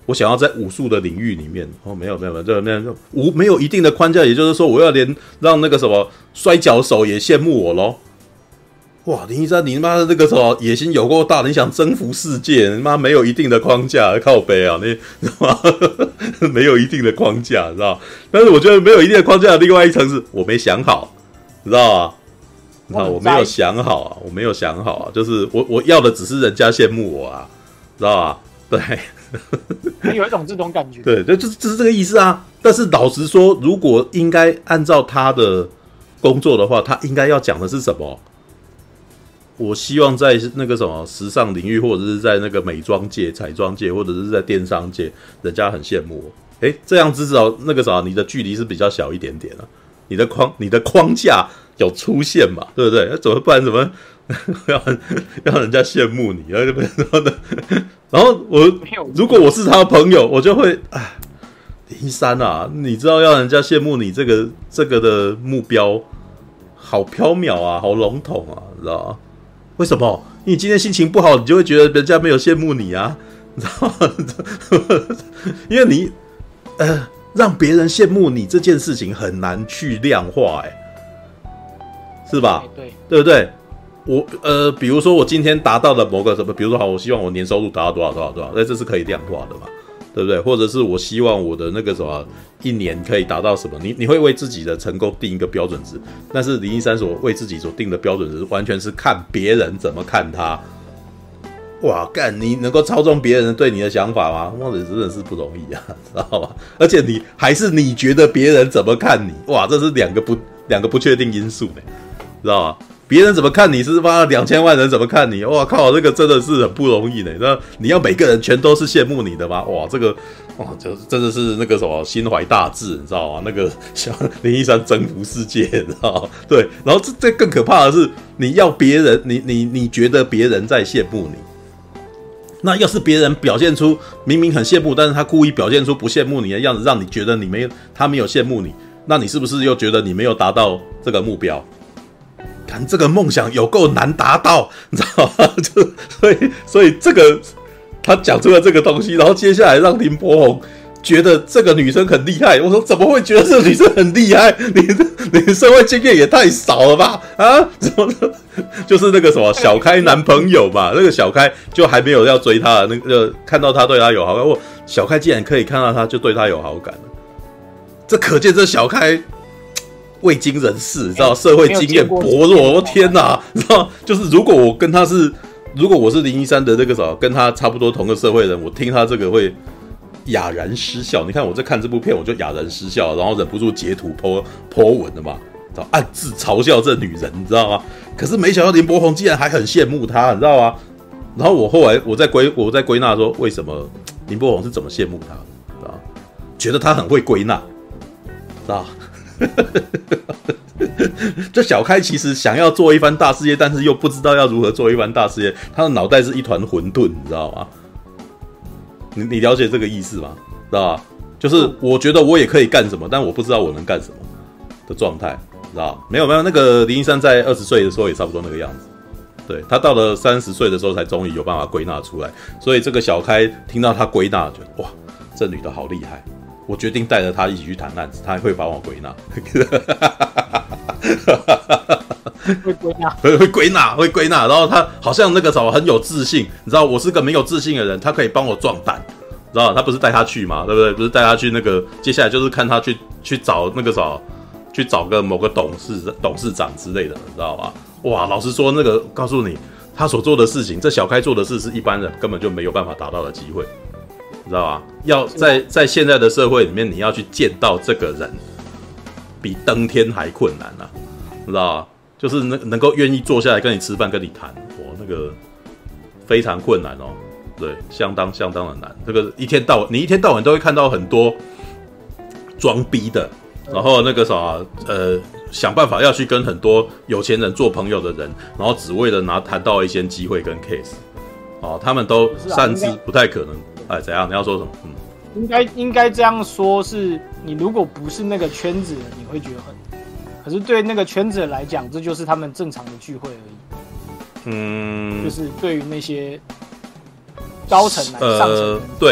我想要在武术的领域里面，哦，没有没有没有，这没有无没有一定的框架，也就是说，我要连让那个什么摔跤手也羡慕我咯。哇，林一山，你他妈那个什么野心有够大，你想征服世界，你妈没有一定的框架，靠北啊，你知道吗？没有一定的框架，你知道？但是我觉得没有一定的框架的另外一层是我没想好，知道吗？你知道我没有想好啊，我没有想好啊，就是我我要的只是人家羡慕我啊，知道吧？对， 有一种这种感觉。 对，就就是就是这个意思啊。但是老实说，如果应该按照他的工作的话，他应该要讲的是什么？我希望在那个什么时尚领域，或者是在那个美妆界、彩妆界，或者是在电商界，人家很羡慕我。哎，这样至少那个啥，你的距离是比较小一点点啊。你的框，你的框架有出现嘛？对不对？怎么不然怎么要要人家羡慕你？然后呢？然后我如果我是他的朋友，我就会哎，林一山啊，你知道要人家羡慕你这个这个的目标，好缥缈啊，好笼统啊，你知道吗？为什么？因为你今天心情不好，你就会觉得人家没有羡慕你啊，你知道吗？因为你呃让别人羡慕你这件事情很难去量化，哎，是吧？ 对， 对不对？我呃，比如说我今天达到了某个什么，比如说好，我希望我年收入达到多少多少多少，那这是可以量化的嘛，对不对？或者是我希望我的那个什么一年可以达到什么，你你会为自己的成功定一个标准值，但是林一山所为自己所定的标准值，完全是看别人怎么看他。哇，干，你能够操纵别人对你的想法吗？哇，真的是不容易啊，知道吗？而且你还是你觉得别人怎么看你，哇，这是两个不两个不确定因素呢，知道吗？别人怎么看你是妈两千万人怎么看你？哇靠，这个真的是很不容易呢。那你要每个人全都是羡慕你的吗？哇，这个哇，就真的是那个什么心怀大志，你知道吗？那个像林一山征服世界，你知道吗？对，然后这这更可怕的是，你要别人，你你你觉得别人在羡慕你，那要是别人表现出明明很羡慕，但是他故意表现出不羡慕你的样子，让你觉得你没他没有羡慕你，那你是不是又觉得你没有达到这个目标？看这个梦想有够难达到，你知道吗？就所以所以这个他讲出了这个东西，然后接下来让林柏宏觉得这个女生很厉害。我说怎么会觉得这个女生很厉害？你你社会经验也太少了吧？啊，怎么就是那个什么小开男朋友嘛？那个小开就还没有要追他，那个看到他对他有好感，我小开竟然可以看到他就对他有好感了，这可见这小开未经人事，你知道社会经验薄弱。我天哪，你知道，就是如果我跟他是，如果我是林一山的这个什么，跟他差不多同个社会人，我听他这个会哑然失笑。你看我在看这部片，我就哑然失笑，然后忍不住截图 po po 文的嘛，暗自嘲笑这女人，你知道吗？可是没想到林柏宏竟然还很羡慕她，你知道吗？然后我后来我在归我在归纳说，为什么林柏宏是怎么羡慕她，知道吗？觉得他很会归纳，知道吗？这小开其实想要做一番大事业，但是又不知道要如何做一番大事业，他的脑袋是一团混沌，你知道吗？你你了解这个意思吗？知道吧？就是我觉得我也可以干什么，但我不知道我能干什么的状态，知道吧？没有没有，那个林一山在二十岁的时候也差不多那个样子，对，他到了三十岁的时候才终于有办法归纳出来，所以这个小开听到他归纳，觉得哇，这女的好厉害。我决定带着他一起去谈案子，他会帮我归纳， 会归纳， 会会归纳，会归纳。然后他好像那个什么很有自信，你知道，我是个没有自信的人，他可以帮我壮胆，知道他不是带他去嘛，对不对？不是带他去那个，接下来就是看他去去找那个什么，去找个某个董事董事长之类的，你知道吧？哇，老实说，那个告诉你，他所做的事情，这小开做的事是一般人根本就没有办法达到的机会。你知道吧？要在在现在的社会里面，你要去见到这个人，比登天还困难啊！你知道吧？就是能能够愿意坐下来跟你吃饭、跟你谈，哇，那个非常困难哦。对，相当相当的难。这个一天到晚，你一天到晚都会看到很多装逼的，然后那个啥，呃，想办法要去跟很多有钱人做朋友的人，然后只为了拿谈到一些机会跟 case， 哦，他们都擅自不太可能。哎，怎样？你要说什么？嗯， 应该应该这样说，是你如果不是那个圈子的，你会觉得很，可是对那个圈子的来讲，这就是他们正常的聚会而已。 嗯， 就是对于那些高层来上层、 呃，对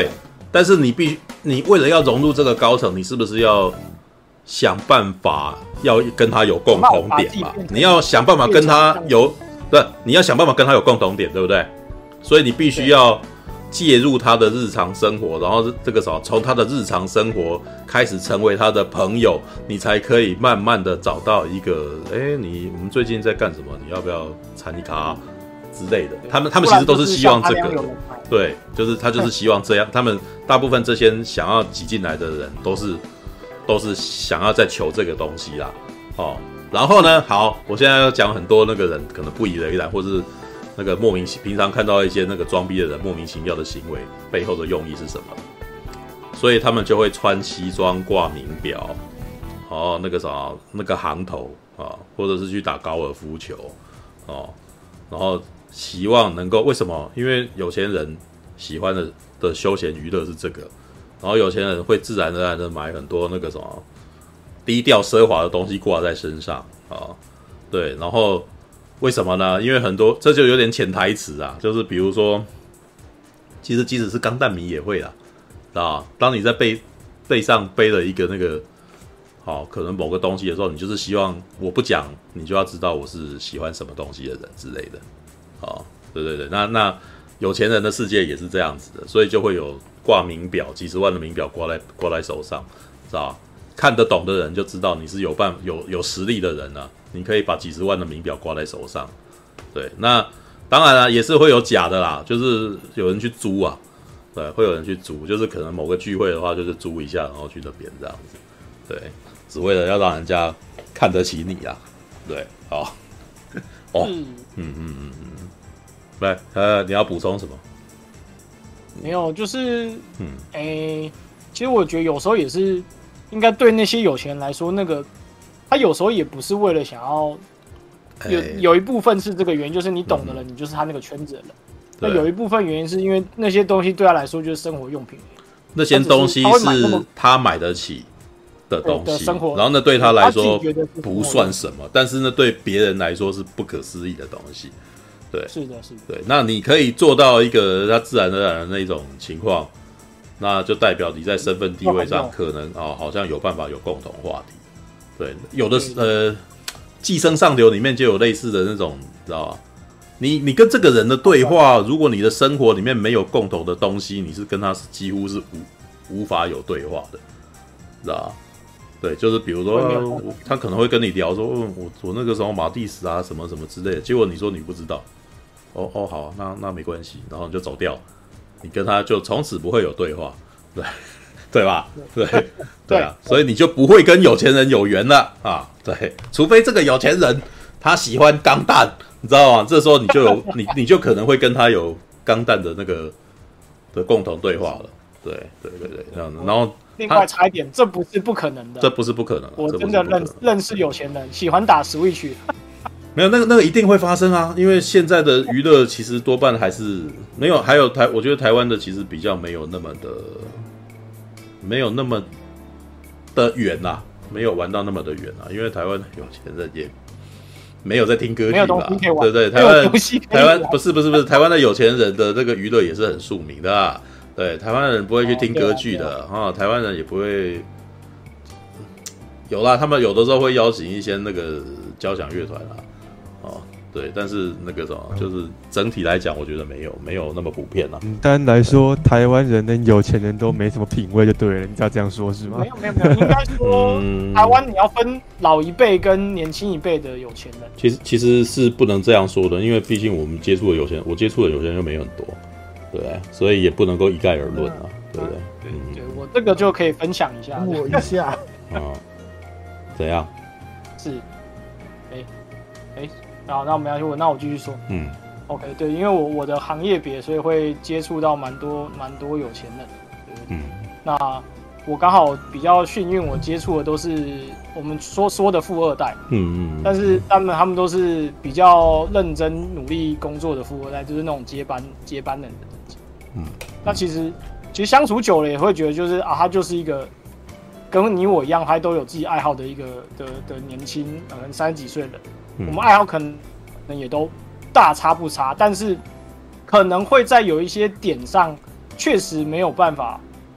但是你必须，你为了要融入这个高层，你是不是要想办法要跟他有共同点嘛？你要想办法跟他有，对，你要想办法跟他有共同点，对不对？所以你必须要介入他的日常生活，然后这个什么，从他的日常生活开始成为他的朋友，你才可以慢慢的找到一个，哎，你我们最近在干什么？你要不要参一咖之类的？他们他们其实都是希望这个，对，就是他就是希望这样。他们大部分这些想要挤进来的人，都是都是想要在求这个东西啦，哦。然后呢，好，我现在要讲很多那个人可能不以为然，或是那个莫名平常看到一些那个装逼的人莫名其妙的行为背后的用意是什么？所以他们就会穿西装挂名表，哦，那个啥那个行头啊，或者是去打高尔夫球哦，然后希望能够为什么？因为有钱人喜欢的的休闲娱乐是这个，然后有钱人会自然而然的买很多那个什么低调奢华的东西挂在身上啊，对，然后。为什么呢？因为很多这就有点潜台词啊，就是比如说，其实即使是钢弹迷也会啦，啊，当你在背背上背了一个那个，好、哦，可能某个东西的时候，你就是希望我不讲，你就要知道我是喜欢什么东西的人之类的，哦，对对对，那那有钱人的世界也是这样子的，所以就会有挂名表，几十万的名表挂在挂在手上，知道？看得懂的人就知道你是有办有有实力的人啊。你可以把几十万的名表挂在手上，对，那当然了，也是会有假的啦，就是有人去租啊，对，会有人去租，就是可能某个聚会的话，就是租一下，然后去那边这样子，对，只为了要让人家看得起你啊，对，好，哦，嗯嗯嗯嗯嗯，来，呃，你要补充什么？ 没有，就是，嗯，哎、欸，其实我觉得有时候也是，应该对那些有钱人来说，那个。他有时候也不是为了想要有有一部分是这个原因，就是你懂的人，你就是他那个圈子的人。那有一部分原因是因为那些东西对他来说就是生活用品， 那些东西是他买得起的东西，然后那对他来说不算什么，但是呢对别人来说是不可思议的东西。对， 是的，是的。 对，那你可以做到一个他自然而然的那种情况，那就代表你在身份地位上可能哦，好像有办法有共同话题。对，有的呃，寄生上流里面就有类似的那种，知道吧？你你跟这个人的对话，如果你的生活里面没有共同的东西，你是跟他是几乎是无无法有对话的，知道吧？对，就是比如说，他可能会跟你聊说，嗯、我我那个时候马蒂斯啊，什么什么之类的，结果你说你不知道，哦哦好，那那没关系，然后你就走掉，你跟他就从此不会有对话，对。对吧？对对啊，所以你就不会跟有钱人有缘了啊！对，除非这个有钱人他喜欢钢弹，你知道吗？这时候你就有你你就可能会跟他有钢弹的那个的共同对话了。对对对对，这样子。然后另外差一点，这不是不可能的， 这不是不可能。 我真的认认识有钱人喜欢打 Switch， 没有那个那个一定会发生啊！因为现在的娱乐其实多半还是没有，还有台，我觉得台湾的其实比较没有那么的。没有那么的远啦、啊，没有玩到那么的远啦、啊，因为台湾有钱人也没有在听歌剧啦，对不对？台湾台湾不是不是不是台湾的有钱人的这个娱乐也是很庶民的啊，对，台湾人不会去听歌剧的啊、哦，台湾人也不会有啦，他们有的时候会邀请一些那个交响乐团啦，哦。对，但是那个什么，就是整体来讲，我觉得没有没有那么普遍啦。 简单来说，台湾人跟有钱人都没什么品味，就对了。你知道这样说是吗？ 没有没有没有，应该说、嗯、台湾你要分老一辈跟年轻一辈的有钱人。 其实其实是不能这样说的，因为毕竟我们接触的有钱人，我接触的有钱人又没有很多，对，所以也不能够一概而论啊，对不对？ 对、嗯、对，我这个就可以分享一下， 我一下啊，怎样？ 是，哎哎。好，那我们要去问，那我继续说。 嗯 ，OK， 对，因为我我的行业别，所以会接触到蛮多蛮多有钱人。对嗯，那我刚好比较幸运，我接触的都是我们说说的富二代。 嗯嗯。 但是他们他们都是比较认真努力工作的富二代，就是那种接班接班人的等级。 嗯。 那其实其实相处久了也会觉得，就是啊，他就是一个跟你我一样，他都有自己爱好的一个的的年轻，可能三十几岁的人。我们爱好可能也都大差不差，但是可能会在有一些点上确实没有办法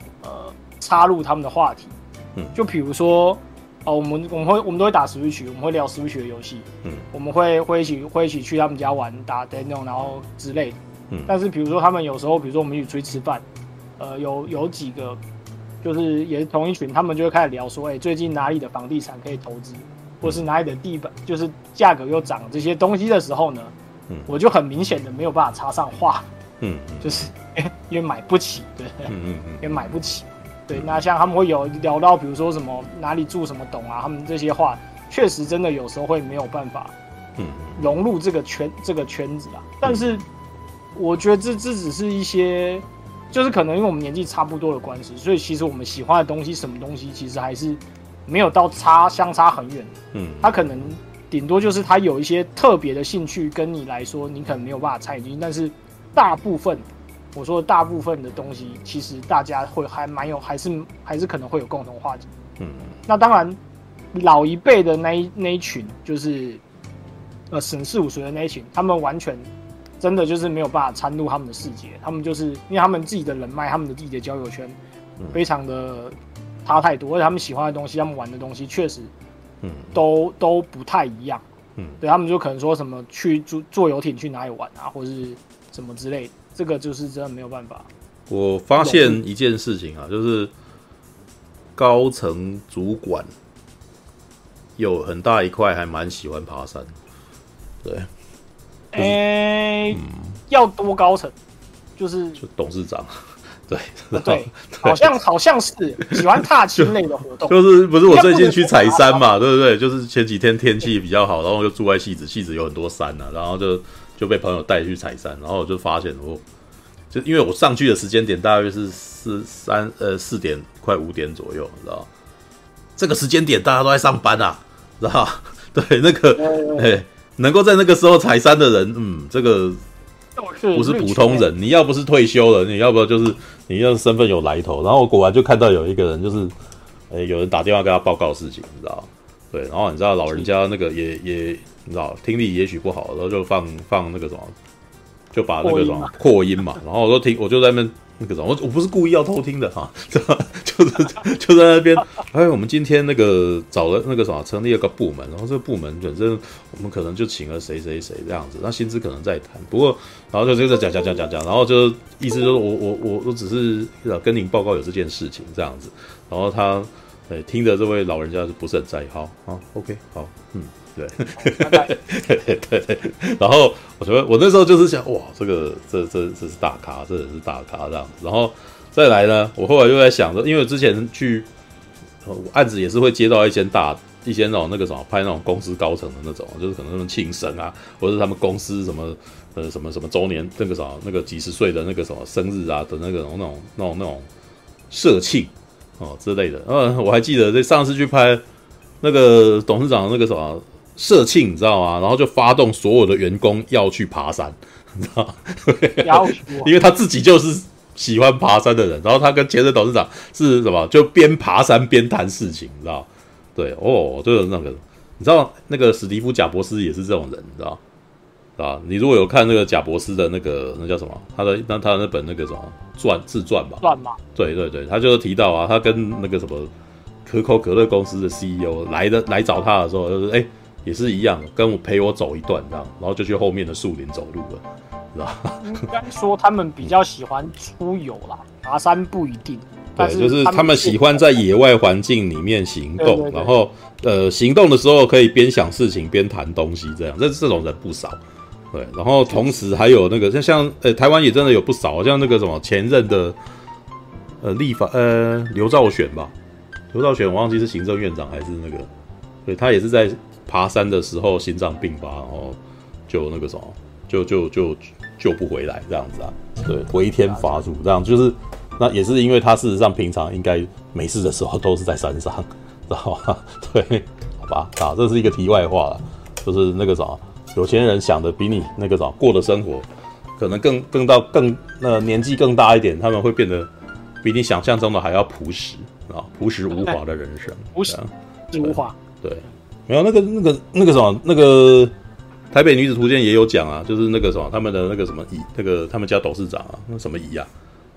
插入他们的话题。 嗯， 就比如说，哦，我们我们会我们都会打 Switch， 我们会聊 Switch 的游戏。嗯，我们会会一起会一起去他们家玩打 Deno， 然后之类的。嗯，但是比如说他们有时候，比如说我们一起出去吃饭，呃，有有几个就是也是同一群，他们就会开始聊说，哎、欸，最近哪里的房地产可以投资，或是哪里的地板就是价格又涨这些东西的时候呢，嗯，我就很明显的没有办法插上话。嗯，就是因为买不起，对，嗯嗯嗯，因为买不起。对，那像他们会有聊到，比如说什么哪里住什么懂啊，他们这些话确实真的有时候会没有办法，嗯，融入这个圈这个圈子啊。但是我觉得这这只是一些，就是可能因为我们年纪差不多的关系，所以其实我们喜欢的东西，什么东西其实还是没有到差相差很远。嗯，他可能顶多就是他有一些特别的兴趣，跟你来说，你可能没有办法参与进去，但是大部分。我说的大部分的东西，其实大家会还蛮有，还是还是可能会有共同话题。嗯，那当然，老一辈的那一那一群，就是呃，省四五岁的那一群，他们完全真的就是没有办法参入他们的世界，他们就是因为他们自己的人脉，他们的自己的交友圈，非常的差太多，而且他们喜欢的东西，他们玩的东西，确实，嗯，都都不太一样。嗯，对他们就可能说什么去坐坐游艇去哪里玩啊，或是什么之类的。这个就是真的没有办法。 我发现一件事情啊，就是高层主管有很大一块还蛮喜欢爬山，对。 诶、欸嗯，要多高层？就是就董事长，对对，对好像好像是喜欢踏青类的活动。 就是不是我最近去采山嘛，对不对？就是前几天天气比较好，然后就住在汐止，汐止有很多山啊，然后就。就被朋友带去采山，然后我就发现我，就因为我上去的时间点大约是四三呃四点快五点左右，你知道，这个时间点大家都在上班啊，知道？对，那个哎，能够在那个时候采山的人，嗯，这个不是普通人，你要不是退休了，你要不就是你要身份有来头。然后我果然就看到有一个人，就是哎有人打电话跟他报告事情，你知道？对，然后你知道老人家那个也也。你知道听力也许不好，然后就放放那个什么，就把那个什么扩音嘛，然后我都听，我就在那边那个什么，我我不是故意要偷听的哈，就是就在那边，哎，我们今天那个找了那个什么，成立了个部门，然后这个部门本身我们可能就请了谁谁谁这样子，那薪资可能在谈，不过然后就这个讲讲讲讲讲，然后就意思就是我我我我只是跟您报告有这件事情这样子，然后他哎听的这位老人家是不是很在意？好，好 ，OK， 好，嗯。对，对对对，然后我觉得我那时候就是想，哇，这个这这这是大咖，这也是大咖这样子。然后再来呢，我后来又在想说，因为我之前去案子也是会接到一些大一些那种那个什么拍那种公司高层的那种，就是可能那种庆生啊，或者是他们公司什么呃什么什么周年那个什么那个几十岁的那个什么生日啊的那个那种那种那种社庆哦之类的。嗯，我还记得这上次去拍那个董事长那个什么。社庆你知道吗？然后就发动所有的员工要去爬山，你知道吗？因为他自己就是喜欢爬山的人，然后他跟前任董事长是什么？就边爬山边谈事情，你知道？对哦，就是那个，你知道那个史蒂夫·贾伯斯也是这种人，你知道？啊，你如果有看那个贾伯斯的那个那叫什么？他的那他的那本那个什么传自传吧？ 传嘛？ 对对对，他就是提到啊，他跟那个什么可口可乐公司的 C E O 来的来找他的时候，就是哎。欸也是一样，跟我陪我走一段这样，然后就去后面的树林走路了，知道吧？ 应该说他们比较喜欢出游啦，爬山不一定。 对，就是他们喜欢在野外环境里面行动，对对对，然后呃，行动的时候可以边想事情边谈东西，这样，这这种人不少。对，然后同时还有那个像像呃，台湾也真的有不少，像那个什么前任的呃立法呃刘兆玄吧，刘兆玄我忘记是行政院长还是那个，对他也是在。爬山的时候心脏病发，然后就那个什么，就就就救不回来这样子啊。对，回天乏术这样，就是那也是因为他事实上平常应该没事的时候都是在山上，知道吗？对，好吧，啊，这是一个题外话了，就是那个什么，有钱人想的比你那个什么过的生活，可能更更到更呃年纪更大一点，他们会变得比你想象中的还要朴实啊，朴实无华的人生， 朴实无华， 对。没有那个那个那个什么那个台北女子图鉴也有讲啊，就是那个什么他们的那个什么乙那个他们家董事长啊，那什么乙啊，知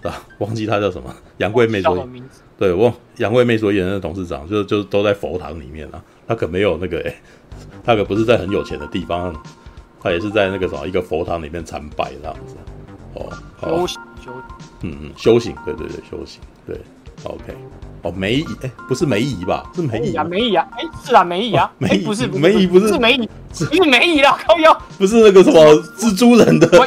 啊，忘记他叫什么，杨贵妹所演，对，忘杨贵妹所演的董事长，就就都在佛堂里面啊，他可没有那个哎、欸，他可不是在很有钱的地方，他也是在那个什么一个佛堂里面参拜这样子。哦， 修行修， 嗯嗯，修行，对对对，修行，对 ，OK， 哦，梅姨，哎、欸，不是梅姨吧？是梅姨啊， 梅姨啊，哎、欸，是啊，梅姨啊，哎、哦欸，不是， 梅姨不是， 是梅姨，是梅姨啦，靠腰， 不是那个什么蜘蛛人的，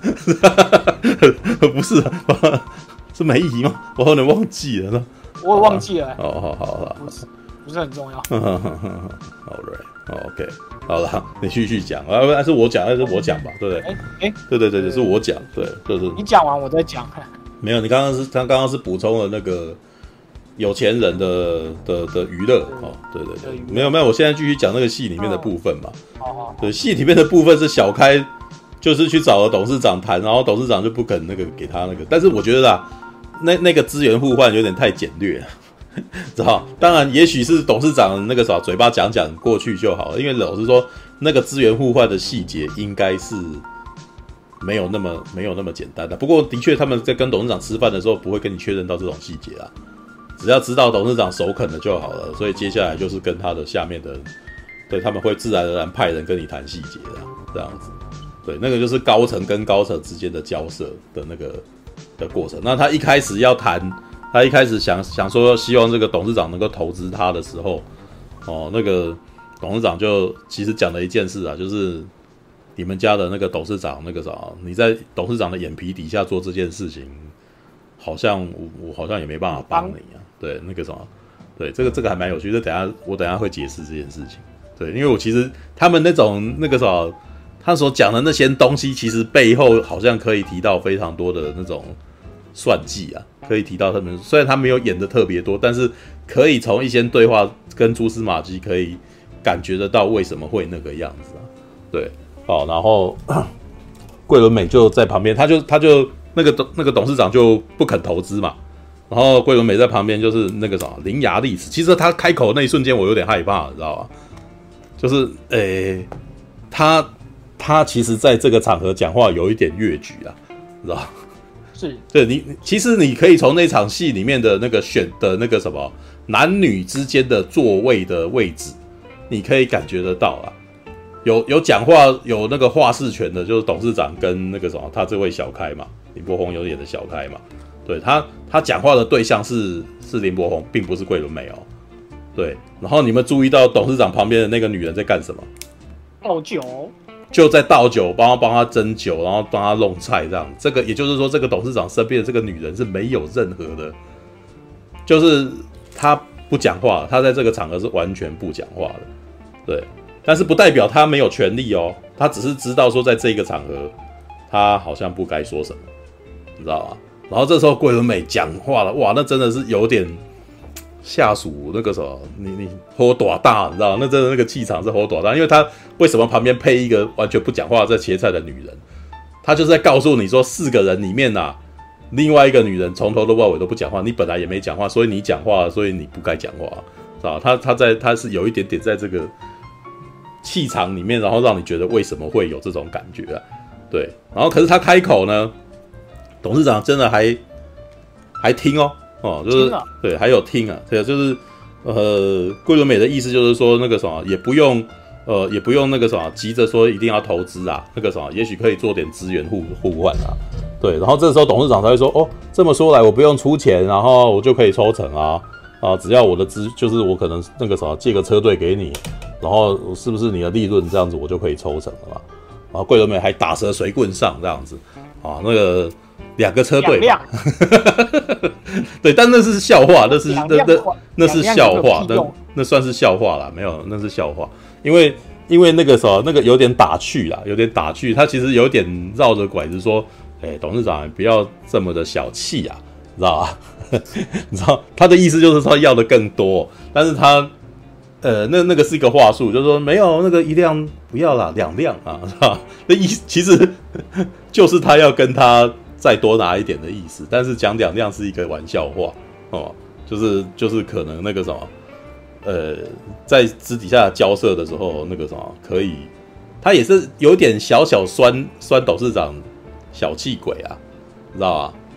不是、啊，是梅姨吗？我有点忘记了呢， 我也忘记了、欸， 哦，好好好， 不是，不是很重要。 好嘞 ，OK。好了，你继续讲啊，还是我讲，还是我讲吧，对不对？哎、欸欸、对对对对，是我讲，对，就是你讲完我再讲。 没有，你刚刚是他刚刚是补充了那个有钱人的的的娱乐哦，对对对，没有没有，我现在继续讲那个戏里面的部分嘛。 哦、 对，戏里面的部分是小开就是去找了董事长谈，然后董事长就不肯那个给他那个，但是我觉得啦，那那个资源互换有点太简略了。知道，当然，也许是董事长那个啥嘴巴讲讲过去就好了，因为老实说，那个资源互换的细节应该是没有那么没有那么简单的。不过，的确他们在跟董事长吃饭的时候，不会跟你确认到这种细节啦，只要知道董事长首肯的就好了。所以接下来就是跟他的下面的，对他们会自然而然派人跟你谈细节啦，这样子。对，那个就是高层跟高层之间的交涉的那个的过程。那他一开始要谈。他一开始想想说，希望这个董事长能够投资他的时候，哦，那个董事长就其实讲了一件事啊，就是你们家的那个董事长那个啥，你在董事长的眼皮底下做这件事情，好像我我好像也没办法帮你啊。对，那个什么，对，这个这个还蛮有趣的，等一下我等一下会解释这件事情。对，因为我其实他们那种那个啥，他所讲的那些东西，其实背后好像可以提到非常多的那种算计啊。可以提到他们，虽然他没有演的特别多，但是可以从一些对话跟蛛丝马迹可以感觉得到为什么会那个样子啊。对，好，然后桂纶镁就在旁边，他就他就那个那个董事长就不肯投资嘛，然后桂纶镁在旁边就是那个什么伶牙俐齿。其实他开口那一瞬间，我有点害怕，你知道吗？就是诶，他他其实在这个场合讲话有一点越矩啊，你知道吗？ 是对你，其实你可以从那场戏里面的那个选的那个什么男女之间的座位的位置，你可以感觉得到啦。有有讲话有那个话事权的，就是董事长跟那个什么，他这位小开嘛，林柏宏有演的小开嘛，对他他讲话的对象是是林柏宏，并不是桂纶镁哦。对，然后你们注意到董事长旁边的那个女人在干什么？ 倒酒。 就在倒酒，帮他帮他斟酒，然后帮他弄菜，这样。这个也就是说，这个董事长身边的这个女人是没有任何的，就是他不讲话，他在这个场合是完全不讲话的，对。但是不代表他没有权利哦，他只是知道说，在这个场合，他好像不该说什么，你知道吧？然后这时候桂纶镁讲话了，哇，那真的是有点。下属那个什么，你你吼大大，你知道？那真的那个气场是吼大大，因为他为什么旁边配一个完全不讲话在切菜的女人？他就是在告诉你说，四个人里面啊，另外一个女人从头到尾都不讲话，你本来也没讲话，所以你讲话，所以你不该讲话，知道？他他在他是有一点点在这个气场里面，然后让你觉得为什么会有这种感觉啊？对，然后可是他开口呢，董事长真的还还听哦。哦，就是对，还有听啊，对，就是呃，桂纶镁的意思就是说，那个什么也不用呃，也不用那个什么急着说一定要投资啊，那个什么也许可以做点资源互互换啊，对，然后这时候董事长才会说，哦，这么说来我不用出钱，然后我就可以抽成啊啊，只要我的资就是我可能那个什么借个车队给你，然后是不是你的利润这样子我就可以抽成了嘛？然后桂纶镁还打蛇随棍上这样子啊，那个。两个车队，对，但那是笑话，那是那那那是笑话，那那算是笑话啦，没有，那是笑话，因为因为那个什么，那个有点打趣啦，有点打趣，他其实有点绕着拐子说，哎、欸，董事长不要这么的小气啊，你知道吧？你知道他的意思就是说要的更多，但是他呃，那那个是一个话术，就是说没有那个一辆不要啦，两辆啊，是吧？那意其实就是他要跟他。再多拿一点的意思，但是讲两辆是一个玩笑话哦，就是就是可能那个什么，呃，在私底下交涉的时候，那个什么可以，他也是有点小小酸酸董事长小气鬼啊，你知道吧？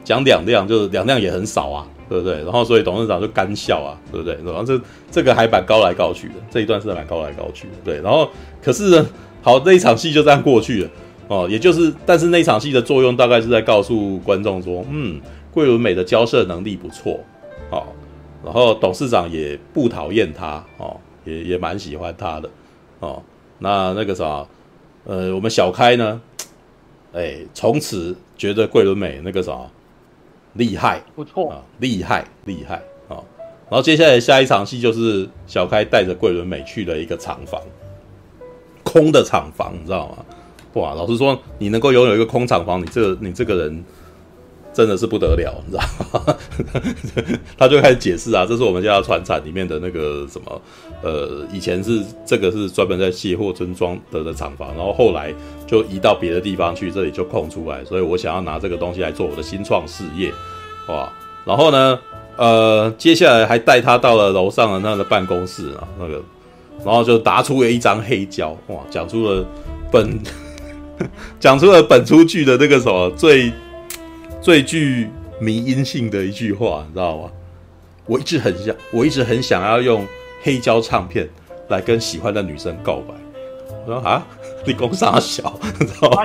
讲两辆，就是两辆也很少啊，对不对？然后所以董事长就干笑啊，对不对？然后这这个还蛮高来高去的，这一段是蛮高来高去的，对。然后可是呢，好，那一场戏就这样过去了哦，也就是，但是那一场戏的作用大概是在告诉观众说，嗯，桂纶镁的交涉能力不错，哦，然后董事长也不讨厌他，哦，也也蛮喜欢他的，哦，那那个啥，呃，我们小开呢？哎，从此觉得桂纶镁那个啥厉害， 不错啊，厉害厉害啊！然后接下来下一场戏就是小开带着桂纶镁去了一个厂房，空的厂房，你知道吗？哇，老实说，你能够拥有一个空厂房，你这个你这个人真的是不得了，你知道吗？他就开始解释啊，这是我们家船厂里面的那个什么，呃，以前是这个是专门在卸货村庄的的厂房，然后后来就移到别的地方去，这里就空出来，所以我想要拿这个东西来做我的新创事业，哇！然后呢，呃，接下来还带他到了楼上的那个办公室啊，那个，然后就拿出了一张黑胶，哇，讲出了本讲出了本出剧的那个什么最。最具迷因性的一句话，你知道吗？我一直很想，我一直很想要用黑胶唱片来跟喜欢的女生告白。我说啊，你公傻小，你知道吗？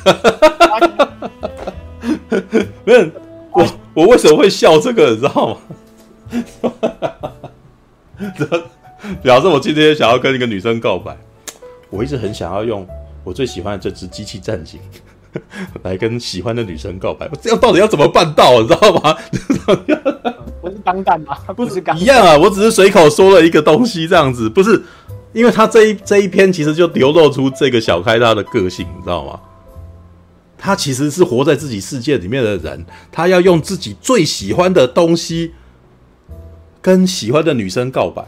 没有，我我为什么会笑这个，你知道吗？表示我今天想要跟一个女生告白，我一直很想要用我最喜欢的这只机器战警。来跟喜欢的女生告白，这样到底要怎么办到？你知道吗？ 不是钢弹吗？不是钢弹一样啊！我只是随口说了一个东西，这样子不是，因为他这一这一篇其实就流露出这个小开他的个性，你知道吗？他其实是活在自己世界里面的人，他要用自己最喜欢的东西跟喜欢的女生告白，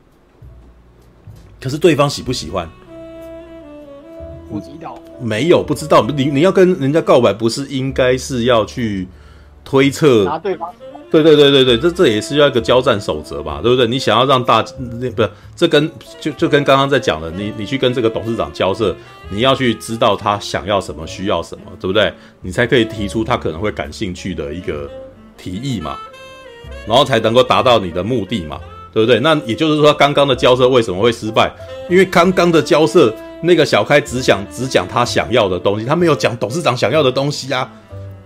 可是对方喜不喜欢？ 不知道， 没有不知道。你你要跟人家告白，不是应该是要去推测拿对方？ 对对对对对，这这也是要一个交战守则嘛，对不对？你想要让大不是这跟就就跟刚刚在讲的，你你去跟这个董事长交涉，你要去知道他想要什么，需要什么，对不对？你才可以提出他可能会感兴趣的一个提议嘛，然后才能够达到你的目的嘛，对不对？那也就是说，刚刚的交涉为什么会失败？因为刚刚的交涉。那个小开只想只讲他想要的东西，他没有讲董事长想要的东西啊。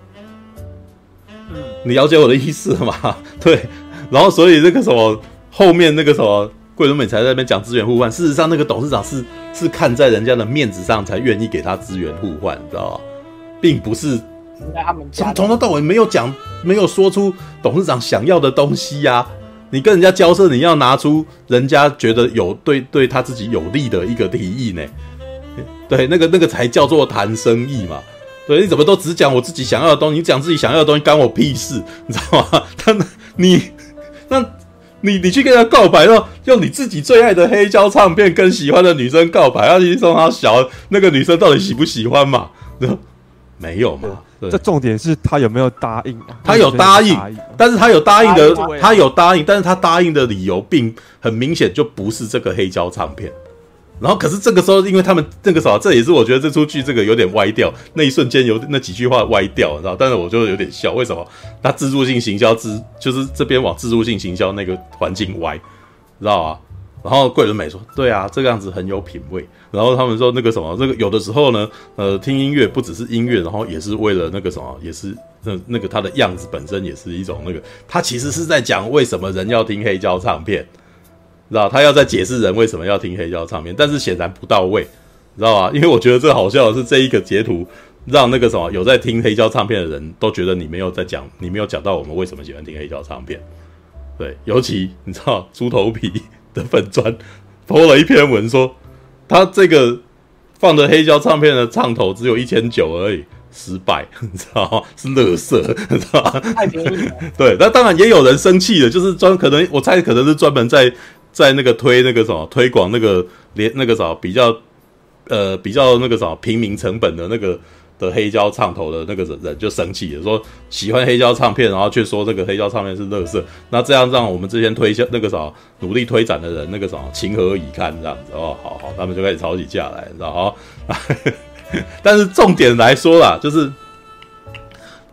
你了解我的意思吗？对，然后所以那个什么后面那个什么桂纶镁才在那边讲资源互换，事实上那个董事长是是看在人家的面子上才愿意给他资源互换，你知道吗？并不是他们从从头到尾没有讲，没有说出董事长想要的东西呀、啊。你跟人家交涉，你要拿出人家觉得有对对他自己有利的一个提议呢，对，那个那个才叫做谈生意嘛。对，你怎么都只讲我自己想要的东西，你讲自己想要的东西干我屁事，你知道吗？他你那你你去跟人家告白，用用你自己最爱的黑胶唱片跟喜欢的女生告白，要去送他小那个女生到底喜不喜欢嘛？没有嘛？ 这重点是他有没有答应啊？ 他有答应，但是他有答应的，他有答应，但是他答应的理由并很明显就不是这个黑胶唱片。然后可是这个时候，因为他们那个啥，这也是我觉得这出剧这个有点歪掉，那一瞬间有那几句话歪掉，你知道？但是我就有点笑，为什么？他自助性行销自就是这边往自助性行销那个环境歪，知道吗？然后桂纶镁说：“对啊，这个样子很有品味。”然后他们说那个什么，这个有的时候呢，呃，听音乐不只是音乐，然后也是为了那个什么，也是那那个他的样子本身也是一种那个，他其实是在讲为什么人要听黑胶唱片，知道？他要在解释人为什么要听黑胶唱片，但是显然不到位，知道吗？因为我觉得最好笑的是这一个截图，让那个什么有在听黑胶唱片的人都觉得你没有在讲，你没有讲到我们为什么喜欢听黑胶唱片。对，尤其你知道猪头皮的粉专 po 了一篇文说，他这个放的黑胶唱片的唱头只有一千九而已，失败，你知道吗？是垃圾，你知道吗？ 太便宜了。 对，但当然也有人生气的，就是专可能我猜可能是专门在在那个推那个什么推广那个连那个什么比较呃比较那个什么平民成本的那个。的黑胶唱头的那个人就生气了，说喜欢黑胶唱片，然后却说这个黑胶唱片是垃圾，那这样让我们之前推销那个啥努力推展的人那个啥情何以堪这样子哦，好好，他们就开始吵起架来，你知道哈。但是重点来说啦，就是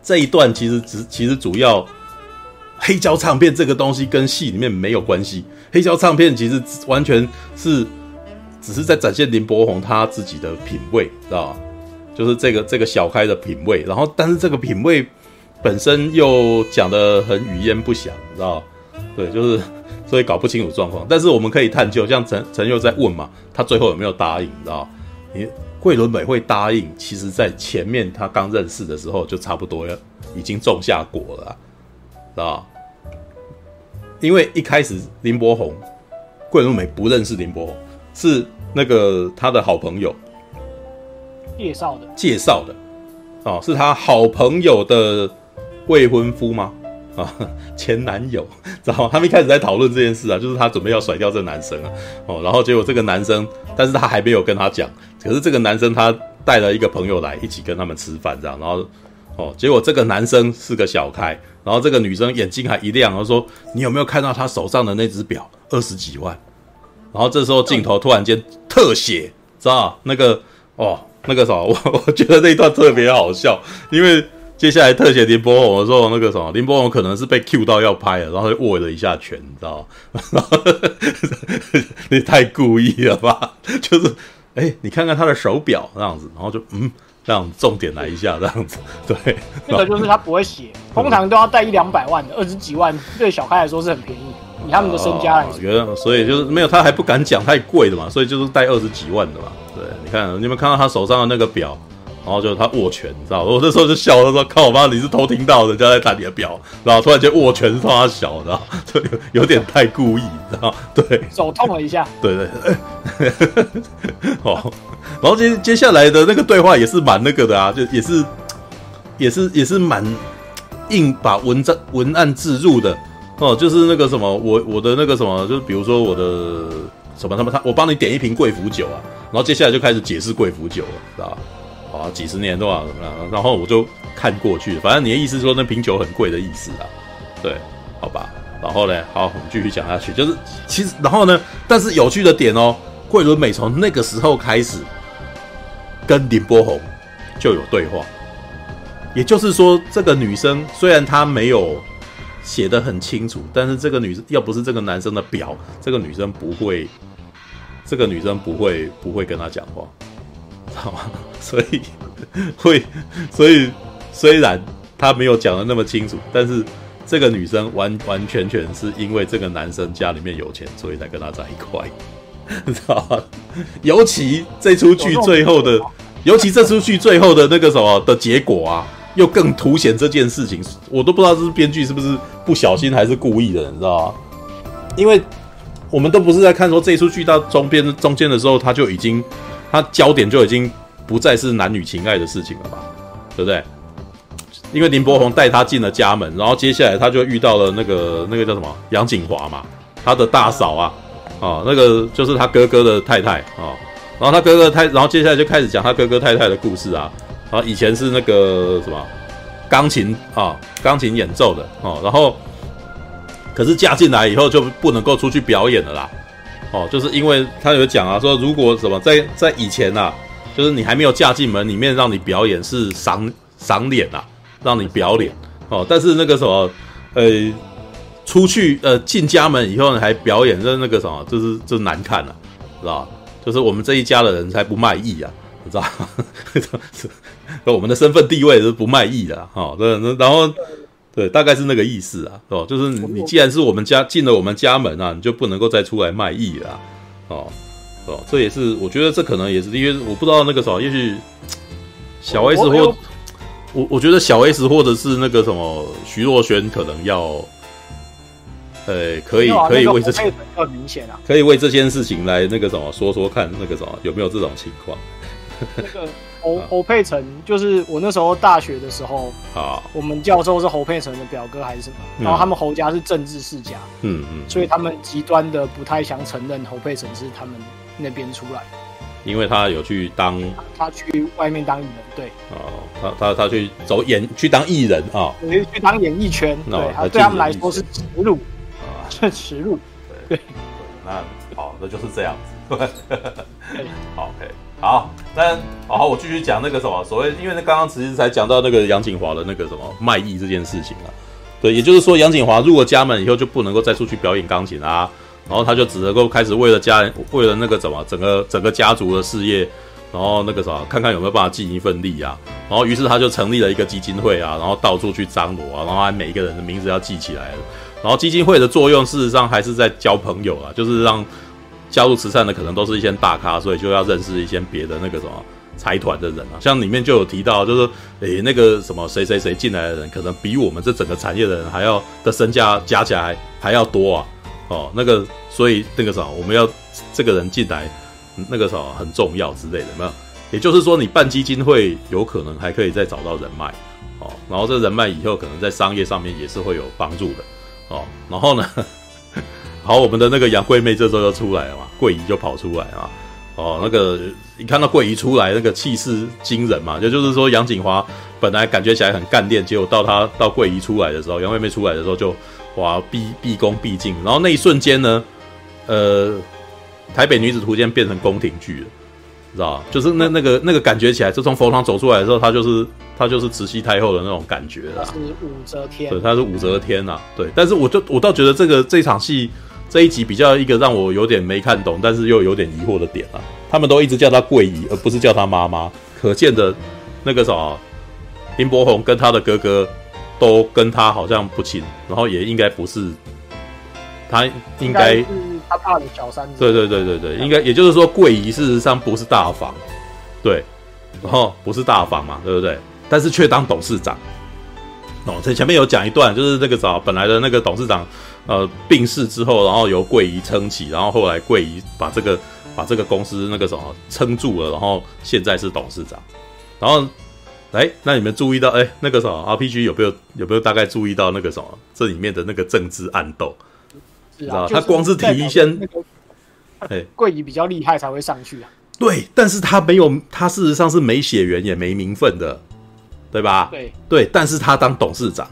这一段其实只其实主要黑胶唱片这个东西跟戏里面没有关系，黑胶唱片其实完全是只是在展现林柏宏他自己的品味，知道吗？就是这个这个小开的品味，然后但是这个品味本身又讲得很语焉不详，知道吗？对，就是所以搞不清楚状况。但是我们可以探究，像陈陈佑在问嘛，他最后有没有答应，知道吗？你桂纶镁会答应，其实在前面他刚认识的时候就差不多已经种下果了啦，知道吗？因为一开始林柏宏，桂纶镁不认识林柏宏，是那个他的好朋友介绍的， 介绍的，哦，是他好朋友的未婚夫吗？啊，前男友，知道吗？他们一开始在讨论这件事啊，就是他准备要甩掉这个男生啊，哦，然后结果这个男生，但是他还没有跟他讲，可是这个男生他带了一个朋友来一起跟他们吃饭，这样，然后哦，结果这个男生是个小开，然后这个女生眼睛还一亮，然后说：“你有没有看到他手上的那只表，二十几万？”然后这时候镜头突然间特写，知道吗？那个哦，那个什么，我我觉得那一段特别好笑，因为接下来特写林柏宏的时候，那个什么，林柏宏可能是被 Q 到要拍了，然后就握了一下拳，你知道吗？然后你太故意了吧？就是，哎、欸，你看看他的手表这样子，然后就嗯。这样重点来一下，这样子，对， 那个就是他不会写，通常都要带一两百万的，二十几万对小开来说是很便宜的，以他们的身家来说， 原来、哦、所以就是没有，他还不敢讲太贵的嘛，所以就是带二十几万的嘛，对，你看，你有没有看到他手上的那个表，然后就他握拳，你知道吗？我那时候就笑，他说：“靠我妈，你是偷听到人家在谈你的表，然后突然间握拳是他小，你知道，就有有点太故意，你知道，对， 手痛了一下， 对对对，哦。”然后接接下来的那个对话也是蛮那个的啊，就也是也是也是蛮硬把文章文案置入的哦，就是那个什么，我我的那个什么，就是比如说我的什么他们他我帮你点一瓶贵腐酒啊，然后接下来就开始解释贵腐酒了，知道吧？啊，几十年多少，然后我就看过去，反正你的意思是说那瓶酒很贵的意思啊，对，好吧？然后呢，好，我们继续讲下去，就是其实然后呢，但是有趣的点哦，桂纶镁从那个时候开始。跟林柏宏就有对话，也就是说，这个女生虽然她没有写得很清楚，但是这个女生要不是这个男生的表，这个女生不会，这个女生不会不会跟他讲话，知道吗？所以会，所以虽然他没有讲得那么清楚，但是这个女生完完全全是因为这个男生家里面有钱，所以才跟他在一块。知道吗？尤其这出剧最后的，尤其这出剧最后的那个什么的结果啊，又更凸显这件事情。我都不知道这是编剧是不是不小心还是故意的，你知道吗？因为我们都不是在看说这出剧到中边中间的时候，他就已经，他焦点就已经不再是男女情爱的事情了吧，对不对？因为林柏宏带他进了家门，然后接下来他就遇到了那个那个叫什么杨锦华嘛，他的大嫂啊。哦，那个就是他哥哥的太太哦，然后他哥哥太，然后接下来就开始讲他哥哥太太的故事啊。然后以前是那个什么钢琴啊，钢琴演奏的哦，然后可是嫁进来以后就不能够出去表演了啦。哦，就是因为他有讲啊，说如果什么在在以前啊，就是你还没有嫁进门里面，让你表演是赏赏脸啊，让你表演哦，但是那个什么呃。出去呃进家门以后呢，还表演这那个什么，就是就是难看了、啊，知道吧？就是我们这一家的人才不卖艺啊，你知道吗？我们的身份地位是不卖艺的啊，哦，然后对，大概是那个意思啊，哦，就是你既然是我们家进了我们家门啊，你就不能够再出来卖艺了、啊，哦哦，这也是我觉得这可能也是因为我不知道那个什么，也许小 S 或我我觉得小 S 或者是那个什么徐若瑄可能要。呃，可以可以为这件很明显啊， 可以为这件事情来那个什么说说看，那个什么有没有这种情况？ 那个侯侯佩岑，就是我那时候大学的时候，啊，我们教授是侯佩岑的表哥还是什么？嗯、然后他们侯家是政治世家，嗯嗯，所以他们极端的不太想承认侯佩岑是他们那边出来的， 因为他有去当， 他去外面当艺人，对， 哦，他他他去走演去当艺人啊， 哦、去当演艺圈，对，哦、他对他们来说是耻辱。是耻辱，对， 那好，那就是这样子。好 ，OK， 好，但好，我继续讲那个什么所谓，因为刚刚其实才讲到那个杨锦华的那个什么卖艺这件事情啊。对，也就是说杨锦华入了家门以后就不能够再出去表演钢琴啊，然后他就只能够开始为了家人，为了那个什么整个整个家族的事业，然后那个什么看看有没有办法尽一份力啊。然后于是他就成立了一个基金会啊，然后到处去张罗啊，然后他每一个人的名字要记起来了。然后基金会的作用事实上还是在交朋友啊，就是让加入慈善的可能都是一些大咖，所以就要认识一些别的那个什么财团的人啊。像里面就有提到，就是诶那个什么谁谁谁进来的人，可能比我们这整个产业的人还要的身价加起来还要多啊。哦，那个所以那个什么，我们要这个人进来，那个什么很重要之类的，有没有？也就是说，你办基金会有可能还可以再找到人脉哦，然后这人脉以后可能在商业上面也是会有帮助的哦。然后呢？好，我们的那个杨贵妹这时候就出来了嘛，桂姨就跑出来啊，哦，那个一看到桂姨出来，那个气势惊人嘛，也就是说杨锦华本来感觉起来很干练，结果到她到桂姨出来的时候，杨贵妹出来的时候就哇毕毕恭毕敬，然后那一瞬间呢，呃，台北女子图鉴变成宫廷剧了，知道吧？就是那那个那个感觉起来，就从佛堂走出来的时候，她就是她就是慈禧太后的那种感觉啦， 是武则天， 对，她是武则天呐、啊，对，但是我就我倒觉得这个这场戏。这一集比较一个让我有点没看懂，但是又有点疑惑的点啊，他们都一直叫她桂姨，而不是叫她妈妈，可见的那个什么林柏宏跟他的哥哥都跟他好像不亲，然后也应该不是他应该是他爸的小三子， 对对对对对，应该也就是说桂姨事实上不是大房，对，然后不是大房嘛，对不对？但是却当董事长。哦，在前面有讲一段，就是那个啥，本来的那个董事长，呃，病逝之后，然后由桂姨撑起，然后后来桂姨把这个把这个公司那个什么撑住了，然后现在是董事长。然后，哎，那你们注意到，哎，那个什么 R P G 有没有有没有大概注意到那个什么这里面的那个政治暗斗？ 是啊， 他光是提一些， 哎，桂姨比较厉害才会上去啊。 对，但是他没有，他事实上是没血缘也没名分的。对吧？ 对对，但是他当董事长，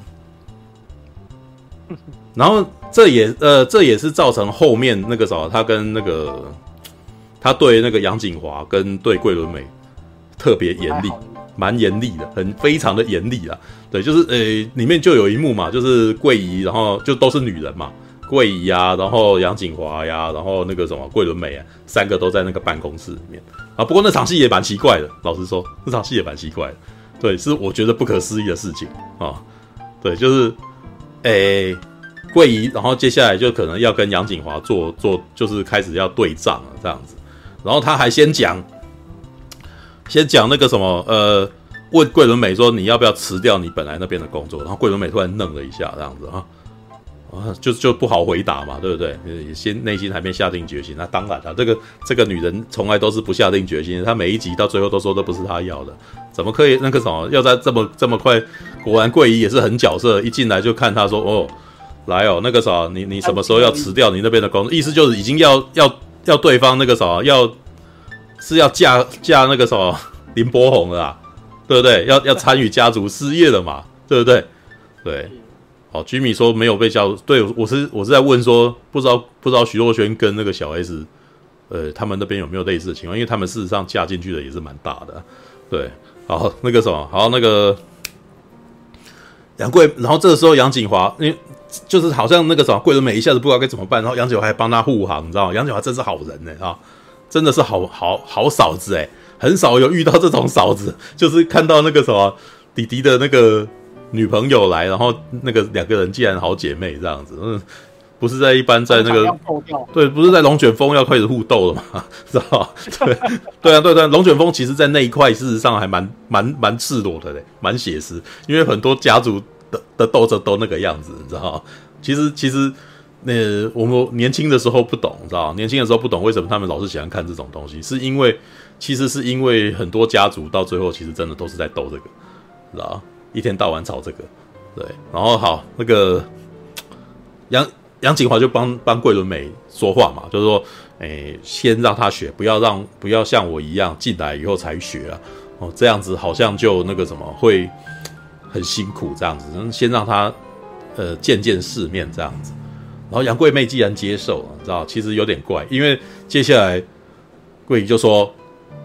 然后这也呃，这也是造成后面那个啥，他跟那个他对那个杨锦华跟对桂纶镁特别严厉，蛮严厉的，很非常的严厉啦。对，就是呃，里面就有一幕嘛，就是桂姨，然后就都是女人嘛，桂姨啊，然后杨锦华呀，然后那个什么桂纶镁啊，三个都在那个办公室里面啊。不过那场戏也蛮奇怪的，老实说，那场戏也蛮奇怪的。对，是我觉得不可思议的事情啊！对，就是，诶，桂姨，然后接下来就可能要跟杨锦华做做，就是开始要对账了这样子。然后他还先讲，先讲那个什么，呃，问桂纶镁说你要不要辞掉你本来那边的工作？然后桂纶镁突然愣了一下，这样子啊，啊，就就不好回答嘛，对不对？先内心还没下定决心，那当然了，这个这个女人从来都是不下定决心，她每一集到最后都说这不是她要的。怎么可以那个什么？要在这么这么快？果然桂姨也是很角色，一进来就看他说：“哦，来哦，那个啥，你你什么时候要辞掉你那边的工作？意思就是已经要要要对方那个啥，要是要嫁嫁那个什么林柏宏了啊，对不对？要要参与家族事业了嘛，对不对？对。好 ，Jimmy 说没有被加入，对我是我是在问说，不知道不知道徐若瑄跟那个小 S， 呃，他们那边有没有类似的情况？因为他们事实上嫁进去的也是蛮大的、啊，对。”好，那个什么，好，那个杨贵，然后这个时候杨锦华，因为就是好像那个什么桂纶镁一下子不知道该怎么办，然后杨锦华还帮他护航，你知道吗？杨锦华真是好人呢、欸、啊，真的是好好好嫂子哎、欸，很少有遇到这种嫂子，就是看到那个什么弟弟的那个女朋友来，然后那个两个人竟然好姐妹这样子，嗯。不是在一般在那个对，不是在龙卷风要开始互斗了嘛，知道吧？对对啊，对对，龙卷风其实在那一块事实上还蛮蛮蛮赤裸的嘞，蛮写实，因为很多家族的的斗争都那个样子，你知道吗？其实其实那、呃、我们年轻的时候不懂，知道吗？年轻的时候不懂为什么他们老是喜欢看这种东西，是因为其实是因为很多家族到最后其实真的都是在斗这个，知道吗？一天到晚吵这个，对，然后好那个杨。杨锦华就帮帮桂纶镁说话嘛，就是说，诶，先让他学，不要让不要像我一样进来以后才学啊，哦，这样子好像就那个什么会很辛苦这样子，先让他呃见见世面这样子。然后杨贵妹既然接受了，你知道，其实有点怪，因为接下来桂姨就说，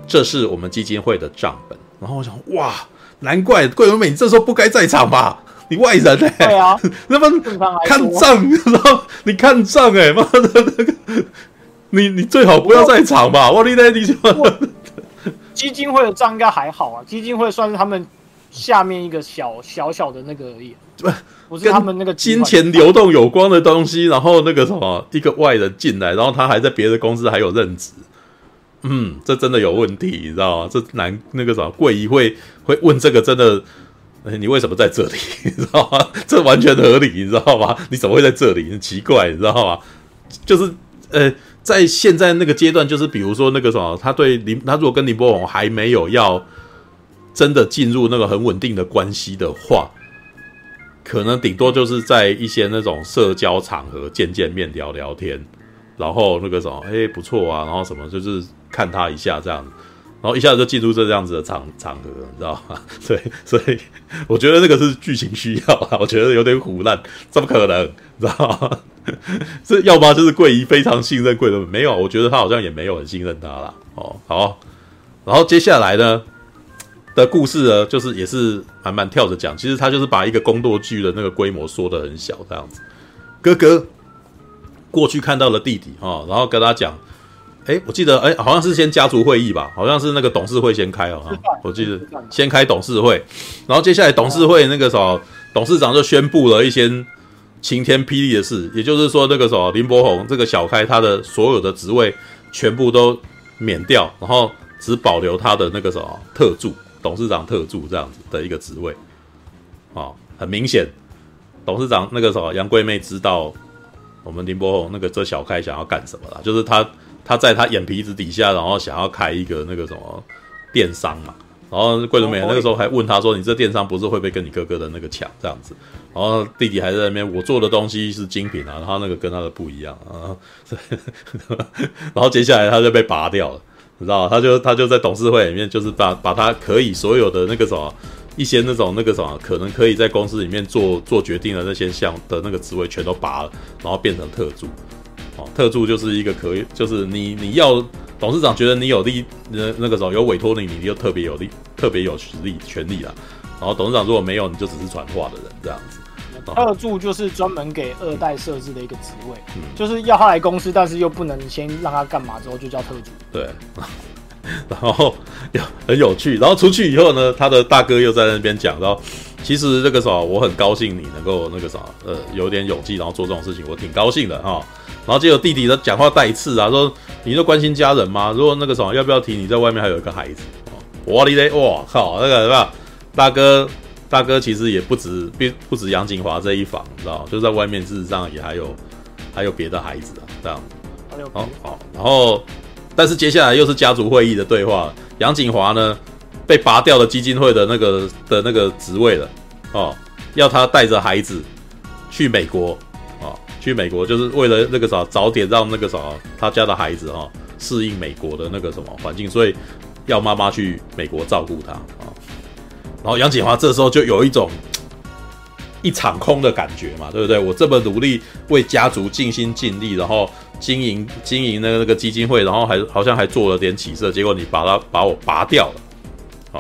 这是我们基金会的账本。然后我想，哇，难怪桂纶镁你这时候不该在场吧？你外人哎、欸， 对啊， 那么看账，然后你看账哎、欸，妈的那个，你你最好不要在场吧？我你那你就基金会的账应该还好啊，基金会算是他们下面一个小小小的那个而已，不是他们那个金钱流动有关的东西。然后那个什么，一个外人进来，然后他还在别的公司还有任职。嗯，这真的有问题，你知道吗？这难那个什么贵议会会问这个，真的，欸、你为什么在这里？你知道吗？这完全合理，你知道吗？你怎么会在这里？很奇怪，你知道吗？就是呃，在现在那个阶段，就是比如说那个什么，他对林，他如果跟林柏宏还没有要真的进入那个很稳定的关系的话，可能顶多就是在一些那种社交场合见见面聊聊天。然后那个什么，哎、欸，不错啊，然后什么就是看他一下这样子，然后一下子就进入这样子的场场合，你知道吗？对，所以我觉得那个是剧情需要啊，我觉得有点唬烂，怎么可能？你知道吗？这要么就是桂姨非常信任桂纶镁，没有，我觉得他好像也没有很信任他啦。哦，好，然后接下来呢的故事呢，就是也是慢慢跳着讲，其实他就是把一个宫斗剧的那个规模缩得很小，这样子，哥哥。过去看到了弟弟啊，然后跟他讲，哎，我记得哎，好像是先家族会议吧，好像是那个董事会先开哦，我记得先开董事会，然后接下来董事会那个什么，董事长就宣布了一些晴天霹雳的事，也就是说那个什么林柏宏这个小开他的所有的职位全部都免掉，然后只保留他的那个什么特助，董事长特助这样子的一个职位，啊，很明显，董事长那个什么杨贵妹知道。我们林柏宏那个这小开想要干什么啦？就是他他在他眼皮子底下，然后想要开一个那个什么电商嘛。然后桂纶镁那个时候还问他说：“你这电商不是会不会跟你哥哥的那个抢这样子？”然后弟弟还在那边：“我做的东西是精品啊，然后那个跟他的不一样啊。”然后接下来他就被拔掉了，你知道吗？他就他就在董事会里面，就是把把他可以所有的那个什么。一些那种那个什么，可能可以在公司里面做做决定的那些项的那个职位全都拔了，然后变成特助。哦，特助就是一个可以，就是你你要董事长觉得你有力，那那个时候有委托你，你就特别有力，特别有实力、权力啦。然后董事长如果没有，你就只是传话的人这样子。 特助就是专门给二代设置的一个职位，嗯、就是要他来公司，但是又不能先让他干嘛，之后就叫特助。 对。然后很有趣，然后出去以后呢，他的大哥又在那边讲到，其实这个时候我很高兴你能够那个啥，呃，有点勇气，然后做这种事情，我挺高兴的哈、哦。然后结果弟弟的讲话带刺啊，说你就关心家人吗？如果那个什么，要不要提你在外面还有一个孩子？哦，哇哩嘞，哇靠，那个什么大哥，大哥其实也不止不不止杨锦华这一房，你知道，就在外面事实上也还有还有别的孩子啊，这样。好好，然后。但是接下来又是家族会议的对话，杨锦华呢被拔掉了基金会的那个的那个职位了，哦，要他带着孩子去美国，哦，去美国就是为了那个啥早点让那个啥他家的孩子哦适应美国的那个什么环境，所以要妈妈去美国照顾他啊、哦。然后杨锦华这时候就有一种一场空的感觉嘛，对不对？我这么努力为家族尽心尽力，然后。经营经营那个那个基金会，然后还好像还做了点起色，结果你把它把我拔掉了，好，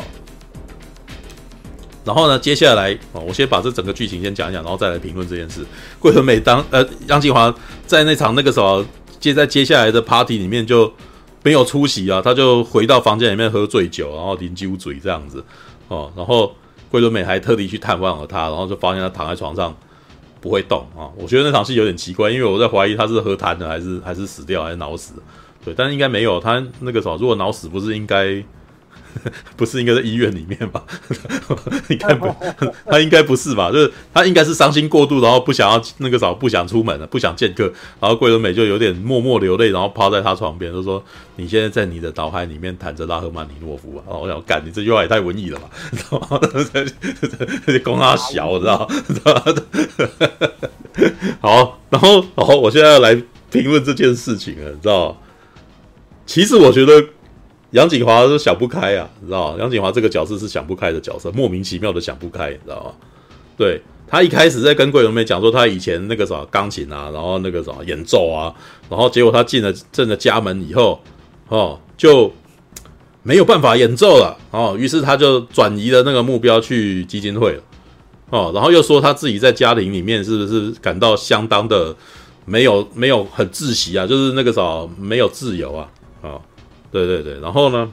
然后呢，接下来我先把这整个剧情先讲一讲，然后再来评论这件事。桂纶镁当呃杨锦华在那场那个什么接在接下来的 party 里面就没有出席啊，他就回到房间里面喝醉酒，然后啉酒醉这样子哦，然后桂纶镁还特地去探望了他，然后就发现他躺在床上。不会动啊！我觉得那场戏有点奇怪，因为我在怀疑他是喝瘫的，还是还是死掉，还是脑死。对，但是应该没有。他那个什么，如果脑死，不是应该不是应该在医院里面吧？应该不，他应该不是吧？就是他应该是伤心过度，然后不想要那个什么，不想出门了，不想见客。然后桂纶镁就有点默默流泪，然后趴在他床边，就说：“你现在在你的脑海里面弹着拉赫曼尼诺夫啊！”然后我想，干，你这句话也太文艺了吧？你知道吗？供他小，知道吗？好，然后，然后我现在要来评论这件事情了，你知道吗？其实我觉得杨锦华都想不开啊，你知道吗？杨锦华这个角色是想不开的角色，莫名其妙的想不开，你知道吗？对，他一开始在跟桂纶镁讲说他以前那个啥钢琴啊，然后那个啥演奏啊，然后结果他进了进了家门以后，哦，就没有办法演奏了哦，于是他就转移了那个目标去基金会了哦，然后又说他自己在家庭里面是不是感到相当的没有没有很窒息啊，就是那个啥没有自由啊，哦，对对对，然后呢，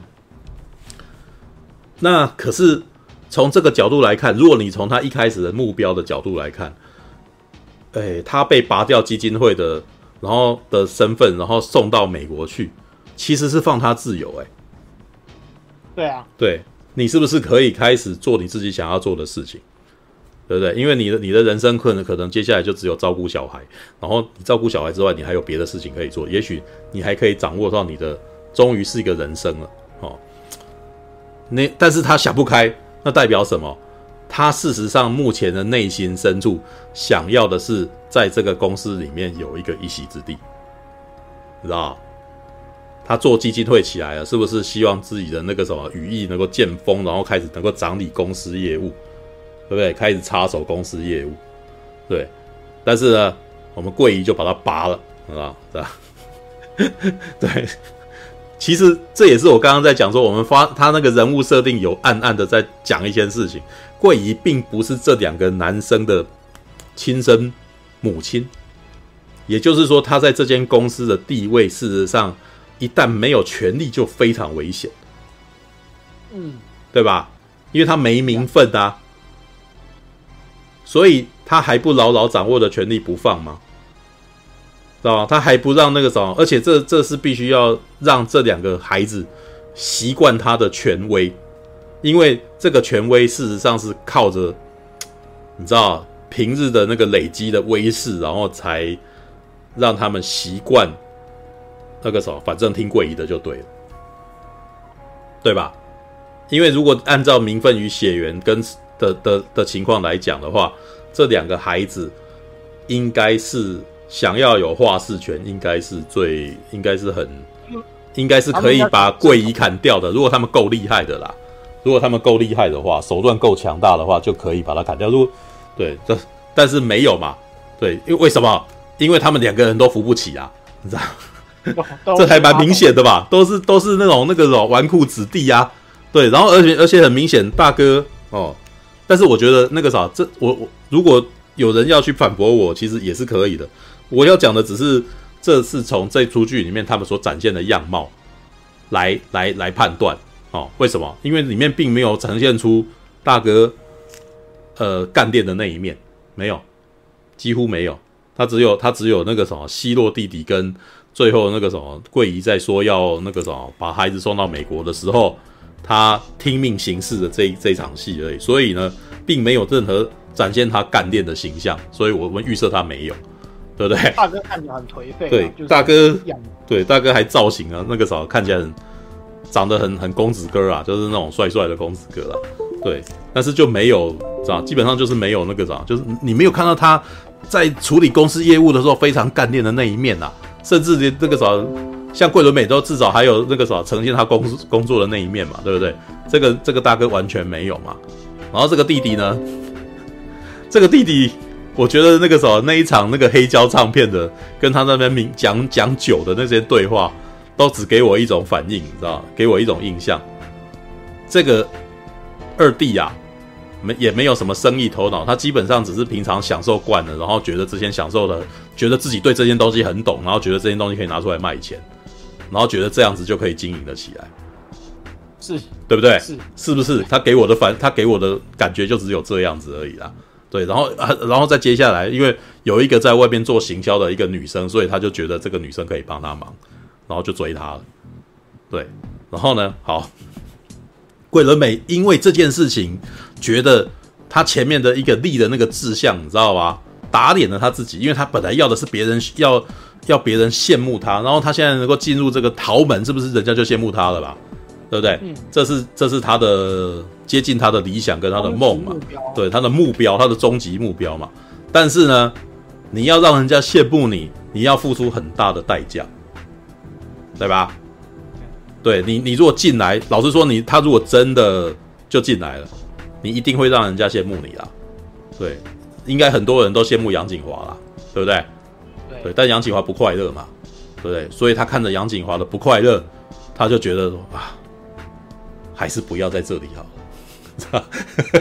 那可是从这个角度来看，如果你从他一开始的目标的角度来看，哎，他被拔掉基金会的然后的身份，然后送到美国去，其实是放他自由，哎。 对啊， 对，你是不是可以开始做你自己想要做的事情，对不对？因为你的你的人生可能可能接下来就只有照顾小孩，然后你照顾小孩之外，你还有别的事情可以做，也许你还可以掌握到你的，终于是一个人生了哦。那但是他想不开，那代表什么？他事实上目前的内心深处想要的是在这个公司里面有一个一席之地，知道吗？他做基金会起来了，是不是希望自己的那个什么羽翼能够见风，然后开始能够掌理公司业务，对不对？开始插手公司业务，对。但是呢，我们桂姨就把他拔了，知道吧？对。其实这也是我刚刚在讲说，我们发他那个人物设定有暗暗的在讲一件事情，桂姨并不是这两个男生的亲生母亲，也就是说，他在这间公司的地位，事实上。一旦没有权力就非常危险， 嗯， 对吧？因为他没名分啊，所以他还不牢牢掌握着权力不放吗？知道吗？他还不让那个什么，而且这这是必须要让这两个孩子习惯他的权威，因为这个权威事实上是靠着你知道平日的那个累积的威势，然后才让他们习惯。那个什么，反正听桂姨的就对了，对吧？因为如果按照名分与血缘跟的的的情况来讲的话，这两个孩子应该是想要有话事权，应该是最应该是很应该是可以把桂姨砍掉的。如果他们够厉害的啦，如果他们够厉害的话，手段够强大的话，就可以把他砍掉。如果对，这但是没有嘛？对，因为为什么？因为他们两个人都扶不起啊，你知道。这还蛮明显的吧，都是都是那种那个纨绔子弟啊，对，然后而且而且很明显，大哥哦，但是我觉得那个啥，这我我如果有人要去反驳我，其实也是可以的。我要讲的只是这是从这出剧里面他们所展现的样貌来来来判断哦，为什么？因为里面并没有呈现出大哥呃干练的那一面，没有，几乎没有，他只有他只有那个什么奚落弟弟跟。最后那个什么桂姨在说要那个什么把孩子送到美国的时候，他听命行事的这这一场戏而已，所以呢，并没有任何展现他干练的形象，所以我们预设他没有，对不对？ 大哥看起来很颓废， 对， 就是、 大哥，对，大哥还造型啊，那个啥看起来很长得很很公子哥啊，就是那种帅帅的公子哥啊，对，但是就没有啥，基本上就是没有那个啥，就是你没有看到他在处理公司业务的时候非常干练的那一面啊。甚至连那个啥，像桂纶镁都至少还有那个啥呈现他工工作的那一面嘛，对不对？这个这个大哥完全没有嘛。然后这个弟弟呢，这个弟弟，我觉得那个啥那一场那个黑胶唱片的跟他那边讲讲酒的那些对话，都只给我一种反应，你知道吗？给我一种印象。这个二弟啊，没也没有什么生意头脑，他基本上只是平常享受惯了，然后觉得之前享受的，觉得自己对这件东西很懂，然后觉得这件东西可以拿出来卖钱，然后觉得这样子就可以经营得起来， 是， 对不对？ 是， 是不是？他给我的反，他给我的感觉就只有这样子而已啦。对，然后然后再接下来，因为有一个在外面做行销的一个女生，所以他就觉得这个女生可以帮他忙，然后就追她了。对，然后呢，好。桂纶镁因为这件事情，觉得他前面的一个立的那个志向，你知道吗？打脸了他自己，因为他本来要的是别人要要别人羡慕他，然后他现在能够进入这个豪门，是不是人家就羡慕他了吧？对不对？嗯、这是这是他的接近他的理想跟他的梦嘛，对他的目标，他的终极目标嘛。但是呢，你要让人家羡慕你，你要付出很大的代价，对吧？对你，你如果进来，老实说你，他如果真的就进来了，你一定会让人家羡慕你啦。对，应该很多人都羡慕杨锦华啦，对不对？对，对但杨锦华不快乐嘛，对不对？所以他看着杨锦华的不快乐，他就觉得啊， 还是不要在这里好了。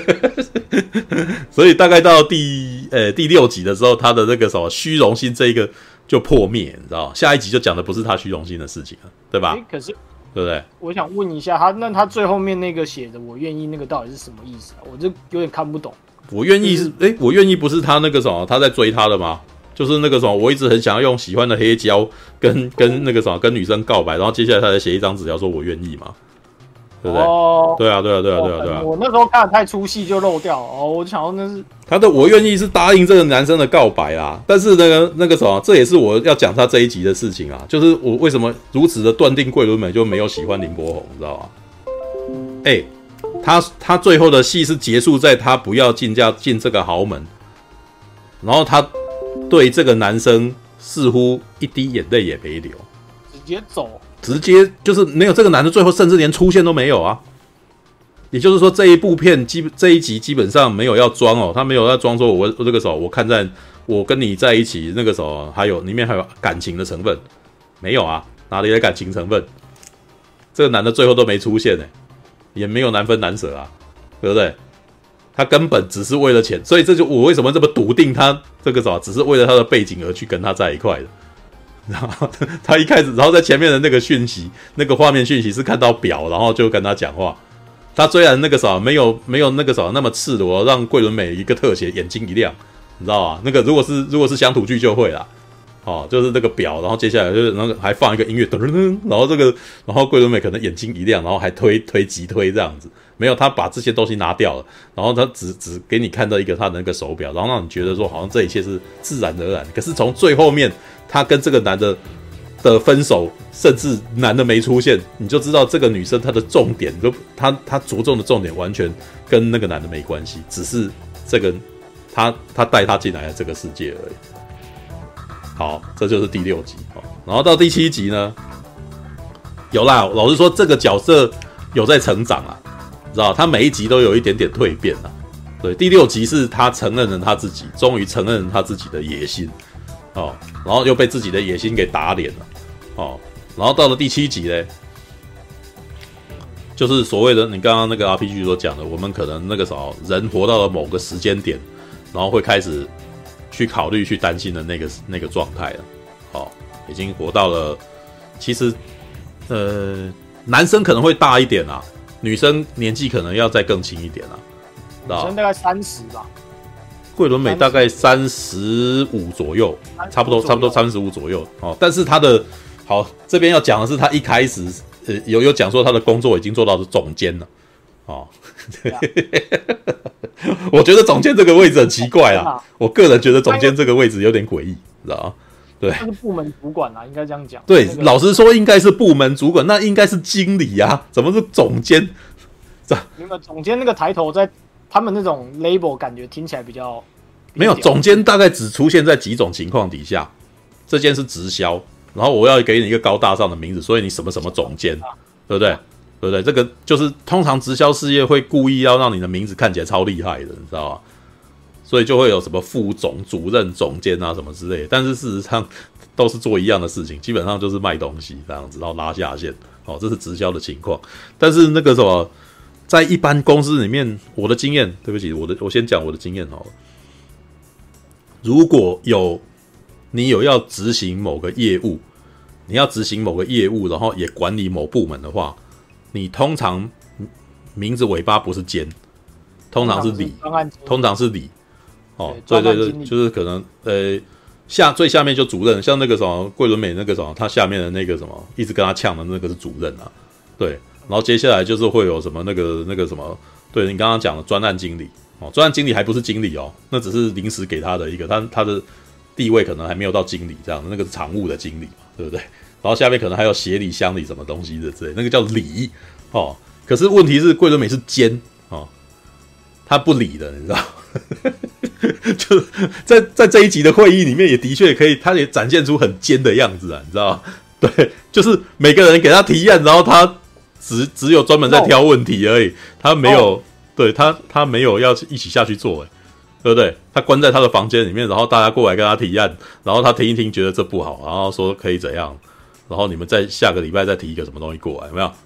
所以大概到第呃第六集的时候，他的那个什么虚荣心这一个就破灭，你知道？下一集就讲的不是他虚荣心的事情了，对吧？ 可是对不对？ 我想问一下他，那他最后面那个写的“我愿意”那个到底是什么意思啊？我就有点看不懂。 我愿意是哎、欸，我愿意不是他那个什么，他在追他的吗？就是那个什么，我一直很想要用喜欢的黑胶跟跟那个什么跟女生告白，然后接下来他再写一张纸条说我愿意嘛，对不对？ 哦， 对啊，对啊，对啊，对啊，对啊。 我那时候看的太出戏就漏掉哦，我就想说那是他的我愿意是答应这个男生的告白啦，但是那个那个什么，这也是我要讲他这一集的事情啊，就是我为什么如此的断定桂纶镁就没有喜欢林柏宏，你知道吗？哎、欸，他他最后的戏是结束在他不要进家进这个豪门，然后他对这个男生似乎一滴眼泪也没流， 直接走， 直接就是没有这个男的最后甚至连出现都没有啊。也就是说这一部片基这一集基本上没有要装哦，他没有要装说我我这个时候我看在我跟你在一起那个时候还有里面还有感情的成分，没有啊，哪里来感情成分？这个男的最后都没出现呢、欸，也没有难分难舍啊，对不对？他根本只是为了钱，所以这就我为什么这么笃定他这个啥，只是为了他的背景而去跟他在一块的。然后他一开始，然后在前面的那个讯息，那个画面讯息是看到表，然后就跟他讲话。他虽然那个啥没有没有那个啥那么赤裸，让桂纶镁一个特写眼睛一亮，你知道吗？那个如果是如果是乡土剧就会啦。哦，就是那个表，然后接下来就是那个还放一个音乐，噔噔噔，然后这个，然后桂纶镁可能眼睛一亮，然后还推推急推这样子，没有，他把这些东西拿掉了，然后他只只给你看到一个他的那个手表，然后让你觉得说好像这一切是自然而然，可是从最后面他跟这个男的的分手，甚至男的没出现，你就知道这个女生她的重点，就她她着重的重点完全跟那个男的没关系，只是这个他他带他进来的这个世界而已。好，这就是第六集。然后到第七集呢，有啦，老实说，这个角色有在成长啊，知道他每一集都有一点点蜕变啊。对，第六集是他承认了他自己，终于承认了他自己的野心哦，然后又被自己的野心给打脸了哦。然后到了第七集呢，就是所谓的你刚刚那个 R P G 所讲的，我们可能那个啥人活到了某个时间点，然后会开始去考虑、去担心的那个那个状态了。哦，已经活到了，其实呃，男生可能会大一点啊，女生年纪可能要再更轻一点啊。 女生大概三十吧， 桂纶镁大概三十五左右，差不多差不多三十五左右哦。但是他的好这边要讲的是，他一开始呃有有讲说他的工作已经做到是总监了哦。我觉得总监这个位置很奇怪啊，我个人觉得总监这个位置有点诡异，知道吗？对， 他是部门主管啦，应该这样讲。 对， 那个、 老实说应该是部门主管，那应该是经理啊，怎么是总监？ 那个总监那个抬头在他们那种 label 感觉听起来比较没有，总监大概只出现在几种情况底下，这件是直销，然后我要给你一个高大上的名字，所以你什么什么总监，对不对？对不对？这个就是通常直销事业会故意要让你的名字看起来超厉害的，你知道吗？所以就会有什么副总、主任、总监啊什么之类的，但是事实上都是做一样的事情，基本上就是卖东西这样子，然后拉下线。哦，这是直销的情况。但是那个什么，在一般公司里面，我的经验，对不起，我的我先讲我的经验好了。如果有你有要执行某个业务，你要执行某个业务，然后也管理某部门的话，你通常名字尾巴不是监，通常是理，通常是理。哦，对对对，就是可能呃下最下面就主任，像那个什么桂纶镁那个什么，他下面的那个什么一直跟他呛的那个是主任啊，对，然后接下来就是会有什么那个那个什么，对你刚刚讲的专案经理哦，专案经理还不是经理哦，那只是临时给他的一个，他他的地位可能还没有到经理这样的，那个是常务的经理嘛，对不对？然后下面可能还有协理、乡里什么东西的之类，那个叫理哦。可是问题是桂纶镁是监哦，他不理的，你知道。就在在这一集的会议里面，也的确可以，他也展现出很尖的样子啊，你知道吗？对，就是每个人给他提案，然后他只只有专门在挑问题而已，他没有， oh. 对他他没有要一起下去做，哎，对不对？他关在他的房间里面，然后大家过来跟他提案，然后他听一听，觉得这不好，然后说可以怎样，然后你们再下个礼拜再提一个什么东西过来，有没有？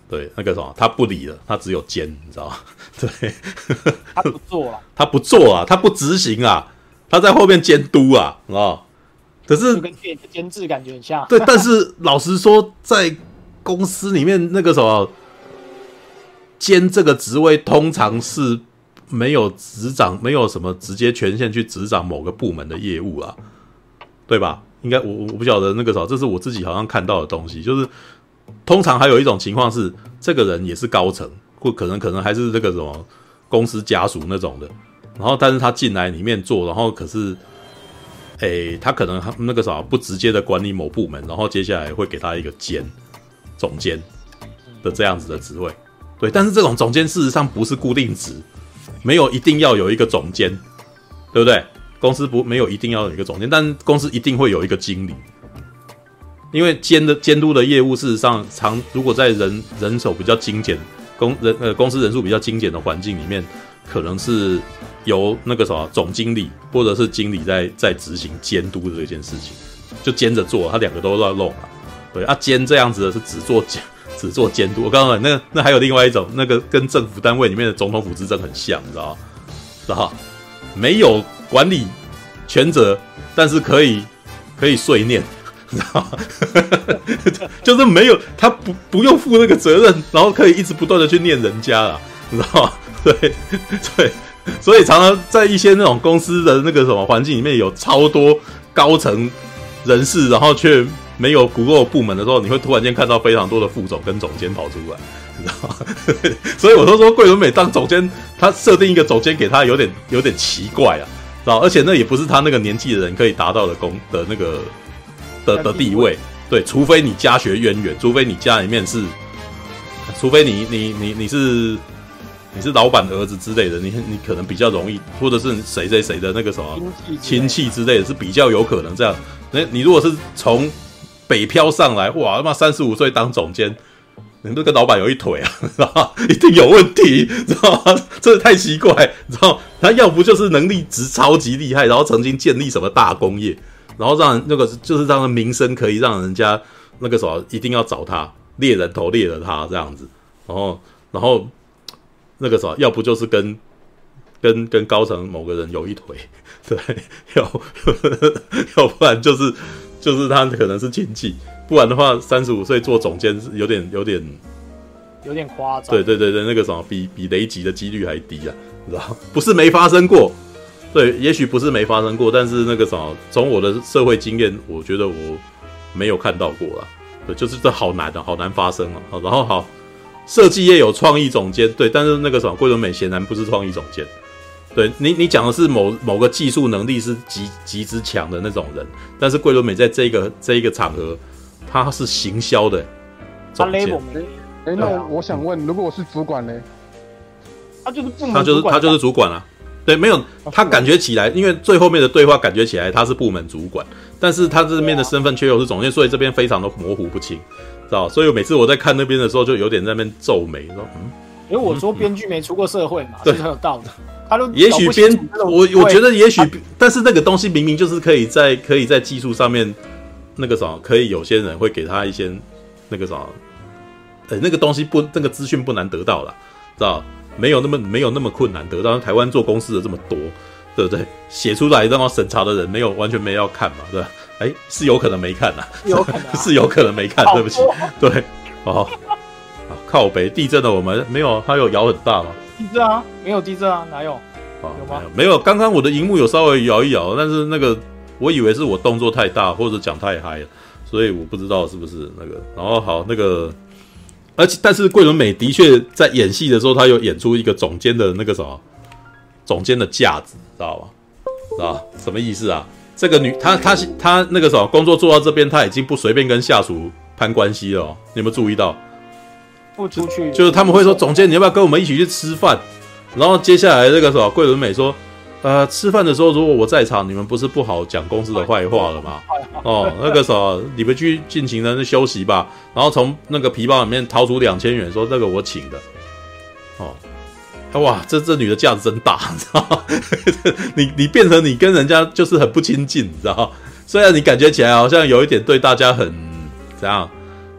对，那个什么，他不理了，他只有监，你知道吗？对， 他不做了， 他不做啊，他不执行啊，他在后面监督啊，你知道？可是就跟电影的监制感觉很像。 对，但是老实说，在公司里面那个什么监这个职位，通常是没有执掌，没有什么直接权限去执掌某个部门的业务啦，对吧？应该我我不晓得那个什么，这是我自己好像看到的东西，就是通常还有一种情况是，这个人也是高层，或可能可能还是那个什么公司家属那种的，然后但是他进来里面做，然后可是，诶，他可能那个啥不直接的管理某部门，然后接下来会给他一个监总监的这样子的职位，对，但是这种总监事实上不是固定职，没有一定要有一个总监，对不对？公司不没有一定要有一个总监，但公司一定会有一个经理，因为监的监督的业务，事实上常如果在人人手比较精简，公人呃公司人数比较精简的环境里面，可能是由那个什么总经理或者是经理在在执行监督的这件事情，就兼着做，他两个都要弄啊。对啊，监这样子的是只做只做监督。我刚刚那那还有另外一种，那个跟政府单位里面的总统府执政很像，你知道吗？知道没有管理权责，但是可以可以碎念，你知道吗？就是没有他不不用负那个责任，然后可以一直不断的去念人家啦，你知道吗？对对，所以常常在一些那种公司的那个什么环境里面，有超多高层人士，然后却没有足够的部门的时候，你会突然间看到非常多的副总跟总监跑出来，你知道吗？所以我都说桂纶镁当总监，他设定一个总监给他有点有点奇怪啊，知道？而且那也不是他那个年纪的人可以达到的功的那个的的地位，对，除非你家学渊源，除非你家里面是，除非你你你你是。你是老板的儿子之类的，你你可能比较容易，或者是谁谁谁的那个什么亲戚之类的，是比较有可能这样。那你如果是从北漂上来，哇，他妈三十五岁当总监，你这跟老板有一腿啊，知道吗？一定有问题，知道吗？这太奇怪，知道吗？他要不就是能力值超级厉害，然后曾经建立什么大工业，然后让那个就是让名声可以让人家那个什么一定要找他，猎人头猎了他这样子，然后然后。那个啥，要不就是跟跟跟高层某个人有一腿，对，要要不然就是就是他可能是亲戚，不然的话，三十五岁做总监有点有点有点夸张。 对对对对，那个什么比比雷击的几率还低啊，你知道？不是没发生过，对，也许不是没发生过，但是那个什么，从我的社会经验，我觉得我没有看到过啦。对，就是这好难的、啊，好难发生啊。然后好。设计业有创意总监，对，但是那个什么桂纶镁显然不是创意总监，对你你讲的是某某个技术能力是极极之强的那种人，但是桂纶镁在这个这一个场合，他是行销的总监。 哎、欸，那我想问，如果我是主管呢？ 他就是部门他就是他就是主管啊，对，没有他感觉起来，因为最后面的对话感觉起来他是部门主管，但是他这边的身份却又是总监，所以这边非常的模糊不清。知道，所以每次我在看那边的时候，就有点在那边皱眉，说嗯， 因为我说编剧没出过社会嘛，这、嗯、是很有道理。他都也许编我我觉得也许，但是那个东西明明就是可以在可以在技术上面那个什么，可以有些人会给他一些那个什么，呃、欸，那个东西不那个资讯不难得到啦，知道？没有那么没有那么困难得到。台湾做公司的这么多，对不对？写出来然后审查的人没有完全没要看嘛，对吧？哎，是有可能没看呐、啊， 有可能、啊、 是有可能没看，对不起，对，哦，靠北地震的我们没有，它有摇很大吗？ 地震啊，没有地震啊，哪有？ 哦、 有吗？ 没有，刚刚我的荧幕有稍微摇一摇，但是那个我以为是我动作太大或者讲太嗨了，所以我不知道是不是那个。然后好，那个，而且但是桂纶镁的确在演戏的时候，他有演出一个总监的那个什么总监的架子，知道吧？知道什么意思啊？这个女，她她她那个什么工作做到这边，她已经不随便跟下属攀关系了、哦。你有没有注意到？ 不出去， 就是他们会说：“总监，你要不要跟我们一起去吃饭？”然后接下来那个什么桂纶镁说：“呃，吃饭的时候如果我在场，你们不是不好讲公司的坏话了吗？哦，那个什么，你们去尽情的休息吧。”然后从那个皮包里面掏出两千元，说：“那个我请的。”哦。哇，这这女的架子真大，你知道吗？你你变成你跟人家就是很不亲近，你知道吗？虽然你感觉起来好像有一点对大家很怎样，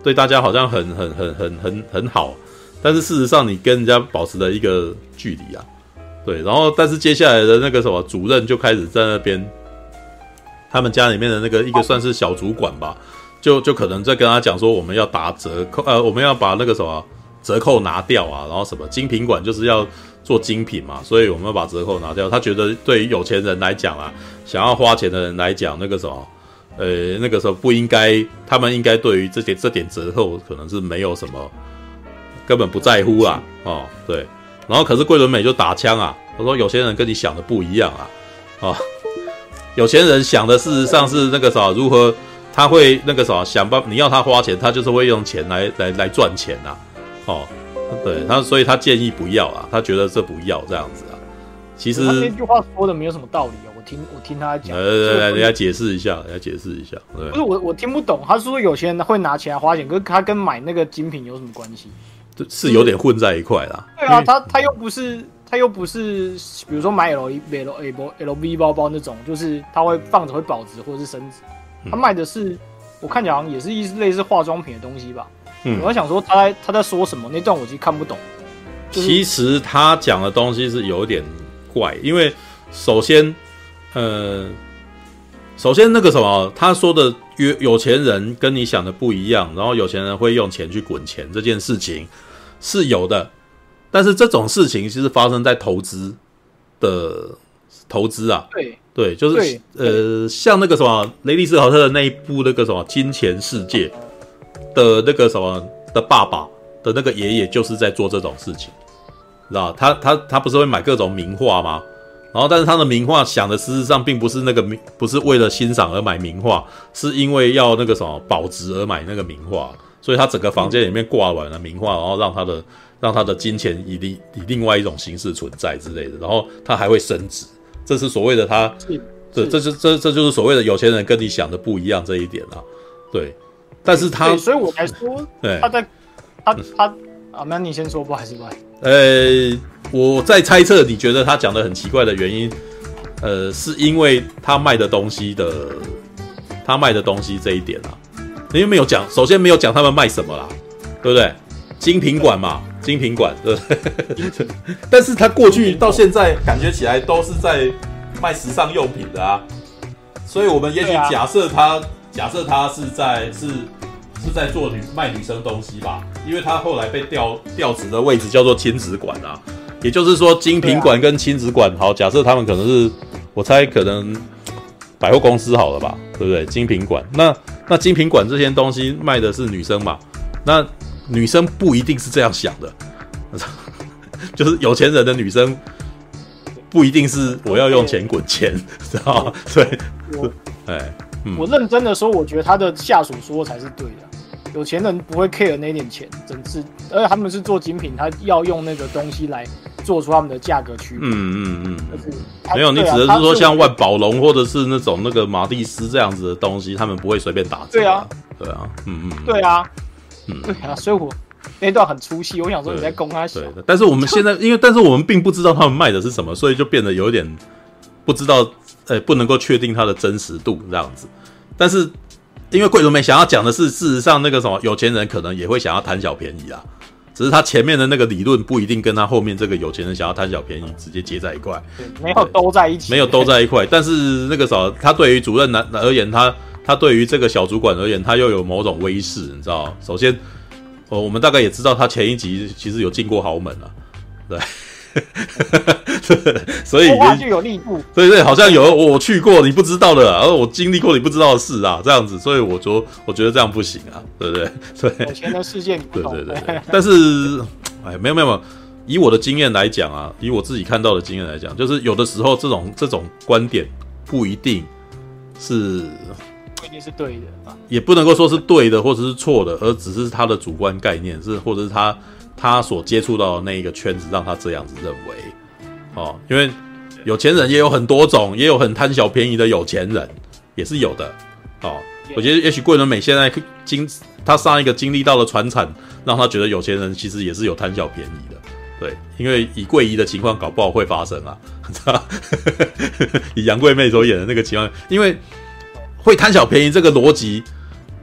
对大家好像很很很很很很好，但是事实上你跟人家保持了一个距离啊，对，然后但是接下来的那个什么主任就开始在那边，他们家里面的那个一个算是小主管吧，就就可能在跟他讲说我们要打折扣，呃，我们要把那个什么折扣拿掉啊，然后什么精品馆就是要做精品嘛，所以我们要把折扣拿掉。他觉得对于有钱人来讲啊，想要花钱的人来讲，那个什么，呃，那个时候不应该，他们应该对于这点这点折扣可能是没有什么，根本不在乎啦，哦，对。然后可是桂纶镁就打枪啊，他说有钱人跟你想的不一样啊，哦，有钱人想的事实上是那个啥，如何他会那个啥想办法，你要他花钱，他就是会用钱来来来赚钱啊，哦。对他，所以他建议不要啊，他觉得这不要这样子啊。其实他那句话说的没有什么道理啊，我听我听他讲。 呃，来，人家解释一下，人家解释一下。对， 不是我我听不懂，他说有些人会拿钱来花钱，可是他跟买那个精品有什么关系？ 是有点混在一块啦。 对啊，他他又不是他又不是，比如说买 L L L V 包包那种，就是他会放着会保值或者是升值。他卖的是，我看起来好像也是一类似化妆品的东西吧。嗯，我在想说他在他在说什么，那段我其实看不懂。就是、 其实他讲的东西是有点怪，因为首先，呃，首先那个什么，他说的有有钱人跟你想的不一样，然后有钱人会用钱去滚钱这件事情是有的，但是这种事情其实发生在投资的投资啊， 对对，就是呃，像那个什么雷利斯考特的那一部那个什么《金钱世界》。的那个什么的爸爸的那个爷爷就是在做这种事情，知道他他他不是会买各种名画吗？然后但是他的名画想的事实上并不是那个名，不是为了欣赏而买名画，是因为要那个什么保值而买那个名画，所以他整个房间里面挂满了名画，然后让他的让他的金钱以另以另外一种形式存在之类的，然后他还会升值，这是所谓的他，这这就这这就是所谓的有钱人跟你想的不一样这一点啊，对。但是他， 所以我才说他在他他啊，那你先说，不好意思，不好意思。 呃，我在猜测，你觉得他讲的很奇怪的原因，呃，是因为他卖的东西的，他卖的东西这一点啊，因为没有讲，首先没有讲他们卖什么啦，对不对？精品馆嘛，精品馆，对不对？但是他过去到现在感觉起来都是在卖时尚用品的啊，所以我们也许假设他。假设他是在是是在做女卖女生东西吧，因为他后来被调调职的位置叫做亲子馆啊，也就是说精品馆跟亲子馆，好，假设他们可能是，我猜可能百货公司好了吧，对不对？精品馆，那那精品馆这些东西卖的是女生嘛，那女生不一定是这样想的，就是有钱人的女生不一定是我要用钱滚钱，知道吗？对，哎。 嗯、我认真的说，我觉得他的下属说才是对的。有钱人不会 care 那点钱，整治，而且他们是做精品，他要用那个东西来做出他们的价格区别。嗯嗯嗯，就是没有，你指的是说像万宝龙或者是那种那个马蒂斯这样子的东西，他们不会随便打折。 对啊， 对啊，嗯嗯， 对啊，嗯，对啊，所以我那段很出戏，我想说你在攻他小。 对，但是我们现在因为，但是我们并不知道他们卖的是什么，所以就变得有点不知道。呃，不能够确定它的真实度这样子，但是因为桂纶镁想要讲的是，事实上那个什么有钱人可能也会想要贪小便宜啊，只是他前面的那个理论不一定跟他后面这个有钱人想要贪小便宜直接接在一块， 没有都在一起， 没有都在一块。但是那个什么，他对于主任男而言，他他对于这个小主管而言，他又有某种威势，你知道？首先，哦，我们大概也知道他前一集其实有进过豪门啊，对。所以话就有力度， 对对，好像有我去过你不知道的，然后我经历过你不知道的事啊，这样子，所以我说我觉得这样不行啊，对不对？对， 有钱的世界你不懂， 对对对。但是，哎，没有没有没有，以我的经验来讲啊，以我自己看到的经验来讲，就是有的时候这种这种观点不一定是， 不一定是对的啊， 也不能够说是对的或者是错的，而只是他的主观概念是，或者是他。他所接触到的那一个圈子，让他这样子认为，哦，因为有钱人也有很多种，也有很贪小便宜的有钱人，也是有的，哦，我觉得也许桂纶镁现在经他上一个经历到的传产，让他觉得有钱人其实也是有贪小便宜的，对，因为以桂姨的情况搞不好会发生啊，以杨贵妹所演的那个情况，因为会贪小便宜这个逻辑。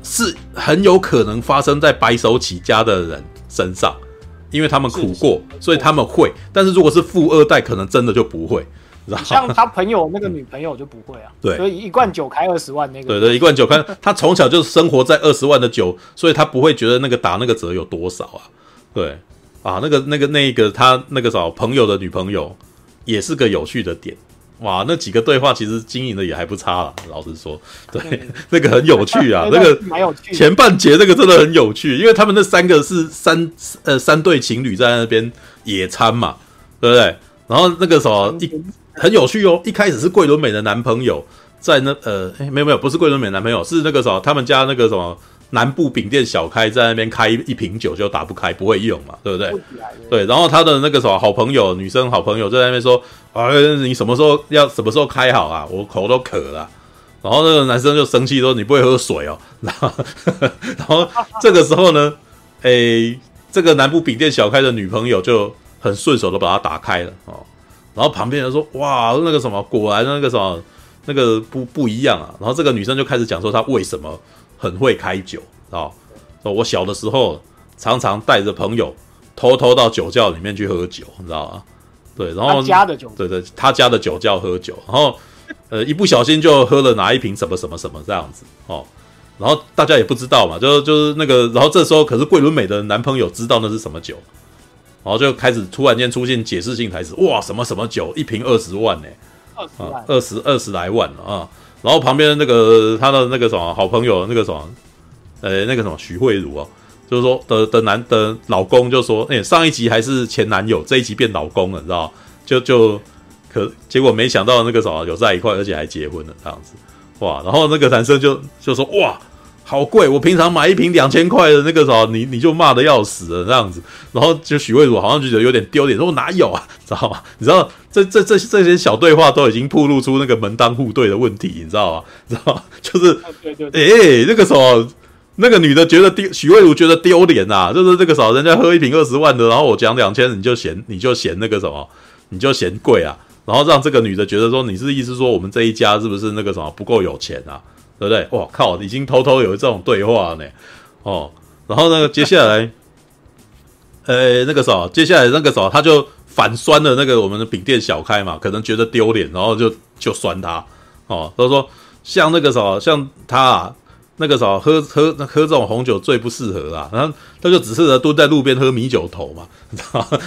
是很有可能发生在白手起家的人身上，因为他们苦过，所以他们会。但是如果是富二代，可能真的就不会。 像他朋友那个女朋友就不会啊， 对， 所以一罐酒开二十万那个， 对对，一罐酒开，他从小就生活在二十万的酒，所以他不会觉得那个打那个折有多少啊，对啊，那个那个那个他那个找朋友的女朋友也是个有趣的点，哇，那几个对话其实经营的也还不差啦，老实说，对，嗯、那个很有趣啊，那个蛮有趣， 前半节那个真的很有趣，因为他们那三个是三呃三对情侣在那边野餐嘛，对不对？然后那个什么一。很有趣哦！一开始是桂纶镁的男朋友在那呃，哎，没有没有，不是桂纶镁的男朋友，是那个什么，他们家那个什么南部饼店小开在那边开一瓶酒就打不开，不会用嘛，对不对？对，然后他的那个什么好朋友，女生好朋友在那边说，啊，你什么时候要什么时候开好啊？我口都渴了。然后那个男生就生气说，你不会喝水哦。然后，然后这个时候呢，哎，这个南部饼店小开的女朋友就很顺手的把它打开了哦。然后旁边人说：“哇，那个什么，果然那个什么，那个不不一样啊。”然后这个女生就开始讲说她为什么很会开酒啊。说我小的时候常常带着朋友偷偷到酒窖里面去喝酒，你知道吗？对，然后他家的酒， 对对，他家的酒窖喝酒，然后呃一不小心就喝了哪一瓶什么什么什么这样子哦。然后大家也不知道嘛，就就是那个，然后这时候可是桂纶镁的男朋友知道那是什么酒。然后就开始突然间出现解释性台词，哇，什么什么酒，一瓶二十万呢、欸？二十二十来万啊！然后旁边那个他的那个什么好朋友，那个什么，呃，那个什么许慧茹哦，就是说的的男的老公就说，哎、欸，上一集还是前男友，这一集变老公了，你知道？就就可结果没想到那个什么有在一块，而且还结婚了这样子，哇！然后那个男生就就说，哇。好贵！我平常买一瓶两千块的那个啥，你你就骂得要死了这样子，然后就许慧茹好像就觉得有点丢脸，说我哪有啊，知道吗？你知道这这这这些小对话都已经暴露出那个门当户对的问题，你知道吗？知道吗？就是哎、欸，那个时候那个女的觉得丢，许慧茹觉得丢脸啊，就是这个时候人家喝一瓶二十万的，然后我讲两千，你就嫌你就嫌那个什么，你就嫌贵啊，然后让这个女的觉得说你是意思说我们这一家是不是那个什么不够有钱啊？对不对？哇靠！已经偷偷有这种对话呢，哦，然后呢，接下来，呃，那个什么，接下来那个什么，他就反酸了那个我们的饼店小开嘛，可能觉得丢脸，然后就就酸他，哦，他说像那个什么，像他啊，那个什么喝喝喝这种红酒最不适合啦，然后他就只适合蹲在路边喝米酒头嘛，你知道吗？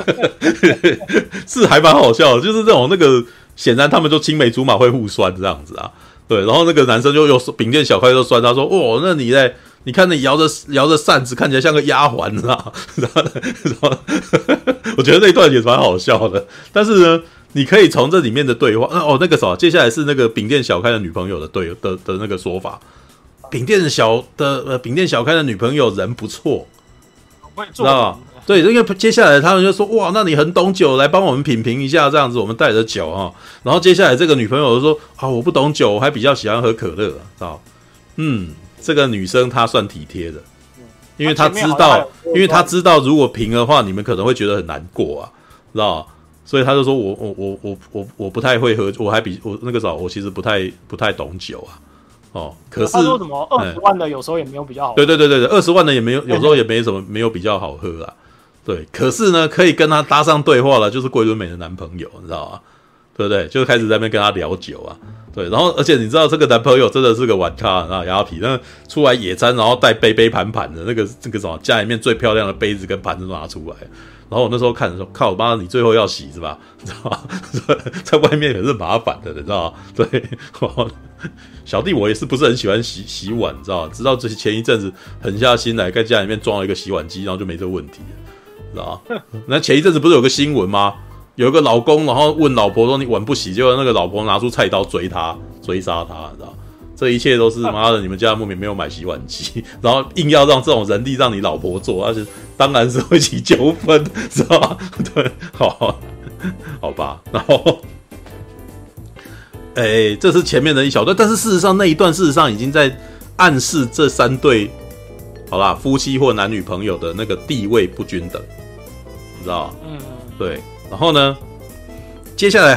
是还蛮好笑的，就是这种那个，显然他们就青梅竹马会互酸这样子啊。对，然后那个男生就又饼店小开就酸他说：“哦，那你嘞？你看你摇着摇着扇子，看起来像个丫鬟，你知道？”然后，然后我觉得那一段也蛮好笑的。但是呢，你可以从这里面的对话，哦，那个什么，接下来是那个饼店小开的女朋友的对的的那个说法。饼店小的呃，饼店小开的女朋友人不错，知道吗？对，因为接下来他们就说哇，那你很懂酒，来帮我们品评一下，这样子我们带着酒啊。然后接下来这个女朋友就说啊，我不懂酒，我还比较喜欢喝可乐，知道？嗯，这个女生她算体贴的，因为她知道，因为她知道如果评的话，你们可能会觉得很难过啊，知道？所以她就说我我我我我我不太会喝，我还比我那个时候我其实不太不太懂酒啊。哦，可是他说什么二十万的有时候也没有比较好喝， 对对对对对，二十万的也没有，有时候也没什么没有比较好喝啊。对，可是呢，可以跟他搭上对话了，就是桂纶镁的男朋友，你知道吗？对不对？就开始在那边跟他聊酒啊。对，然后而且你知道这个男朋友真的是个玩咖啊，牙皮，那出来野餐，然后带杯杯盘盘的那个那个什么家里面最漂亮的杯子跟盘子都拿出来。然后我那时候看的时候，靠妈，你最后要洗是吧？你知道吗？在外面可是麻烦的，你知道吗？对，小弟我也是不是很喜欢洗洗碗，你知道吗？直到这前一阵子狠下心来，在家里面装了一个洗碗机，然后就没这个问题了。知道吗？那前一阵子不是有个新闻吗？有一个老公，然后问老婆说：“你碗不洗？”结果那个老婆拿出菜刀追他，追杀他，你知道？这一切都是妈的，你们家莫名没有买洗碗机，然后硬要让这种人力让你老婆做，而且当然是会起纠纷，知道吗？对，好，好吧。然后，哎、欸，这是前面的一小段，但是事实上那一段事实上已经在暗示这三对。好啦，夫妻或男女朋友的那个地位不均等，你知道吗？嗯，对。然后呢，接下来好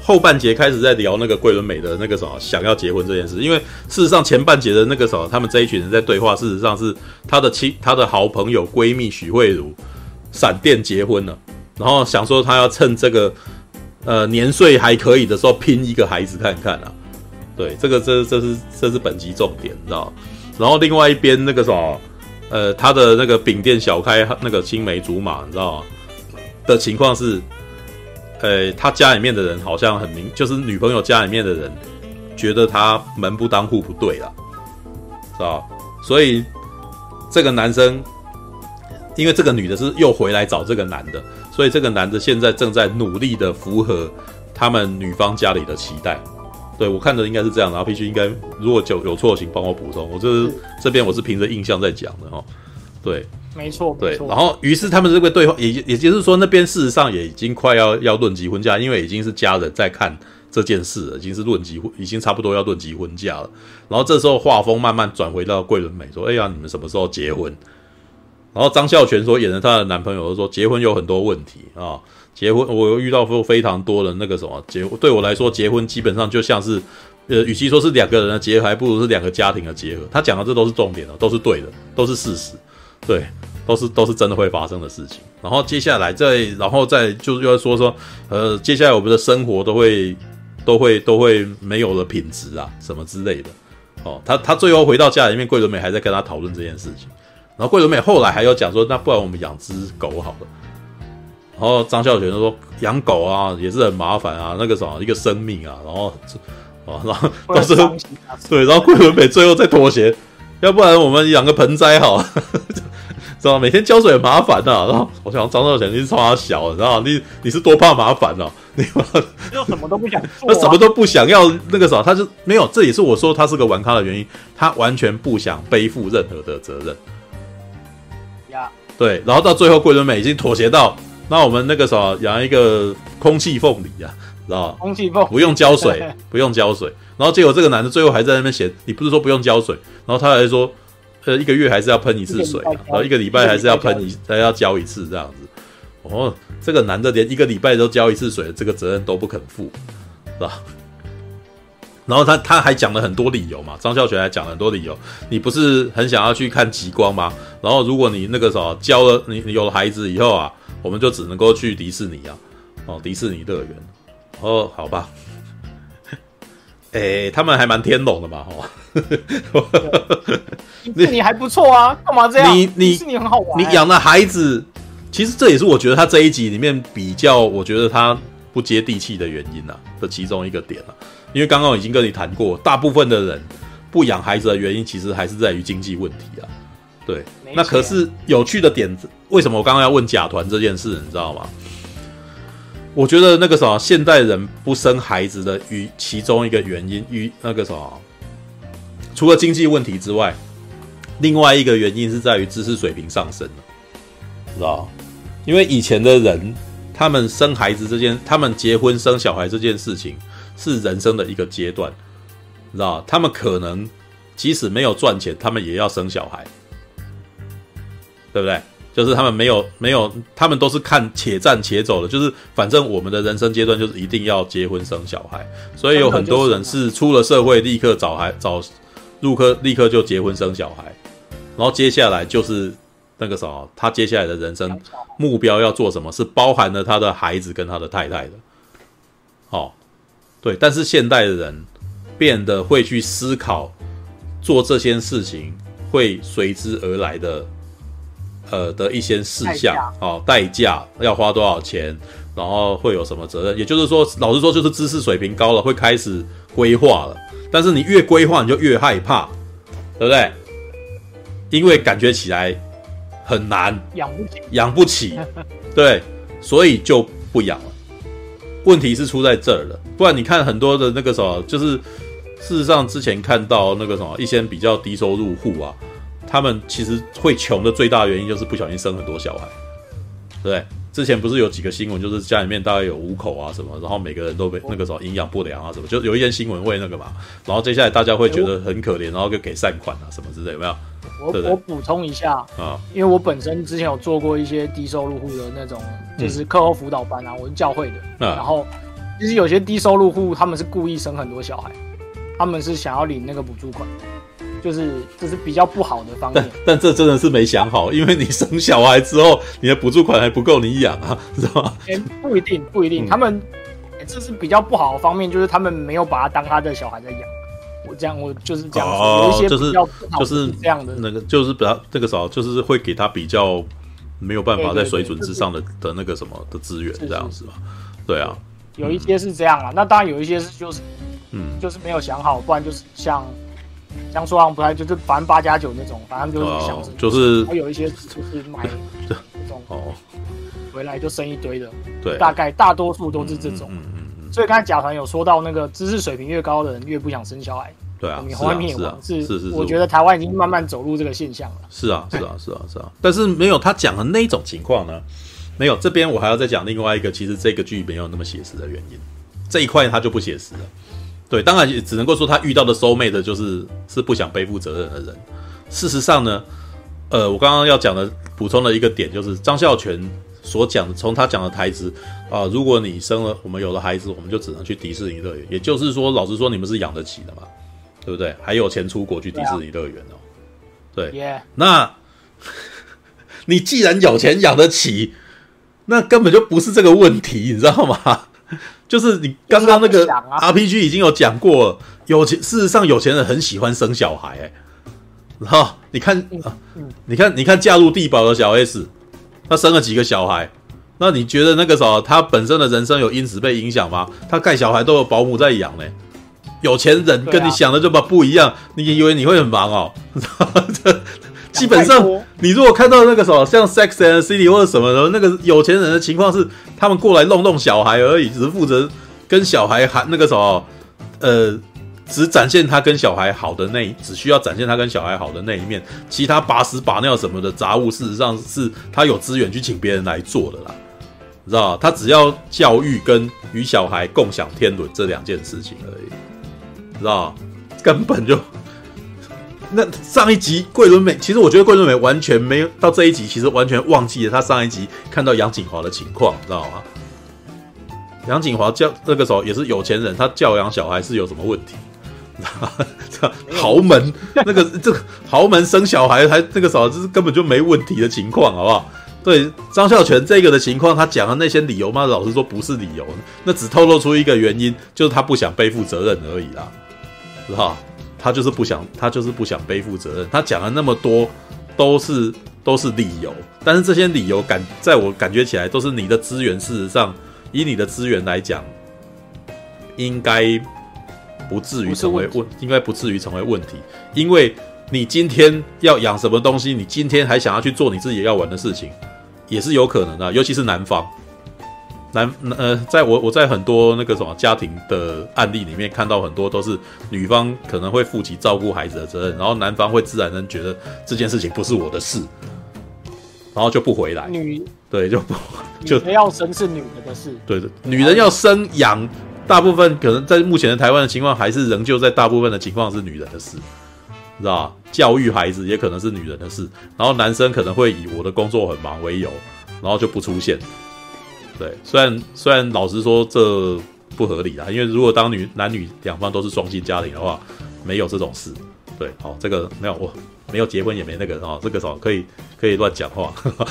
后半节开始在聊那个桂纶镁的那个什么想要结婚这件事，因为事实上前半节的那个什么，他们这一群人在对话，事实上是他的亲他的好朋友闺蜜许慧茹闪电结婚了，然后想说他要趁这个呃年岁还可以的时候拼一个孩子看看啊，对，这个这这是这是本集重点，你知道？然后另外一边那个什么呃他的那个饼店小开那个青梅竹马，你知道吗？的情况是。呃，他家里面的人好像很明，就是女朋友家里面的人觉得他门不当户不对啦，是吧？所以这个男生，因为这个女的是又回来找这个男的，所以这个男的现在正在努力的符合他们女方家里的期待。对，我看的应该是这样，然后必须应该如果有有错，请帮我补充。我这这边我是凭着印象在讲的哈。对。 没错， 对，然后于是他们这个对话，也也就是说，那边事实上也已经快要要论及婚嫁，因为已经是家人在看这件事了，已经是论及，已经差不多要论及婚嫁了。然后这时候画风慢慢转回到桂纶镁说：“哎呀，你们什么时候结婚？”然后张孝全说，演的她的男朋友说，结婚有很多问题啊，结婚我遇到非常多的那个什么结，对我来说，结婚基本上就像是，呃，与其说是两个人的结合，还不如是两个家庭的结合。他讲的这都是重点的，都是对的，都是事实。对，都是都是真的会发生的事情。然后接下来再，然后再就是要说说，呃，接下来我们的生活都会都会都会没有了品质啊，什么之类的。哦，他他最后回到家里面，桂纶镁还在跟他讨论这件事情。然后桂纶镁后来还有讲说，那不然我们养只狗好了。然后张孝全就说，养狗啊也是很麻烦啊，那个什么一个生命啊，然后哦，然后到时候对，然后桂纶镁最后再妥协。要不然我们养个盆栽好了，知道每天浇水很麻烦啊。然后我想张孝全你是超他小的，知道你你是多怕麻烦哦、啊，你就什么都不想做、啊， 他什么都不想要那个啥，他就没有，这也是我说他是个玩咖的原因，他完全不想背负任何的责任。 呀， 对，然后到最后桂纶镁已经妥协到，那我们那个啥养一个空气凤梨啊，知道吗？ 空气凤梨不用浇水，不用浇水。然后结果这个男的最后还在那边嫌，你不是说不用浇水，然后他还说，呃，一个月还是要喷一次水、啊，然后一个礼拜还是要喷一，还要浇一次这样子。哦，这个男的连一个礼拜都浇一次水，这个责任都不肯负，是吧？然后他他还讲了很多理由嘛，张孝全还讲了很多理由，你不是很想要去看极光吗？然后如果你那个什么教了你你有了孩子以后啊，我们就只能够去迪士尼啊，哦，迪士尼乐园。哦，好吧。哎，他们还蛮天龙的嘛，哈。 迪士尼还不错啊，干嘛这样？ 你你迪士尼很好玩、 欸。你养的孩子，其实这也是我觉得他这一集里面比较，我觉得他不接地气的原因啊的其中一个点啊。因为刚刚已经跟你谈过，大部分的人不养孩子的原因，其实还是在于经济问题啊。对，那可是有趣的点，为什么我刚刚要问甲团这件事，你知道吗？我觉得那个什么，现代人不生孩子的与其中一个原因，与那个什么，除了经济问题之外，另外一个原因是在于知识水平上升了，知道？因为以前的人，他们生孩子这件，他们结婚生小孩这件事情是人生的一个阶段，知道？他们可能即使没有赚钱，他们也要生小孩，对不对？就是他们没有没有，他们都是看且战且走的，就是反正我们的人生阶段就是一定要结婚生小孩，所以有很多人是出了社会立刻找孩找入科立刻就结婚生小孩，然后接下来就是那个什么，他接下来的人生目标要做什么，是包含了他的孩子跟他的太太的，哦，对，但是现代的人变得会去思考做这些事情会随之而来的。呃的一些事项，哦，代价要花多少钱，然后会有什么责任？也就是说，老实说，就是知识水平高了，会开始规划了。但是你越规划，你就越害怕，对不对？因为感觉起来很难， 养不起， 养不起，对，所以就不养了。问题是出在这儿了，不然你看很多的那个什么，就是事实上之前看到那个什么一些比较低收入户啊。他们其实会穷的最大的原因就是不小心生很多小孩，对不对？之前不是有几个新闻，就是家里面大概有五口啊什么，然后每个人都被那个什么营养不良啊什么，就有一些新闻会那个嘛，然后接下来大家会觉得很可怜，然后就给善款啊什么之类，有没有？ 我对对我补充一下啊，因为我本身之前有做过一些低收入户的那种，就是课后辅导班啊，我是教会的，嗯、然后其实有些低收入户他们是故意生很多小孩，他们是想要领那个补助款，就是这是比较不好的方面。 但但这真的是没想好，因为你生小孩之后，你的补助款还不够你养啊，知道吗？ 欸、不一定，不一定，嗯、他们、欸、这是比较不好的方面，就是他们没有把他当他的小孩在养。我这样，我就是这样说， 哦、 有一些就是比较不好就是这样的， 那个就是比较那个啥，就是会给他比较没有办法在水准之上的对对对对的那个什么的资源这样子嘛，对啊， 有一些是这样啦，嗯、那当然有一些是就是嗯就是没有想好，不然就是像像说上不太就是反正八加九那种，反正就是想着、 哦、就是还有一些就是买这种哦回来就生一堆的， 对， 大概大多数都是这种。 嗯嗯嗯嗯、 所以刚才甲团有说到，那个知识水平越高的人越不想生小孩。 对啊， 你红外面也玩是是是， 我觉得台湾已经慢慢走入这个现象了。 是啊是啊是啊是啊，但是没有他讲的那种情况呢，没有这边我还要再讲另外一个，其实这个剧没有那么写实的原因，这一块他就不写实了。对，当然也只能够说他遇到的soul mate就是是不想背负责任的人。事实上呢，呃，我刚刚要讲的补充的一个点就是张孝全所讲的，从他讲的台词啊、呃，如果你生了我们有了孩子，我们就只能去迪士尼乐园。也就是说，老实说，你们是养得起的嘛，对不对？还有钱出国去迪士尼乐园哦。对，对 yeah. 那你既然有钱养得起，那根本就不是这个问题，你知道吗？就是你刚刚那个 R P G 已经有讲过了，有钱事实上有钱人很喜欢生小孩、欸，然后你看、啊，你看，你看嫁入地堡的小 S， 他生了几个小孩，那你觉得那个啥，他本身的人生有因此被影响吗？他盖小孩都有保姆在养呢、欸。有钱人跟你想的就不一样，啊、你以为你会很忙哦？基本上，你如果看到那个什么像 Sex and the City 或者什么的，那个有钱人的情况是，他们过来弄弄小孩而已，只是负责跟小孩喊那个什么，呃，只展现他跟小孩好的那，只需要展现他跟小孩好的那一面，其他把屎把尿什么的杂物，事实上是他有资源去请别人来做的啦，你知道？他只要教育跟与小孩共享天伦这两件事情而已，知道？根本就。那上一集桂纶镁，其实我觉得桂纶镁完全没有到这一集，其实完全忘记了他上一集看到杨锦华的情况，你知道吗？杨锦华教那个时候也是有钱人，他教养小孩是有什么问题？豪门那个这个豪门生小孩还那个时候就是根本就没问题的情况，好不好？对张孝全这个的情况，他讲的那些理由嘛，老实说不是理由，那只透露出一个原因，就是他不想背负责任而已啦，知道？他就是不想，他就是不想背负责任。他讲了那么多，都是都是理由，但是这些理由感，在我感觉起来，都是你的资源。事实上，以你的资源来讲，应该不至于成为问，应该不至于成为问题。因为你今天要养什么东西，你今天还想要去做你自己要玩的事情，也是有可能的。尤其是男方。男呃，在我我在很多那个什么家庭的案例里面看到很多都是女方可能会负起照顾孩子的责任，然后男方会自然地觉得这件事情不是我的事，然后就不回来。 女对就不就女人要生是女人的事， 对的，女人要生养，大部分可能在目前的台湾的情况，还是仍旧在大部分的情况是女人的事，你知道吧？教育孩子也可能是女人的事，然后男生可能会以我的工作很忙为由，然后就不出现。对，虽然虽然老实说这不合理啦，因为如果当女男女两方都是双薪家庭的话，没有这种事。对，哦，这个没有，我没有结婚也没那个哦，这个什么可以可以乱讲话，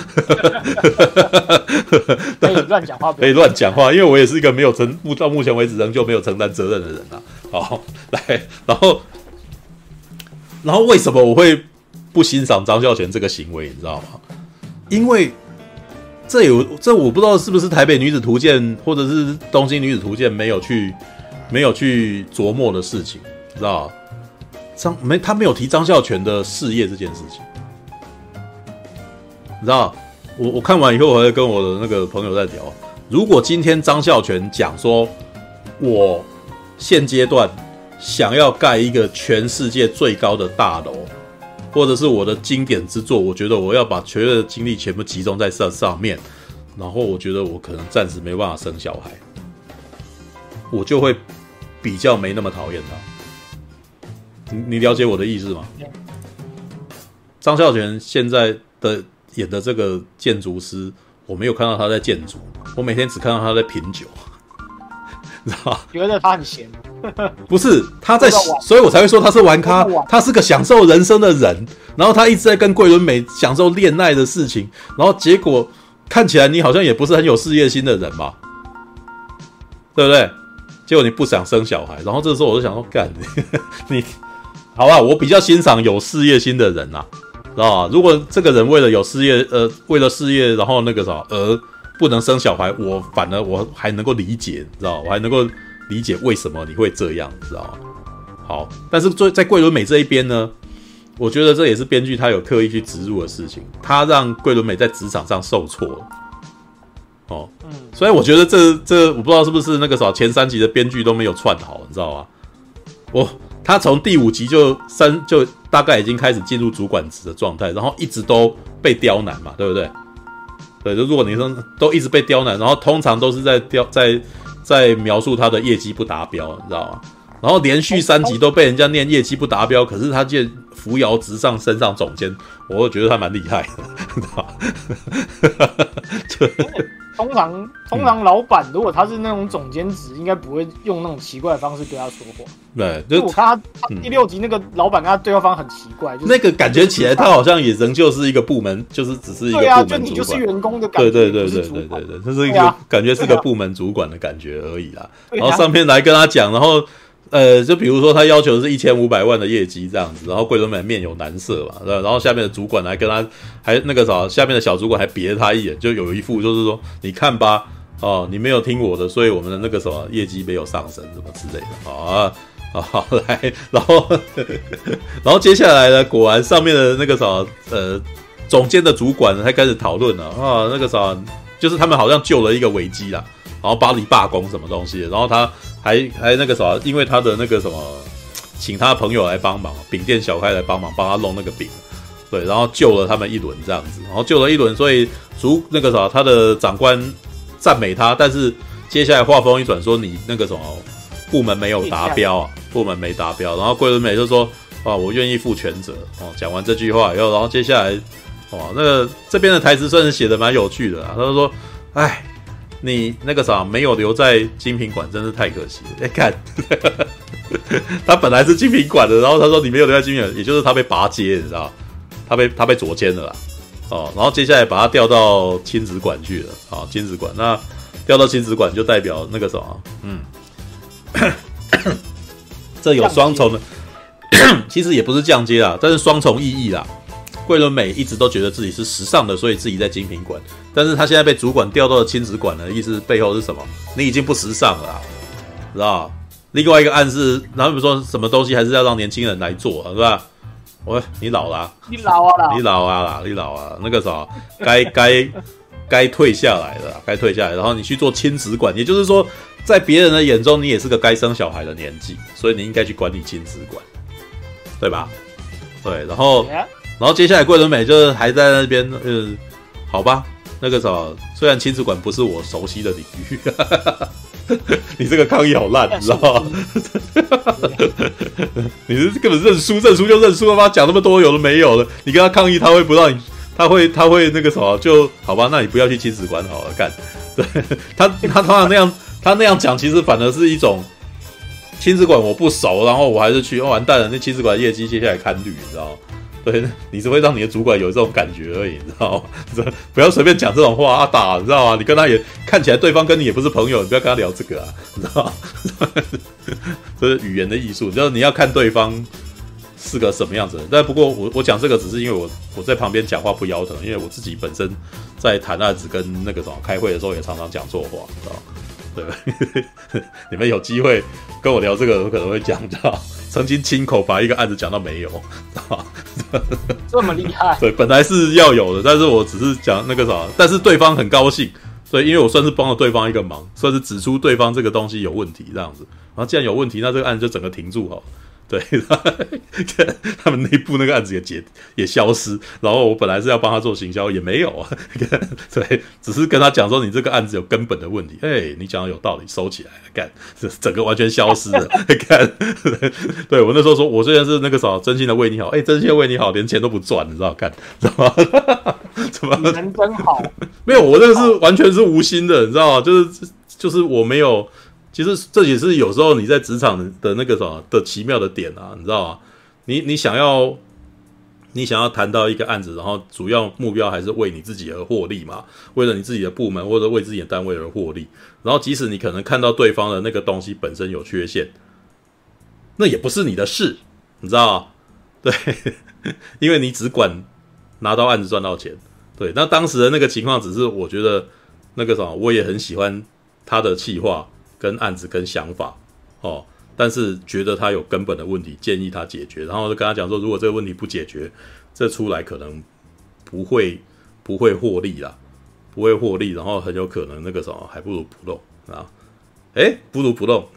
可以乱讲话， 可以乱讲话，因为我也是一个没有承到目前为止仍旧没有承担责任的人啊。好，来，然后然后为什么我会不欣赏张孝全这个行为，你知道吗？因为。这有这我不知道是不是台北女子图鉴或者是东京女子图鉴没有去没有去琢磨的事情，知道吗？张没他没有提张孝全的事业这件事情，你知道？我我看完以后，我还跟我的那个朋友在聊，如果今天张孝全讲说，我现阶段想要盖一个全世界最高的大楼。或者是我的经典之作，我觉得我要把全部的精力全部集中在这上面，然后我觉得我可能暂时没办法生小孩，我就会比较没那么讨厌他。你, 你了解我的意思吗？张孝全现在的演的这个建筑师，我没有看到他在建筑，我每天只看到他在品酒， 你知道吗？ 觉得他很闲。 不是他在，所以我才会说他是玩咖，他是个享受人生的人，然后他一直在跟桂纶镁享受恋爱的事情，然后结果看起来你好像也不是很有事业心的人嘛，对不对？结果你不想生小孩，然后这时候我就想说，干你，你好吧，我比较欣赏有事业心的人呐、啊，知道吧？如果这个人为了有事业，呃，为了事业，然后那个啥，而不能生小孩，我反而我还能够理解，知道吧？我还能够理解为什么你会这样，知道吗？好，但是在桂纶镁这一边呢，我觉得这也是编剧他有刻意去植入的事情，他让桂纶镁在职场上受挫了。哦，嗯，所以我觉得这这我不知道是不是那个啥前三集的编剧都没有串好，你知道吗？我他从第五集就三就大概已经开始进入主管职的状态，然后一直都被刁难嘛，对不对？对，就如果你说都一直被刁难，然后通常都是在刁在。在描述他的业绩不达标，你知道吗？然后连续三集都被人家念业绩不达标，可是他竟扶摇直上，升上总监，我觉得他蛮厉害的，知道吗？ 通常通常老板如果他是那种总监职，应该不会用那种奇怪的方式对他说话。 对， 就我看他他第六集那个老板跟他对话方很奇怪，就是、 那个感觉起来他好像也仍旧是一个部门，就是只是一个部门主管。对啊， 就你就是员工的感觉。 对对对对对对对，这是一个、啊、感觉是个部门主管的感觉而已啦。然后上面来跟他讲，然后。呃，就比如说他要求是一千五百万的业绩这样子，然后桂纶镁面有难色嘛，然后下面的主管来跟他，还那个啥，下面的小主管还别他一眼，就有一副就是说，你看吧，哦，你没有听我的，所以我们的那个什么业绩没有上升，什么之类的，啊啊，好来，然后然后接下来呢，果然上面的那个啥，呃，总监的主管还开始讨论了啊，那个啥，就是他们好像救了一个危机啦，然后巴黎罢工什么东西的，然后他。还还那个啥，因为他的那个什么，请他朋友来帮忙，饼店小开来帮忙，帮他弄那个饼，对，然后救了他们一轮这样子，然后救了一轮，所以主那个啥，他的长官赞美他，但是接下来话锋一转，说你那个什么部门没有达标啊，部门没达标，然后桂纶镁就说啊，我愿意负全责哦。讲完这句话以后，然后接下来哦，那个这边的台词算是写的蛮有趣的啊，他就说，哎。你那个啥没有留在精品馆，真是太可惜了。哎、欸，看，他本来是精品馆的，然后他说你没有留在精品馆，也就是他被拔阶，你知道，他被他被左肩了啦。哦，然后接下来把他调到亲子馆去了。啊、哦，亲子馆，那调到亲子馆就代表那个什么，嗯，这有双重的，其实也不是降阶啦，但是双重意义啦。桂纶镁一直都觉得自己是时尚的，所以自己在精品馆。但是他现在被主管调到了亲子馆的意思背后是什么？你已经不时尚了啦，知道？另外一个暗示，然后比如说什么东西还是要让年轻人来做，是吧？我你老啦、啊， 你老啊啦， 你老啊啦，你老啊，那个啥，该该该退下来了，该退下来，然后你去做亲子馆，也就是说，在别人的眼中，你也是个该生小孩的年纪，所以你应该去管理亲子馆，对吧？对，然后。Yeah.然后接下来桂纶镁就是还在那边，呃，好吧，那个啥，虽然亲子馆不是我熟悉的领域，你这个抗议好烂，你知道吗？你是根本认输，认输就认输了吗？讲那么多有的没有的，你跟他抗议，他会不让你，他会他会那个什么，就好吧，那你不要去亲子馆好了，干，对他他通常那样他那样讲，其实反而是一种亲子馆我不熟，然后我还是去，哦，完蛋了，那亲子馆业绩接下来看绿，你知道吗？对，你只会让你的主管有这种感觉而已，你知道吗？不要随便讲这种话，阿达，你知道吗？你跟他也看起来对方跟你也不是朋友，你不要跟他聊这个啊，你知道吗？这是语言的艺术，就是你要看对方是个什么样子的人。但不过我我讲这个只是因为我我在旁边讲话不腰疼，因为我自己本身在谈案子跟那个什么开会的时候也常常讲错话，你知道吗？对，你们有机会跟我聊这个，我可能会讲到曾经亲口把一个案子讲到没有，知道吗？ 这么厉害？ 对，本来是要有的，但是我只是讲那个啥，但是对方很高兴，对，因为我算是帮了对方一个忙，算是指出对方这个东西有问题这样子。然后既然有问题，那这个案子就整个停住好了。对，他们内部那个案子也解也消失，然后我本来是要帮他做行销，也没有啊。对，只是跟他讲说你这个案子有根本的问题，哎，你讲的有道理，收起来，干，整个完全消失了，干。对我那时候说，我虽然是那个啥，真心的为你好，哎，真心的为你好，连钱都不赚，你知道干，知道吗？怎么？ 人真好。 没有，我那个是完全是无心的，你知道吗？就是就是我没有。 其实这也是有时候你在职场的那个什么的奇妙的点啊，你知道吗？你你想要你想要谈到一个案子，然后主要目标还是为你自己而获利嘛，为了你自己的部门或者为自己的单位而获利。然后即使你可能看到对方的那个东西本身有缺陷，那也不是你的事，你知道吗？对，因为你只管拿到案子赚到钱。对，那当时的那个情况只是我觉得那个什么，我也很喜欢他的企划跟案子跟想法哦，但是觉得他有根本的问题，建议他解决，然后就跟他讲说，如果这个问题不解决，这出来可能不会不会获利啦，不会获利，然后很有可能那个什么，还不如不动啊。哎，不如不动，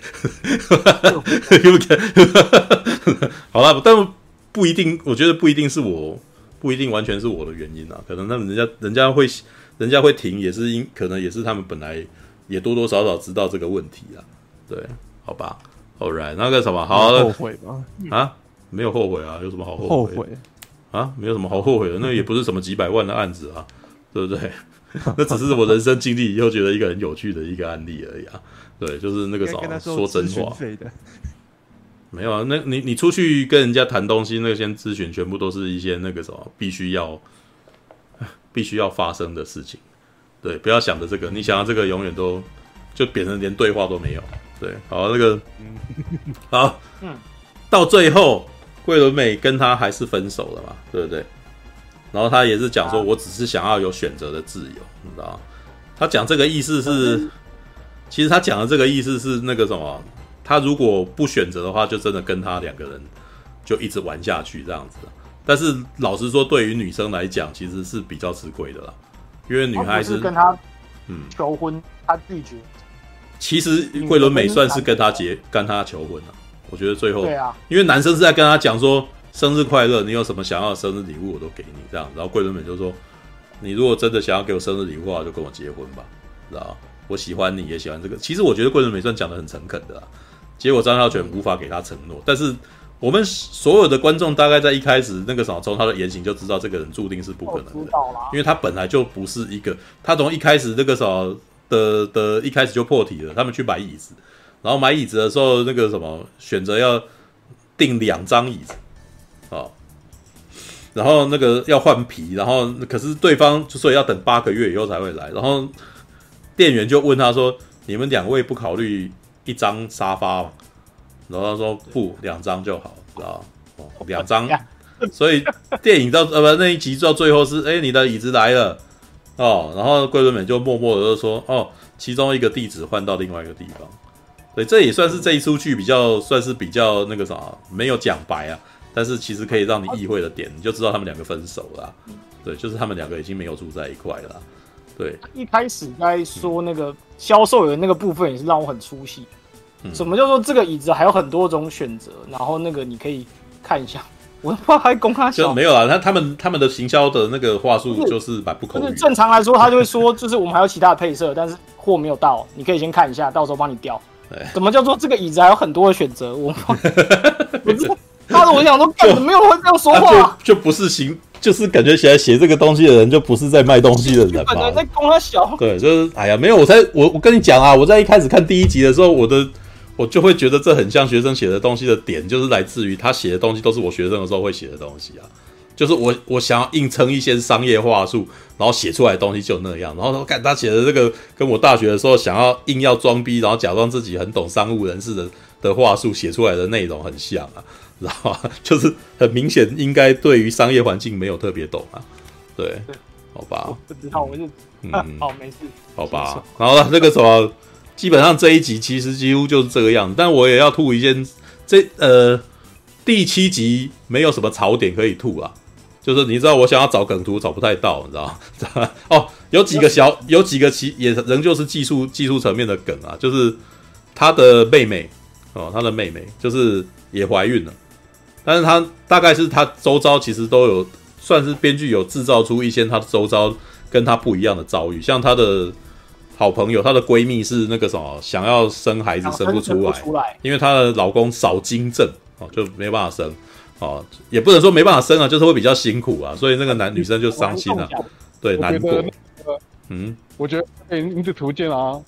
好啦，但不一定，我觉得不一定是我，不一定完全是我的原因啊，可能他们人家人家会人家会停，也是因可能也是他们本来也多多少少知道这个问题啦，对，好吧 ，Alright， 那个什么，好后悔吗？ 啊，没有后悔啊，有什么好后悔？ 后悔啊，没有什么好后悔的，那也不是什么几百万的案子啊，对不对？那只是我人生经历以后觉得一个很有趣的一个案例而已啊。对，就是那个什么说真话。没有啊，那你你出去跟人家谈东西，那个先咨询，全部都是一些那个什么必须要必须要发生的事情。对，不要想着这个，你想要这个永远都就变成连对话都没有。对，好，那个好，嗯，到最后桂纶镁跟他还是分手了嘛，对不对？然后他也是讲说，我只是想要有选择的自由，你知道吗？他讲这个意思是，其实他讲的这个意思是那个什么，他如果不选择的话，就真的跟他两个人就一直玩下去这样子。但是老实说，对于女生来讲，其实是比较吃亏的啦，因为女孩子跟他嗯求婚，嗯、他拒绝。 其实桂纶镁算是跟他结跟他求婚了，我觉得最后， 对啊， 因为男生是在跟他讲说。生日快乐！你有什么想要的生日礼物，我都给你这样。然后桂纶镁就说：“你如果真的想要给我生日礼物的话，就跟我结婚吧，知道？我喜欢你，也喜欢这个。”其实我觉得桂纶镁算讲得很诚恳的啦。结果张孝全无法给他承诺，但是我们所有的观众大概在一开始那个什么，从他的言行就知道这个人注定是不可能的，因为他本来就不是一个，他从一开始那个什么的的一开始就破题了。他们去买椅子，然后买椅子的时候，那个什么选择要订两张椅子。哦，然后那个要换皮，然后可是对方就说要等八个月以后才会来，然后店员就问他说：“你们两位不考虑一张沙发吗？”然后他说：“不，两张就好，知道吗？哦，两张。”所以电影到呃不那一集到最后是，哎，你的椅子来了哦，然后桂纶镁就默默的就说：“哦，其中一个地址换到另外一个地方。”所以这也算是这一出剧比较算是比较那个啥，没有讲白啊。但是其实可以让你意会的点，你就知道他们两个分手了。对，就是他们两个已经没有住在一块了。对， 一开始在说那个销售员那个部分也是让我很出戏。嗯、什么叫做这个椅子还有很多种选择，然后那个你可以看一下。我不知道还公他就没有啦，他他们他们的行销的那个话术就是蛮不口语。 就是正常来说，他就会说，就是我们还有其他的配色，但是货没有到，你可以先看一下，到时候帮你调。什么叫做这个椅子还有很多的选择？我不是。他的我想说，根本没有人会这样说话、 啊就，就不是行，就是感觉起来写这个东西的人就不是在卖东西的人吧？ 在供他小， 对，就是哎呀，没有，我才我我跟你讲啊，我在一开始看第一集的时候，我的我就会觉得这很像学生写的东西的点，就是来自于他写的东西都是我学生的时候会写的东西啊，就是我我想要硬撑一些商业话术，然后写出来的东西就那样，然后看他写的这个跟我大学的时候想要硬要装逼，然后假装自己很懂商务人士的的话术写出来的内容很像啊。知道吗？就是很明显，应该对于商业环境没有特别懂啊。对，好吧。 我不知道，我就嗯，好，没事。 好吧。然后那个什么，基本上这一集其实几乎就是这个样子。但我也要吐一件，这呃第七集没有什么槽点可以吐啊。就是你知道，我想要找梗图找不太到，你知道吗？哦，有几个小，有几个其也仍旧是技术技术层面的梗啊。就是他的妹妹哦，他的妹妹就是也怀孕了。但是他大概是他周遭其实都有算是编剧有制造出一些他周遭跟他不一样的遭遇，像他的好朋友，她的闺蜜是那个什么想要生孩子生不出来， 出来因为她的老公少精症哦，就没办法生哦，也不能说没办法生啊，就是会比较辛苦啊，所以那个男女生就伤心了、啊，对，难过。 嗯，我觉得《名字图鉴》啊，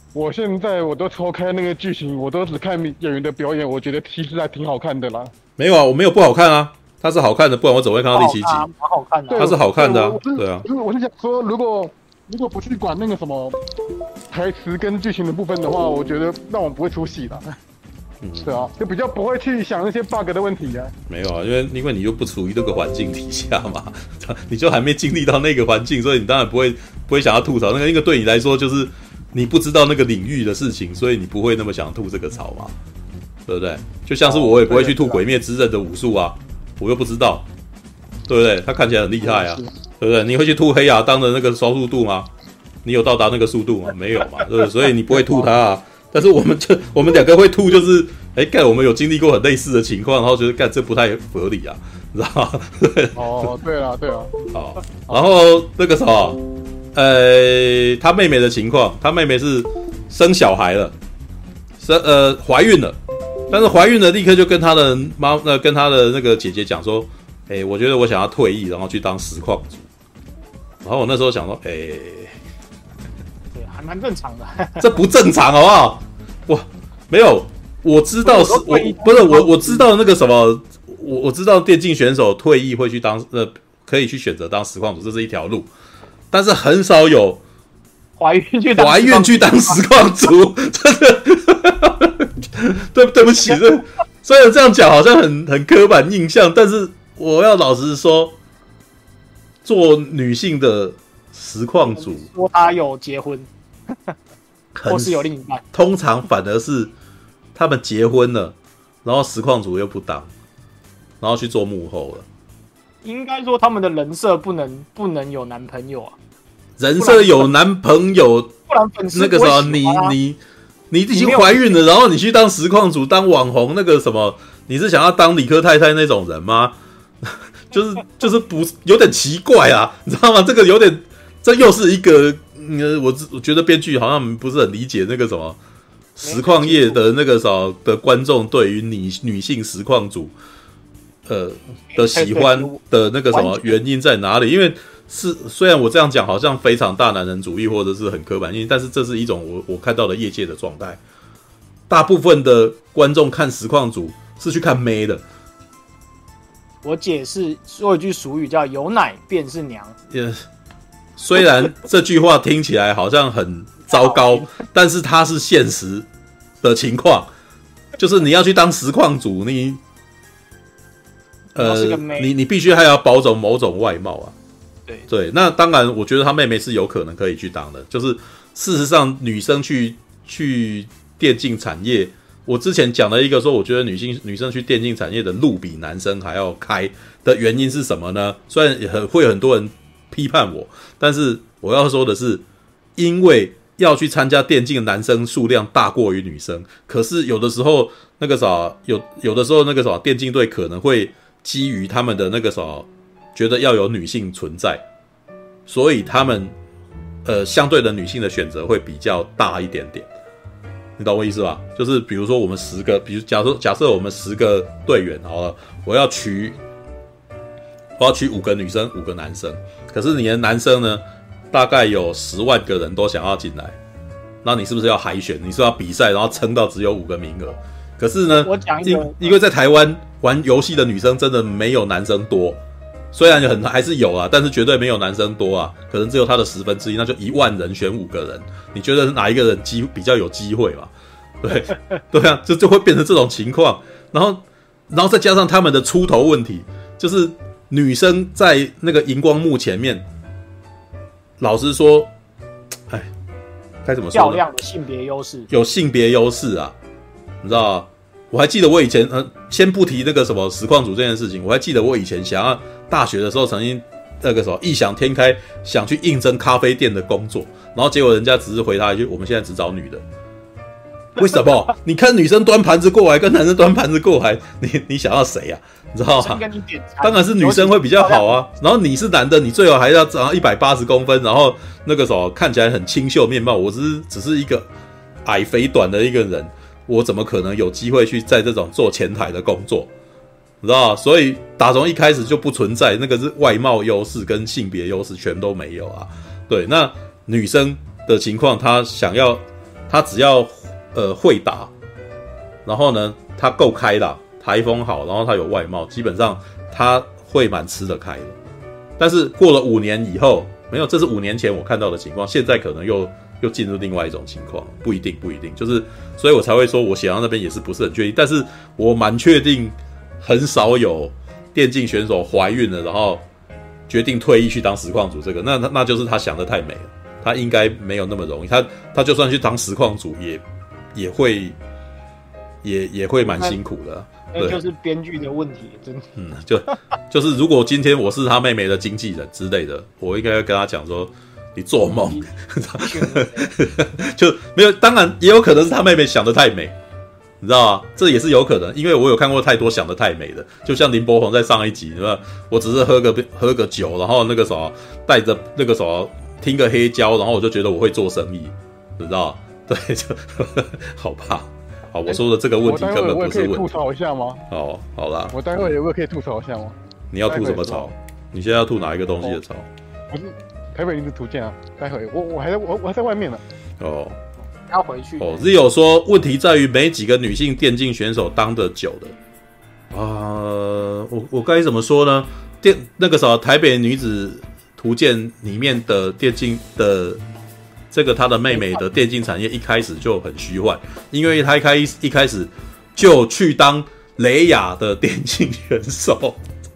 我现在我都抽开那个剧情，我都只看演员的表演，我觉得其实还挺好看的啦。 没有啊，我没有不好看啊，它是好看的，不然我怎么会看到第七集？ 蛮好看的， 它是好看的、啊， 对, 对啊。 我是我是想说，如果如果不去管那个什么台词跟剧情的部分的话，我觉得让我不会出戏啦。嗯，对啊，就比较不会去想那些 bug 的问题啊。 没有啊，因为因为你就不处于这个环境底下嘛，你就还没经历到那个环境，所以你当然不会不会想要吐槽那个，那个对你来说就是你不知道那个领域的事情，所以你不会那么想吐这个槽嘛，对不对？就像是我也不会去吐《鬼灭之刃》的武术啊，我又不知道，对不对？他看起来很厉害啊，对不对？你会去吐黑亚当的那个超速度吗？你有到达那个速度吗？没有嘛，对不对？所以你不会吐他啊。但是我们就我们两个会吐，就是哎干，我们有经历过很类似的情况，然后觉得干这不太合理啊，你知道吗？对哦，对了对了， 好，然后那个什么，呃，他妹妹的情况，他妹妹是生小孩了，生呃怀孕了，但是怀孕了立刻就跟他的妈呃跟他的那个姐姐讲说，哎，我觉得我想要退役，然后去当实况主。然后我那时候想说，哎。 还蛮正常的， 这不正常好不好？我没有，我知道是，我不是我我知道那个什么，我我知道电竞选手退役会去当呃，可以去选择当实况主，这是一条路，但是很少有怀孕去当怀孕去当实况主，真的，对对不起，这虽然这样讲好像很很刻板印象，但是我要老实说，做女性的实况主， 说她有结婚。或是有另一半， 通常反而是他们结婚了，然后实况主又不当，然后去做幕后了。 应该说他们的人设不能不能有男朋友啊， 人设有男朋友， 不然粉丝那个什么，你你你已经怀孕了，然后你去当实况主当网红，那个什么，你是想要当理科太太那种人吗？就是就是不有点奇怪啊，你知道吗？这个有点，这又是一个。嗯，我我觉得编剧好像不是很理解那个什么实况业的那个什么的观众对于女女性实况主呃的喜欢的那个什么原因在哪里？因为是虽然我这样讲好像非常大男人主义或者是很刻板印象，但是这是一种我我看到的业界的状态。大部分的观众看实况主是去看妹的。 我解释说一句俗语叫"有奶便是娘"。 Yeah.虽然这句话听起来好像很糟糕，但是它是现实的情况，就是你要去当实况主，你呃，你你必须还要保种某种外貌啊。 对对，那当然，我觉得他妹妹是有可能可以去当的。就是事实上，女生去去电竞产业，我之前讲了一个说，我觉得女性女生去电竞产业的路比男生还要开的原因是什么呢？虽然也很会有很多人批判我，但是我要说的是，因为要去参加电竞的男生数量大过于女生，可是有的时候那个啥，有有的时候那个啥，电竞队可能会基于他们的那个啥，觉得要有女性存在，所以他们呃相对的女性的选择会比较大一点点。你懂我意思吧？就是比如说我们十个，比如假设假设我们十个队员好了，我要取我要取五个女生，五个男生。可是你的男生呢，大概有十万个人都想要进来，那你是不是要海选？你是要比赛，然后撑到只有五个名额？可是呢， 我讲一个， 因为在台湾玩游戏的女生真的没有男生多，虽然很还是有啊，但是绝对没有男生多啊，可能只有他的十分之一，那就一万人选五个人，你觉得哪一个人机比较有机会嘛？对对啊，就就会变成这种情况，然后然后再加上他们的出头问题，就是女生在那个荧光幕前面，老实说，哎，该怎么说呢？ 漂亮的性别优势， 有性别优势啊，你知道吗？我还记得我以前，呃，先不提那个什么实况组这件事情，我还记得我以前想要大学的时候，曾经那个什么异想天开，想去应征咖啡店的工作，然后结果人家只是回他一句：“我们现在只找女的。”为什么？你看女生端盘子过来，跟男生端盘子过来，你你想要谁啊？你知道吗？当然是女生会比较好啊。然后你是男的，你最好还要长到一百八十公分，然后那个什么看起来很清秀面貌。我只是只是一个矮肥短的一个人，我怎么可能有机会去在这种做前台的工作？你知道吗？所以打从一开始就不存在那个是外貌优势跟性别优势全都没有啊。对，那女生的情况，她想要他只要呃会打，然后呢他够开朗，台风好，然后他有外貌，基本上他会蛮吃得开的。但是过了五年以后，没有，这是五年前我看到的情况，现在可能又又进入另外一种情况，不一定，不一定，就是所以我才会说我写到那边也是不是很确定，但是我蛮确定很少有电竞选手怀孕了，然后决定退役去当实况主，这个那那就是他想的太美了，他应该没有那么容易，他他就算去当实况主也也会也也会蛮辛苦的。 那就是编剧的问题，真的。 嗯，就就是如果今天我是他妹妹的经纪人之类的，我应该会跟他讲说，你做梦，就没有。当然也有可能是他妹妹想得太美，你知道吗？这也是有可能，因为我有看过太多想得太美的，就像林柏宏在上一集，对吧？我只是喝个喝个酒，然后那个什么带着那个什么听个黑胶，然后我就觉得我会做生意，你知道吗？对，就好怕。好，我说的这个问题根本不是问题。 我待会我也可以吐槽一下吗？ 哦，好啦。 我待会我也可以吐槽一下吗？ 你要吐什么槽？你现在要吐哪一个东西的槽？ 不是台北临时图鉴啊，待会我我还在我我还在外面呢。 哦， 要回去。 哦 ，Zio 说问题在于没几个女性电竞选手当得久的。啊、呃，我我该怎么说呢？电那个啥，台北女子图鉴里面的电竞的。这个他的妹妹的电竞产业一开始就很虚幻，因为他一开一开始就去当雷亚的电竞选手，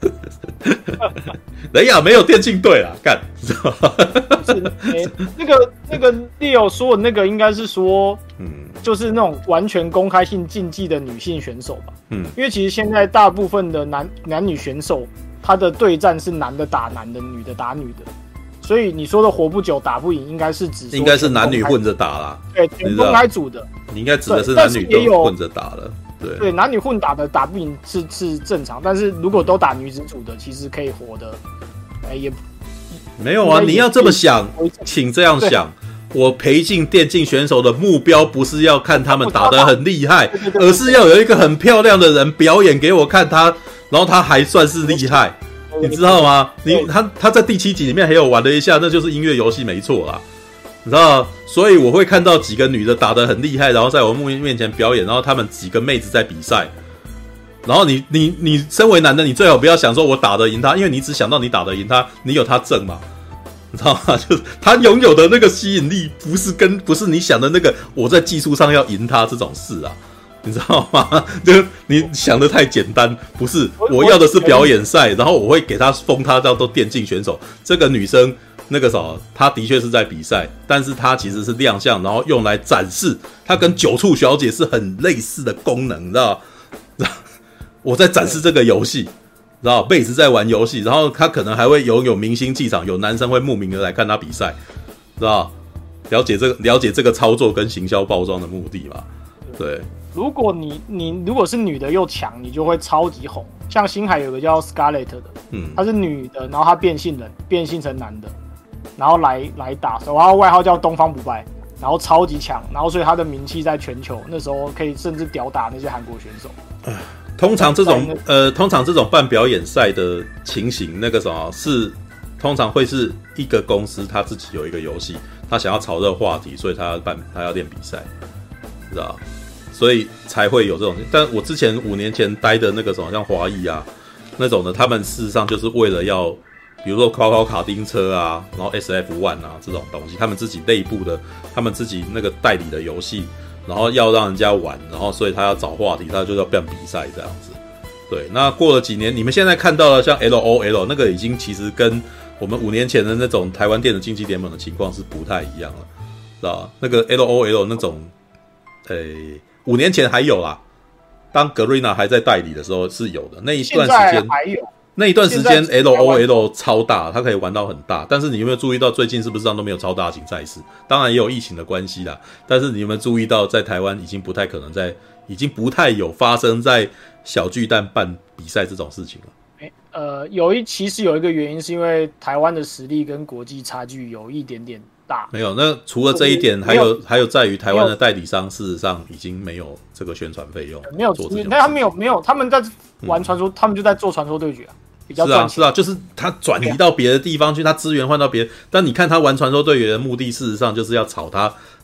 雷亚没有电竞队啦，干，知道吗？ 是、欸，那个那个 Leo 说的那个应该是说，嗯，就是那种完全公开性竞技的女性选手吧，嗯，因为其实现在大部分的男男女选手，他的对战是男的打男的，女的打女的。所以你说的活不久打不赢，应该是指应该是男女混着打啦， 对，全公开组的， 你应该指的是男女都混着打了，对对，男女混打的打不赢是是正常，但是如果都打女子组的，其实可以活的，哎也没有啊，你要这么想，请这样想，我培训电竞选手的目标不是要看他们打得很厉害，而是要有一个很漂亮的人表演给我看他，然后他还算是厉害。你知道吗？你他他在第七集里面还有玩了一下，那就是音乐游戏没错啦，你知道吗？所以我会看到几个女的打得很厉害，然后在我面前表演，然后他们几个妹子在比赛，然后你你你身为男的，你最好不要想说我打得赢他，因为你只想到你打得赢他，你有他正嘛，你知道吗？就是他拥有的那个吸引力，不是跟不是你想的那个我在技术上要赢他这种事啊。你知道吗？就你想的太简单，不是我要的是表演赛，然后我会给他封他叫做电竞选手。这个女生那个啥，她的确是在比赛，但是她其实是亮相，然后用来展示，她跟九处小姐是很类似的功能，你知道吗？我在展示这个游戏，知道妹子在玩游戏，然后她可能还会拥有明星气场，有男生会慕名的来看她比赛，知道了解这个了解这个操作跟行销包装的目的嘛？对。 如果你你如果是女的又强，你就会超级红。像星海有个叫 Scarlett 的，嗯，她是女的，然后她变性人，变性成男的，然后来来打，然后外号叫东方不败，然后超级强，然后所以她的名气在全球，那时候可以甚至吊打那些韩国选手。 通常这种呃，通常这种办表演赛的情形，那个什么是通常会是一个公司他自己有一个游戏，他想要炒热话题，所以他要办他要练比赛，知道？所以才会有这种，但我之前五年前待的那个什么，像华谊啊那种的，他们事实上就是为了要，比如说考考卡丁车啊，然后 S F 一 啊这种东西，他们自己内部的，他们自己那个代理的游戏，然后要让人家玩，然后所以他要找话题，他就要办比赛这样子。对，那过了几年，你们现在看到的像 L O L 那个已经其实跟我们五年前的那种台湾电子竞技联盟的情况是不太一样了，知道吧？那个 L O L 那种，诶。五年前还有啦，当 Garena 还在代理的时候是有的。那一段时间还有， 那一段时间 L O L 超大，它可以玩到很大。但是你有没有注意到最近是不是都没有超大型赛事？当然也有疫情的关系啦。但是你有没有注意到，在台湾已经不太可能在，已经不太有发生在小巨蛋办比赛这种事情了。 欸、呃，有一其实有一个原因是因为台湾的实力跟国际差距有一点点。 没有，那除了这一点，还有还有在于台湾的代理商，事实上已经没有这个宣传费用， 没有，那他们没有没有，他们在玩传说，嗯、他们就在做传说对决啊，比较赚钱。 是啊，是啊，就是他转移到别的地方去，他资源换到别，但你看他玩传说对决的目的，事实上就是要炒他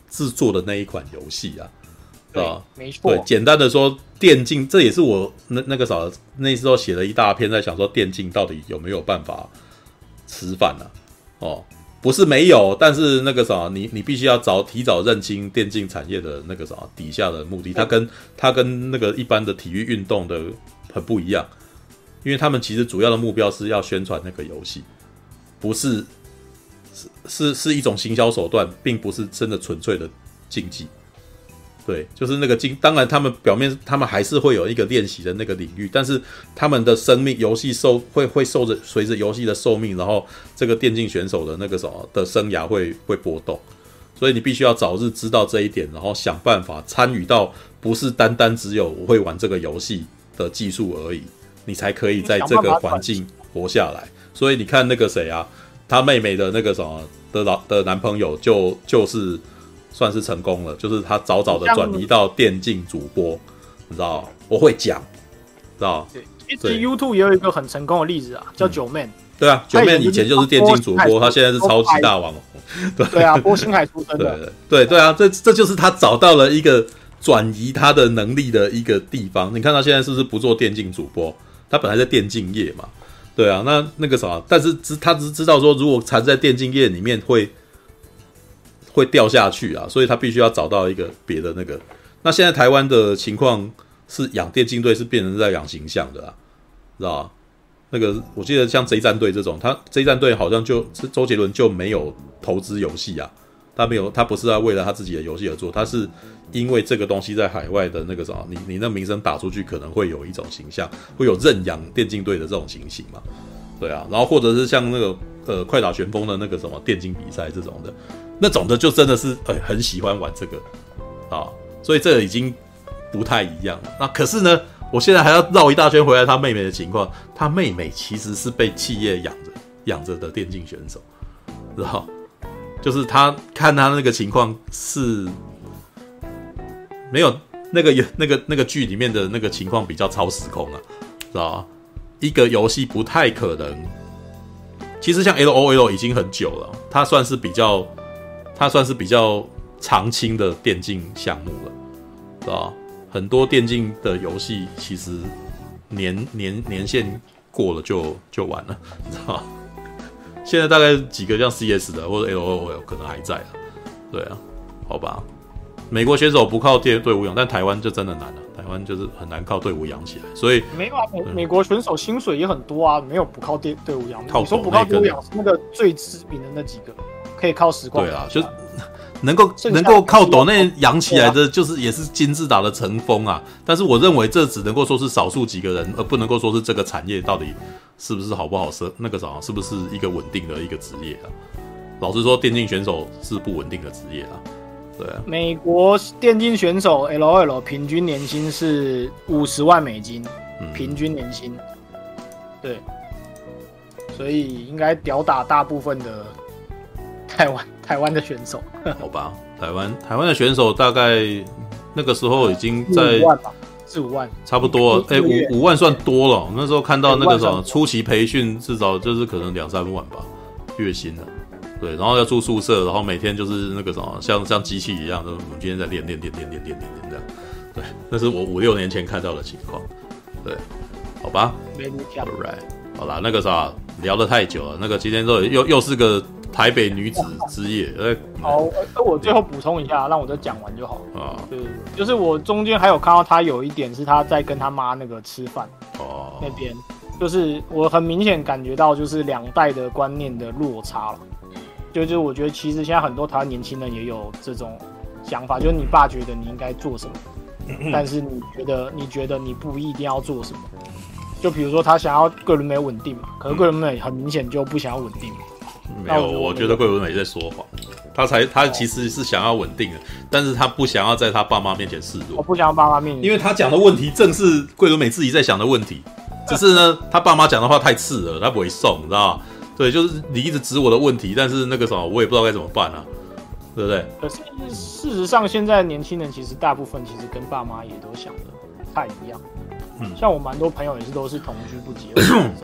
制作的那一款游戏啊， 对吧？ 没错。 对，简单的说，电竞这也是我那那个啥那时候写了一大篇，在想说电竞到底有没有办法吃饭啊？哦，不是没有，但是那个啥，你你必须要早提早认清电竞产业的那个啥底下的目的，它跟它跟那个一般的体育运动的很不一样，因为他们其实主要的目标是要宣传那个游戏，不是是是是一种行销手段，并不是真的纯粹的竞技。对，就是那个竞，当然他们表面他们还是会有一个练习的那个领域，但是他们的生命游戏寿会会受着随着游戏的寿命，然后这个电竞选手的那个什么的生涯会会波动，所以你必须要早日知道这一点，然后想办法参与到不是单单只有我会玩这个游戏的技术而已，你才可以在这个环境活下来。所以你看那个谁啊，他妹妹的那个什么的老的男朋友就就是算是成功了，就是他早早的转移到电竞主播，你知道？我会讲，知道？ 对，其实 YouTube 也有一个很成功的例子啊，叫九妹、嗯。 对啊，九妹以前就是电竞主播，他现在是超级大网红。 对对啊，波星海出身的。 对对对啊，这这就是他找到了一个转移他的能力的一个地方。你看他现在是不是不做电竞主播？他本来在电竞业嘛。对啊，那那个啥，但是他只知道说，如果缠在电竞业里面会会掉下去啊，所以他必须要找到一个别的那个。那现在台湾的情况是养电竞队是变成在养形象的啊，知道吧？那个我记得像 J 战队这种，他 J 战队好像就是周杰伦就没有投资游戏啊，他没有，他不是在为了他自己的游戏而做，他是因为这个东西在海外的那个什么，你你那名声打出去，可能会有一种形象，会有认养电竞队的这种情形嘛，对啊，然后或者是像那个呃快打旋风的那个什么电竞比赛这种的，那种的就真的是呃很喜欢玩这个啊，所以这个已经不太一样了。那可是呢，我现在还要绕一大圈回来他妹妹的情况，他妹妹其实是被企业养着养着的电竞选手，知道？就是他看他那个情况是没有那个那个那个剧里面的那个情况比较超时空啊，知道吗？一个游戏不太可能，其实像 L O L 已经很久了，它算是比较它算是比较长青的电竞项目了，知道吗？很多电竞的游戏其实年年年限过了就就完了，知道吗？现在大概几个像 C S 的或者 L O L 可能还在啊，对啊，好吧。美国选手不靠队队伍养，但台湾就真的难了，台湾就是很难靠队伍养起来，所以没有啊。美、嗯、美国选手薪水也很多啊，没有不靠队队伍养。你说不靠队伍养是那个最知名的那几个，可以靠实况。 对啊，就能够能够靠斗内养起来的，就是也是金字塔的成风啊。但是我认为这只能够说是少数几个人，而不能够说是这个产业到底是不是好不好是那个啥，是不是一个稳定的一个职业啊？老实说，电竞选手是不稳定的职业啊。对啊， 美国电竞选手 L O L 平均年薪是五十万美金，嗯、平均年薪。对，所以应该吊打大部分的台湾台湾的选手。 好吧，台湾台湾的选手大概那个时候已经在四五万， 差不多。哎、欸，五五万算多了。那时候看到那个什么初期培训，至少就是可能两三万吧，月薪的。对，然后要住宿舍，然后每天就是那个什么，像像机器一样，我们今天在练练练练练练练练这样。对，那是我五六年前看到的情况。对，好吧。Alright， 好啦，那个啥，聊得太久了，那个今天又又又是个台北女子之夜。 好，那我最后补充一下，让我再讲完就好了。啊，对，就是我中间还有看到他有一点是他在跟他妈那个吃饭哦那边，就是我很明显感觉到就是两代的观念的落差了。就是我觉得其实现在很多台湾年轻人也有这种想法，就是你爸觉得你应该做什么，但是你觉得你觉得你不一定要做什么。就比如说他想要桂纶镁稳定嘛，可是桂纶镁很明显就不想要稳定。 没有，我觉得桂纶镁在说谎，他才他其实是想要稳定的，但是他不想要在他爸妈面前示弱。 我不想要爸妈面前， 因为他讲的问题正是桂纶镁自己在想的问题，只是呢他爸妈讲的话太刺了，他不会送，你知道吗？对，就是你一直指我的问题，但是那个什么，我也不知道该怎么办啊，对不对？ 可是事实上，现在年轻人其实大部分其实跟爸妈也都想的不太一样。嗯，像我蛮多朋友也是都是同居不结婚那种，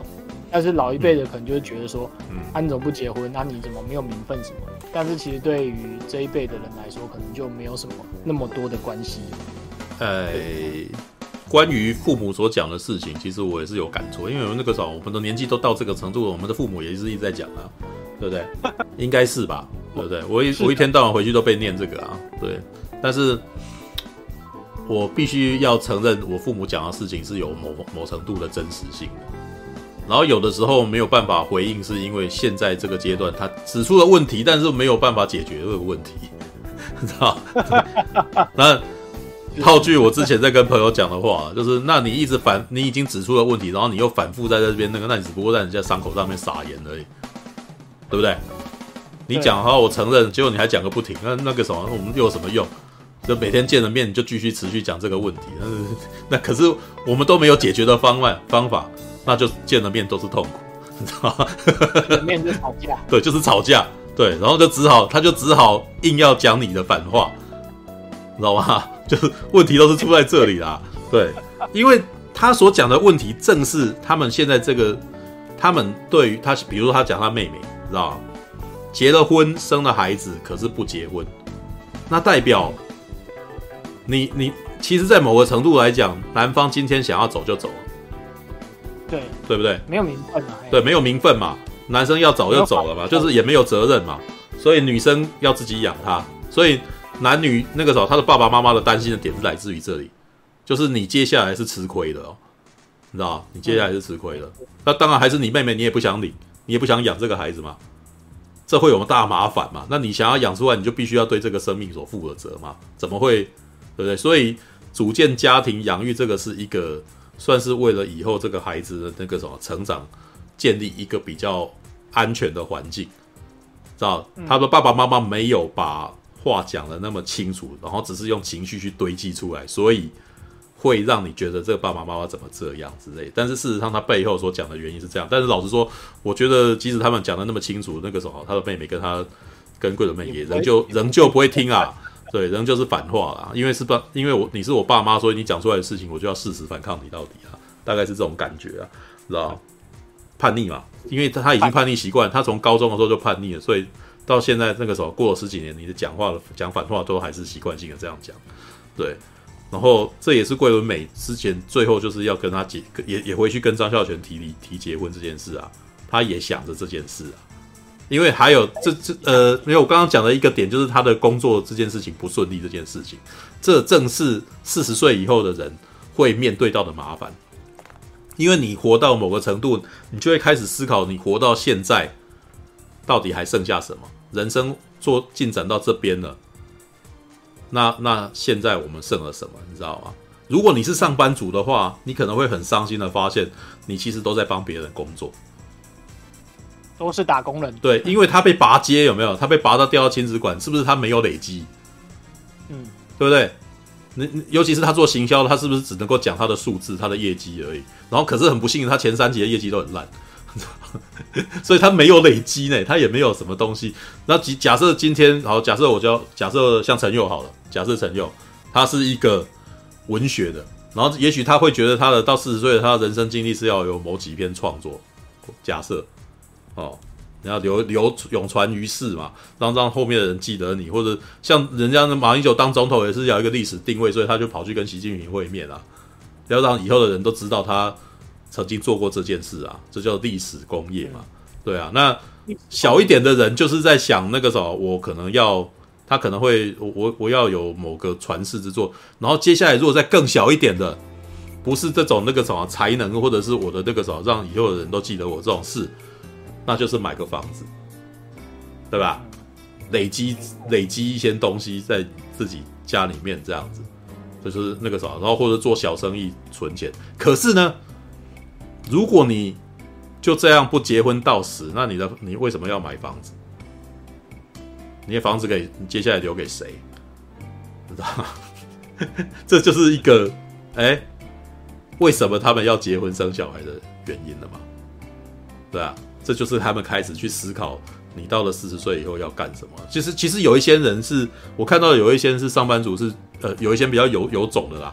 但是老一辈的可能就会觉得说，嗯，啊你怎么不结婚？啊你怎么没有名分什么的？但是其实对于这一辈的人来说，可能就没有什么那么多的关系。 呃，关于父母所讲的事情，其实我也是有感触，因为我们那个时候我们的年纪都到这个程度了，我们的父母也是一直在讲啊，对不对？应该是吧，对不对？我一我一天到晚回去都被念这个啊，对，但是。我必须要承认，我父母讲的事情是有某某程度的真实性的，然后有的时候没有办法回应，是因为现在这个阶段他指出了问题，但是没有办法解决这个问题，知道？那套句我之前在跟朋友讲的话，就是那你一直反，你已经指出了问题，然后你又反复在这边那个，那你只不过在人家伤口上面撒盐而已，对不对？你讲好，我承认，结果你还讲个不停，那那个什么，我们又有什么用？就每天见了面，你就继续持续讲这个问题，那可是我们都没有解决的方案方法，那就见了面都是痛苦，你知道吗？ 见面就吵架， 对，就是吵架，对，然后就只好他就只好硬要讲你的反话，你知道吗？就是问题都是出在这里啦，对，因为他所讲的问题正是他们现在这个，他们对于他，比如说他讲他妹妹，你知道吗？结了婚生了孩子，可是不结婚，那代表。你你其实，在某个程度来讲，男方今天想要走就走了， 对对不对？ 没有名分嘛， 对，没有名分嘛，男生要走就走了嘛，就是也没有责任嘛，所以女生要自己养他，所以男女那个时候，他的爸爸妈妈的担心的点是来自于这里，就是你接下来是吃亏的哦，你知道吗？你接下来是吃亏的，那当然还是你妹妹，你也不想领，你也不想养这个孩子嘛，这会有大麻烦嘛？那你想要养出来，你就必须要对这个生命所负的责嘛？怎么会？对不对？所以组建家庭养育这个是一个算是为了以后这个孩子的那个什么成长建立一个比较安全的环境，知道？他的爸爸妈妈没有把话讲得那么清楚，然后只是用情绪去堆积出来，所以会让你觉得这个爸爸妈妈怎么这样之类的。但是事实上他背后所讲的原因是这样。但是老实说，我觉得即使他们讲得那么清楚，那个时候他的妹妹跟他跟桂纶镁也仍旧仍旧不会听啊。对，人就是反话啦，因为是爸，因为我你是我爸妈，所以你讲出来的事情，我就要誓死反抗你到底啊，大概是这种感觉啊，知道？叛逆嘛，因为他已经叛逆习惯，他从高中的时候就叛逆了，所以到现在那个时候过了十几年，你的讲话讲反话都还是习惯性的这样讲，对。然后这也是桂纶镁之前最后就是要跟他结，也也回去跟张孝全提离提结婚这件事啊，他也想着这件事啊。因为还有这这呃，因为我刚刚讲的一个点就是他的工作这件事情不顺利这件事情，这正是四十岁以后的人会面对到的麻烦。因为你活到某个程度，你就会开始思考，你活到现在到底还剩下什么？人生做进展到这边了，那那现在我们剩了什么？你知道吗？如果你是上班族的话，你可能会很伤心的发现，你其实都在帮别人工作。 都是打工人， 对，因为他被拔接有没有？他被拔到调到亲子馆，是不是他没有累积？嗯，对不对？你尤其是他做行销，他是不是只能够讲他的数字、他的业绩而已？然后可是很不幸，他前三集的业绩都很烂，所以他没有累积呢，他也没有什么东西。那假设今天好，假设我就假设像陈佑好了，假设陈佑他是一个文学的，然后也许他会觉得他的到四十岁的他的人生经历是要有某几篇创作，假设。哦，你要留留永传于世嘛，让让后面的人记得你，或者像人家马英九当总统也是要一个历史定位，所以他就跑去跟习近平会面啊，要让以后的人都知道他曾经做过这件事啊，这叫历史工业嘛，对啊。那小一点的人就是在想那个什么，我可能要他可能会我我要有某个传世之作，然后接下来如果再更小一点的，不是这种那个什么才能，或者是我的那个什么让以后的人都记得我这种事。那就是买个房子，对吧？累积累积一些东西在自己家里面，这样子，就是那个啥，然后或者做小生意存钱。可是呢，如果你就这样不结婚到死，那你的你为什么要买房子？你的房子给你接下来留给谁？知道吗？这就是一个哎、欸，为什么他们要结婚生小孩的原因了嘛？对啊。这就是他们开始去思考，你到了四十岁以后要干什么。其实，其实有一些人是我看到有一些是上班族是，呃，有一些比较有有种的啦，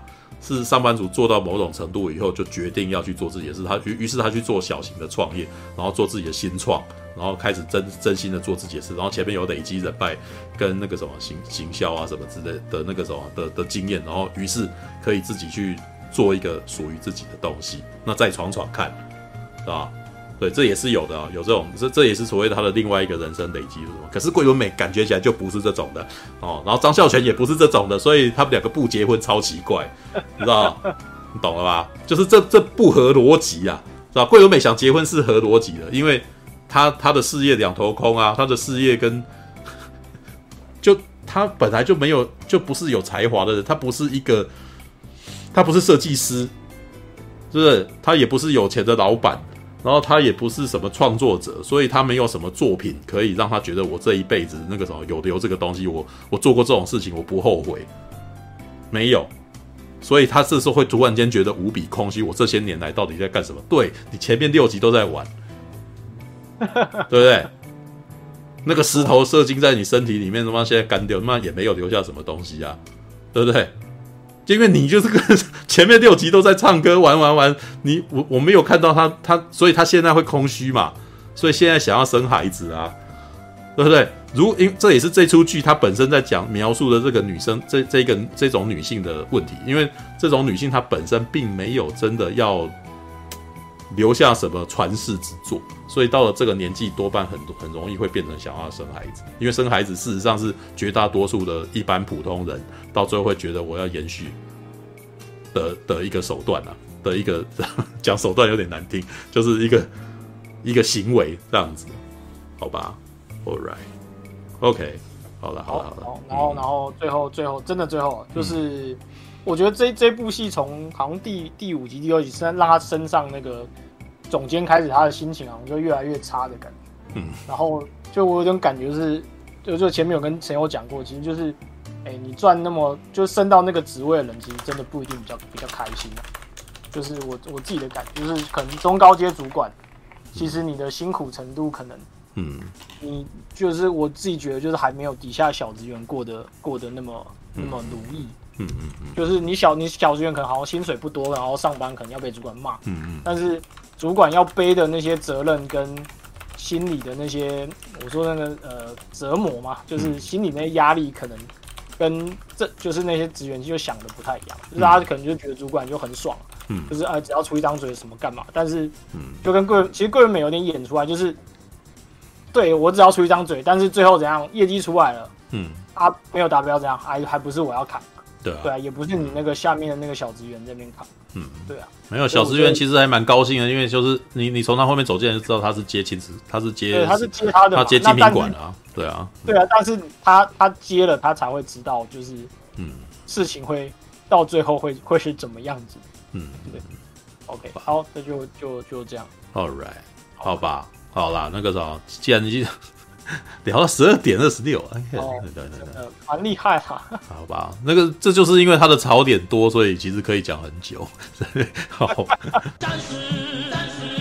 是上班族做到某种程度以后，就决定要去做自己的事。他于于是他去做小型的创业，然后做自己的新创，然后开始真真心的做自己的事。然后前面有累积人脉跟那个什么行行销啊什么之类的那个什么的的经验，然后于是可以自己去做一个属于自己的东西。那再闯闯看，是吧？对，这也是有的啊，有这种，这这也是所谓的他的另外一个人生累积是什么？可是桂纶镁感觉起来就不是这种的哦，然后张孝全也不是这种的，所以他们两个不结婚超奇怪，你知道？你懂了吧？就是这这不合逻辑啊，知道？桂纶镁想结婚是合逻辑的，因为他他的事业两头空啊，他的事业跟就他本来就没有，就不是有才华的人，他不是一个，他不是设计师，是不是？他也不是有钱的老板。然后他也不是什么创作者，所以他没有什么作品可以让他觉得我这一辈子那个什么有留这个东西，我我做过这种事情，我不后悔，没有，所以他这时候会突然间觉得无比空虚。我这些年来到底在干什么？对，你前面六集都在玩，对不对？那个石头射进在你身体里面，他妈现在干掉，他妈也没有留下什么东西啊，对不对？因为你就是跟前面六集都在唱歌玩玩玩，你我我没有看到他他，所以他现在会空虚嘛，所以现在想要生孩子啊，对不对？如因这也是这出剧它本身在讲描述的这个女生这这个这种女性的问题，因为这种女性她本身并没有真的要留下什么传世之作，所以到了这个年纪多半很很容易会变成想要生孩子，因为生孩子事实上是绝大多数的一般普通人到最后会觉得我要延续的的一个手段啊，的一个讲手段有点难听，就是一个一个行为这样子，好吧 ？All right，OK， 好了好了好了， 然后然后最后最后真的最后就是。嗯我觉得这这部戏从好像第第五集、第六集，让他身上那个总监开始，他的心情好像就越来越差的感觉。嗯，然后就我有种感觉是，就就前面有跟陈友讲过，其实就是，哎、欸，你赚那么就升到那个职位的人，其实真的不一定比较比较开心啊。就是我我自己的感觉，就是可能中高阶主管，其实你的辛苦程度可能，嗯，你就是我自己觉得就是还没有底下小职员过得过得那么那么如意。嗯嗯嗯，就是你小你小职员可能好像薪水不多，然后上班可能要被主管骂，嗯嗯，但是主管要背的那些责任跟心理的那些，我说那个呃折磨嘛，就是心理那些压力，可能跟这就是那些职员就想的不太一样，就是大家可能就觉得主管就很爽，嗯，就是啊只要出一张嘴什么干嘛，但是就跟个人其实个人美有点演出来，就是对我只要出一张嘴，但是最后怎样业绩出来了，嗯，啊没有达标怎样，还还不是我要砍。对 啊, 对啊，也不是你那个下面的那个小职员这边扛，嗯，对啊， 没有小职员其实还蛮高兴的，因为就是你你从他后面走进来就知道他是接亲子，他是接， 对，他是接他的， 他接精品馆啊，对啊， 对啊，但是他他接了，他才会知道就是嗯事情会到最后会会是怎么样子，嗯，对 ，OK， 好，那就就就这样 ，All right， 好吧，好啦，那个啥，既然已经聊到十二点二十六，哎呀， 哦、对对对，呃，蛮厉害哈、啊。 好吧，那个这就是因为他的槽点多，所以其实可以讲很久。好。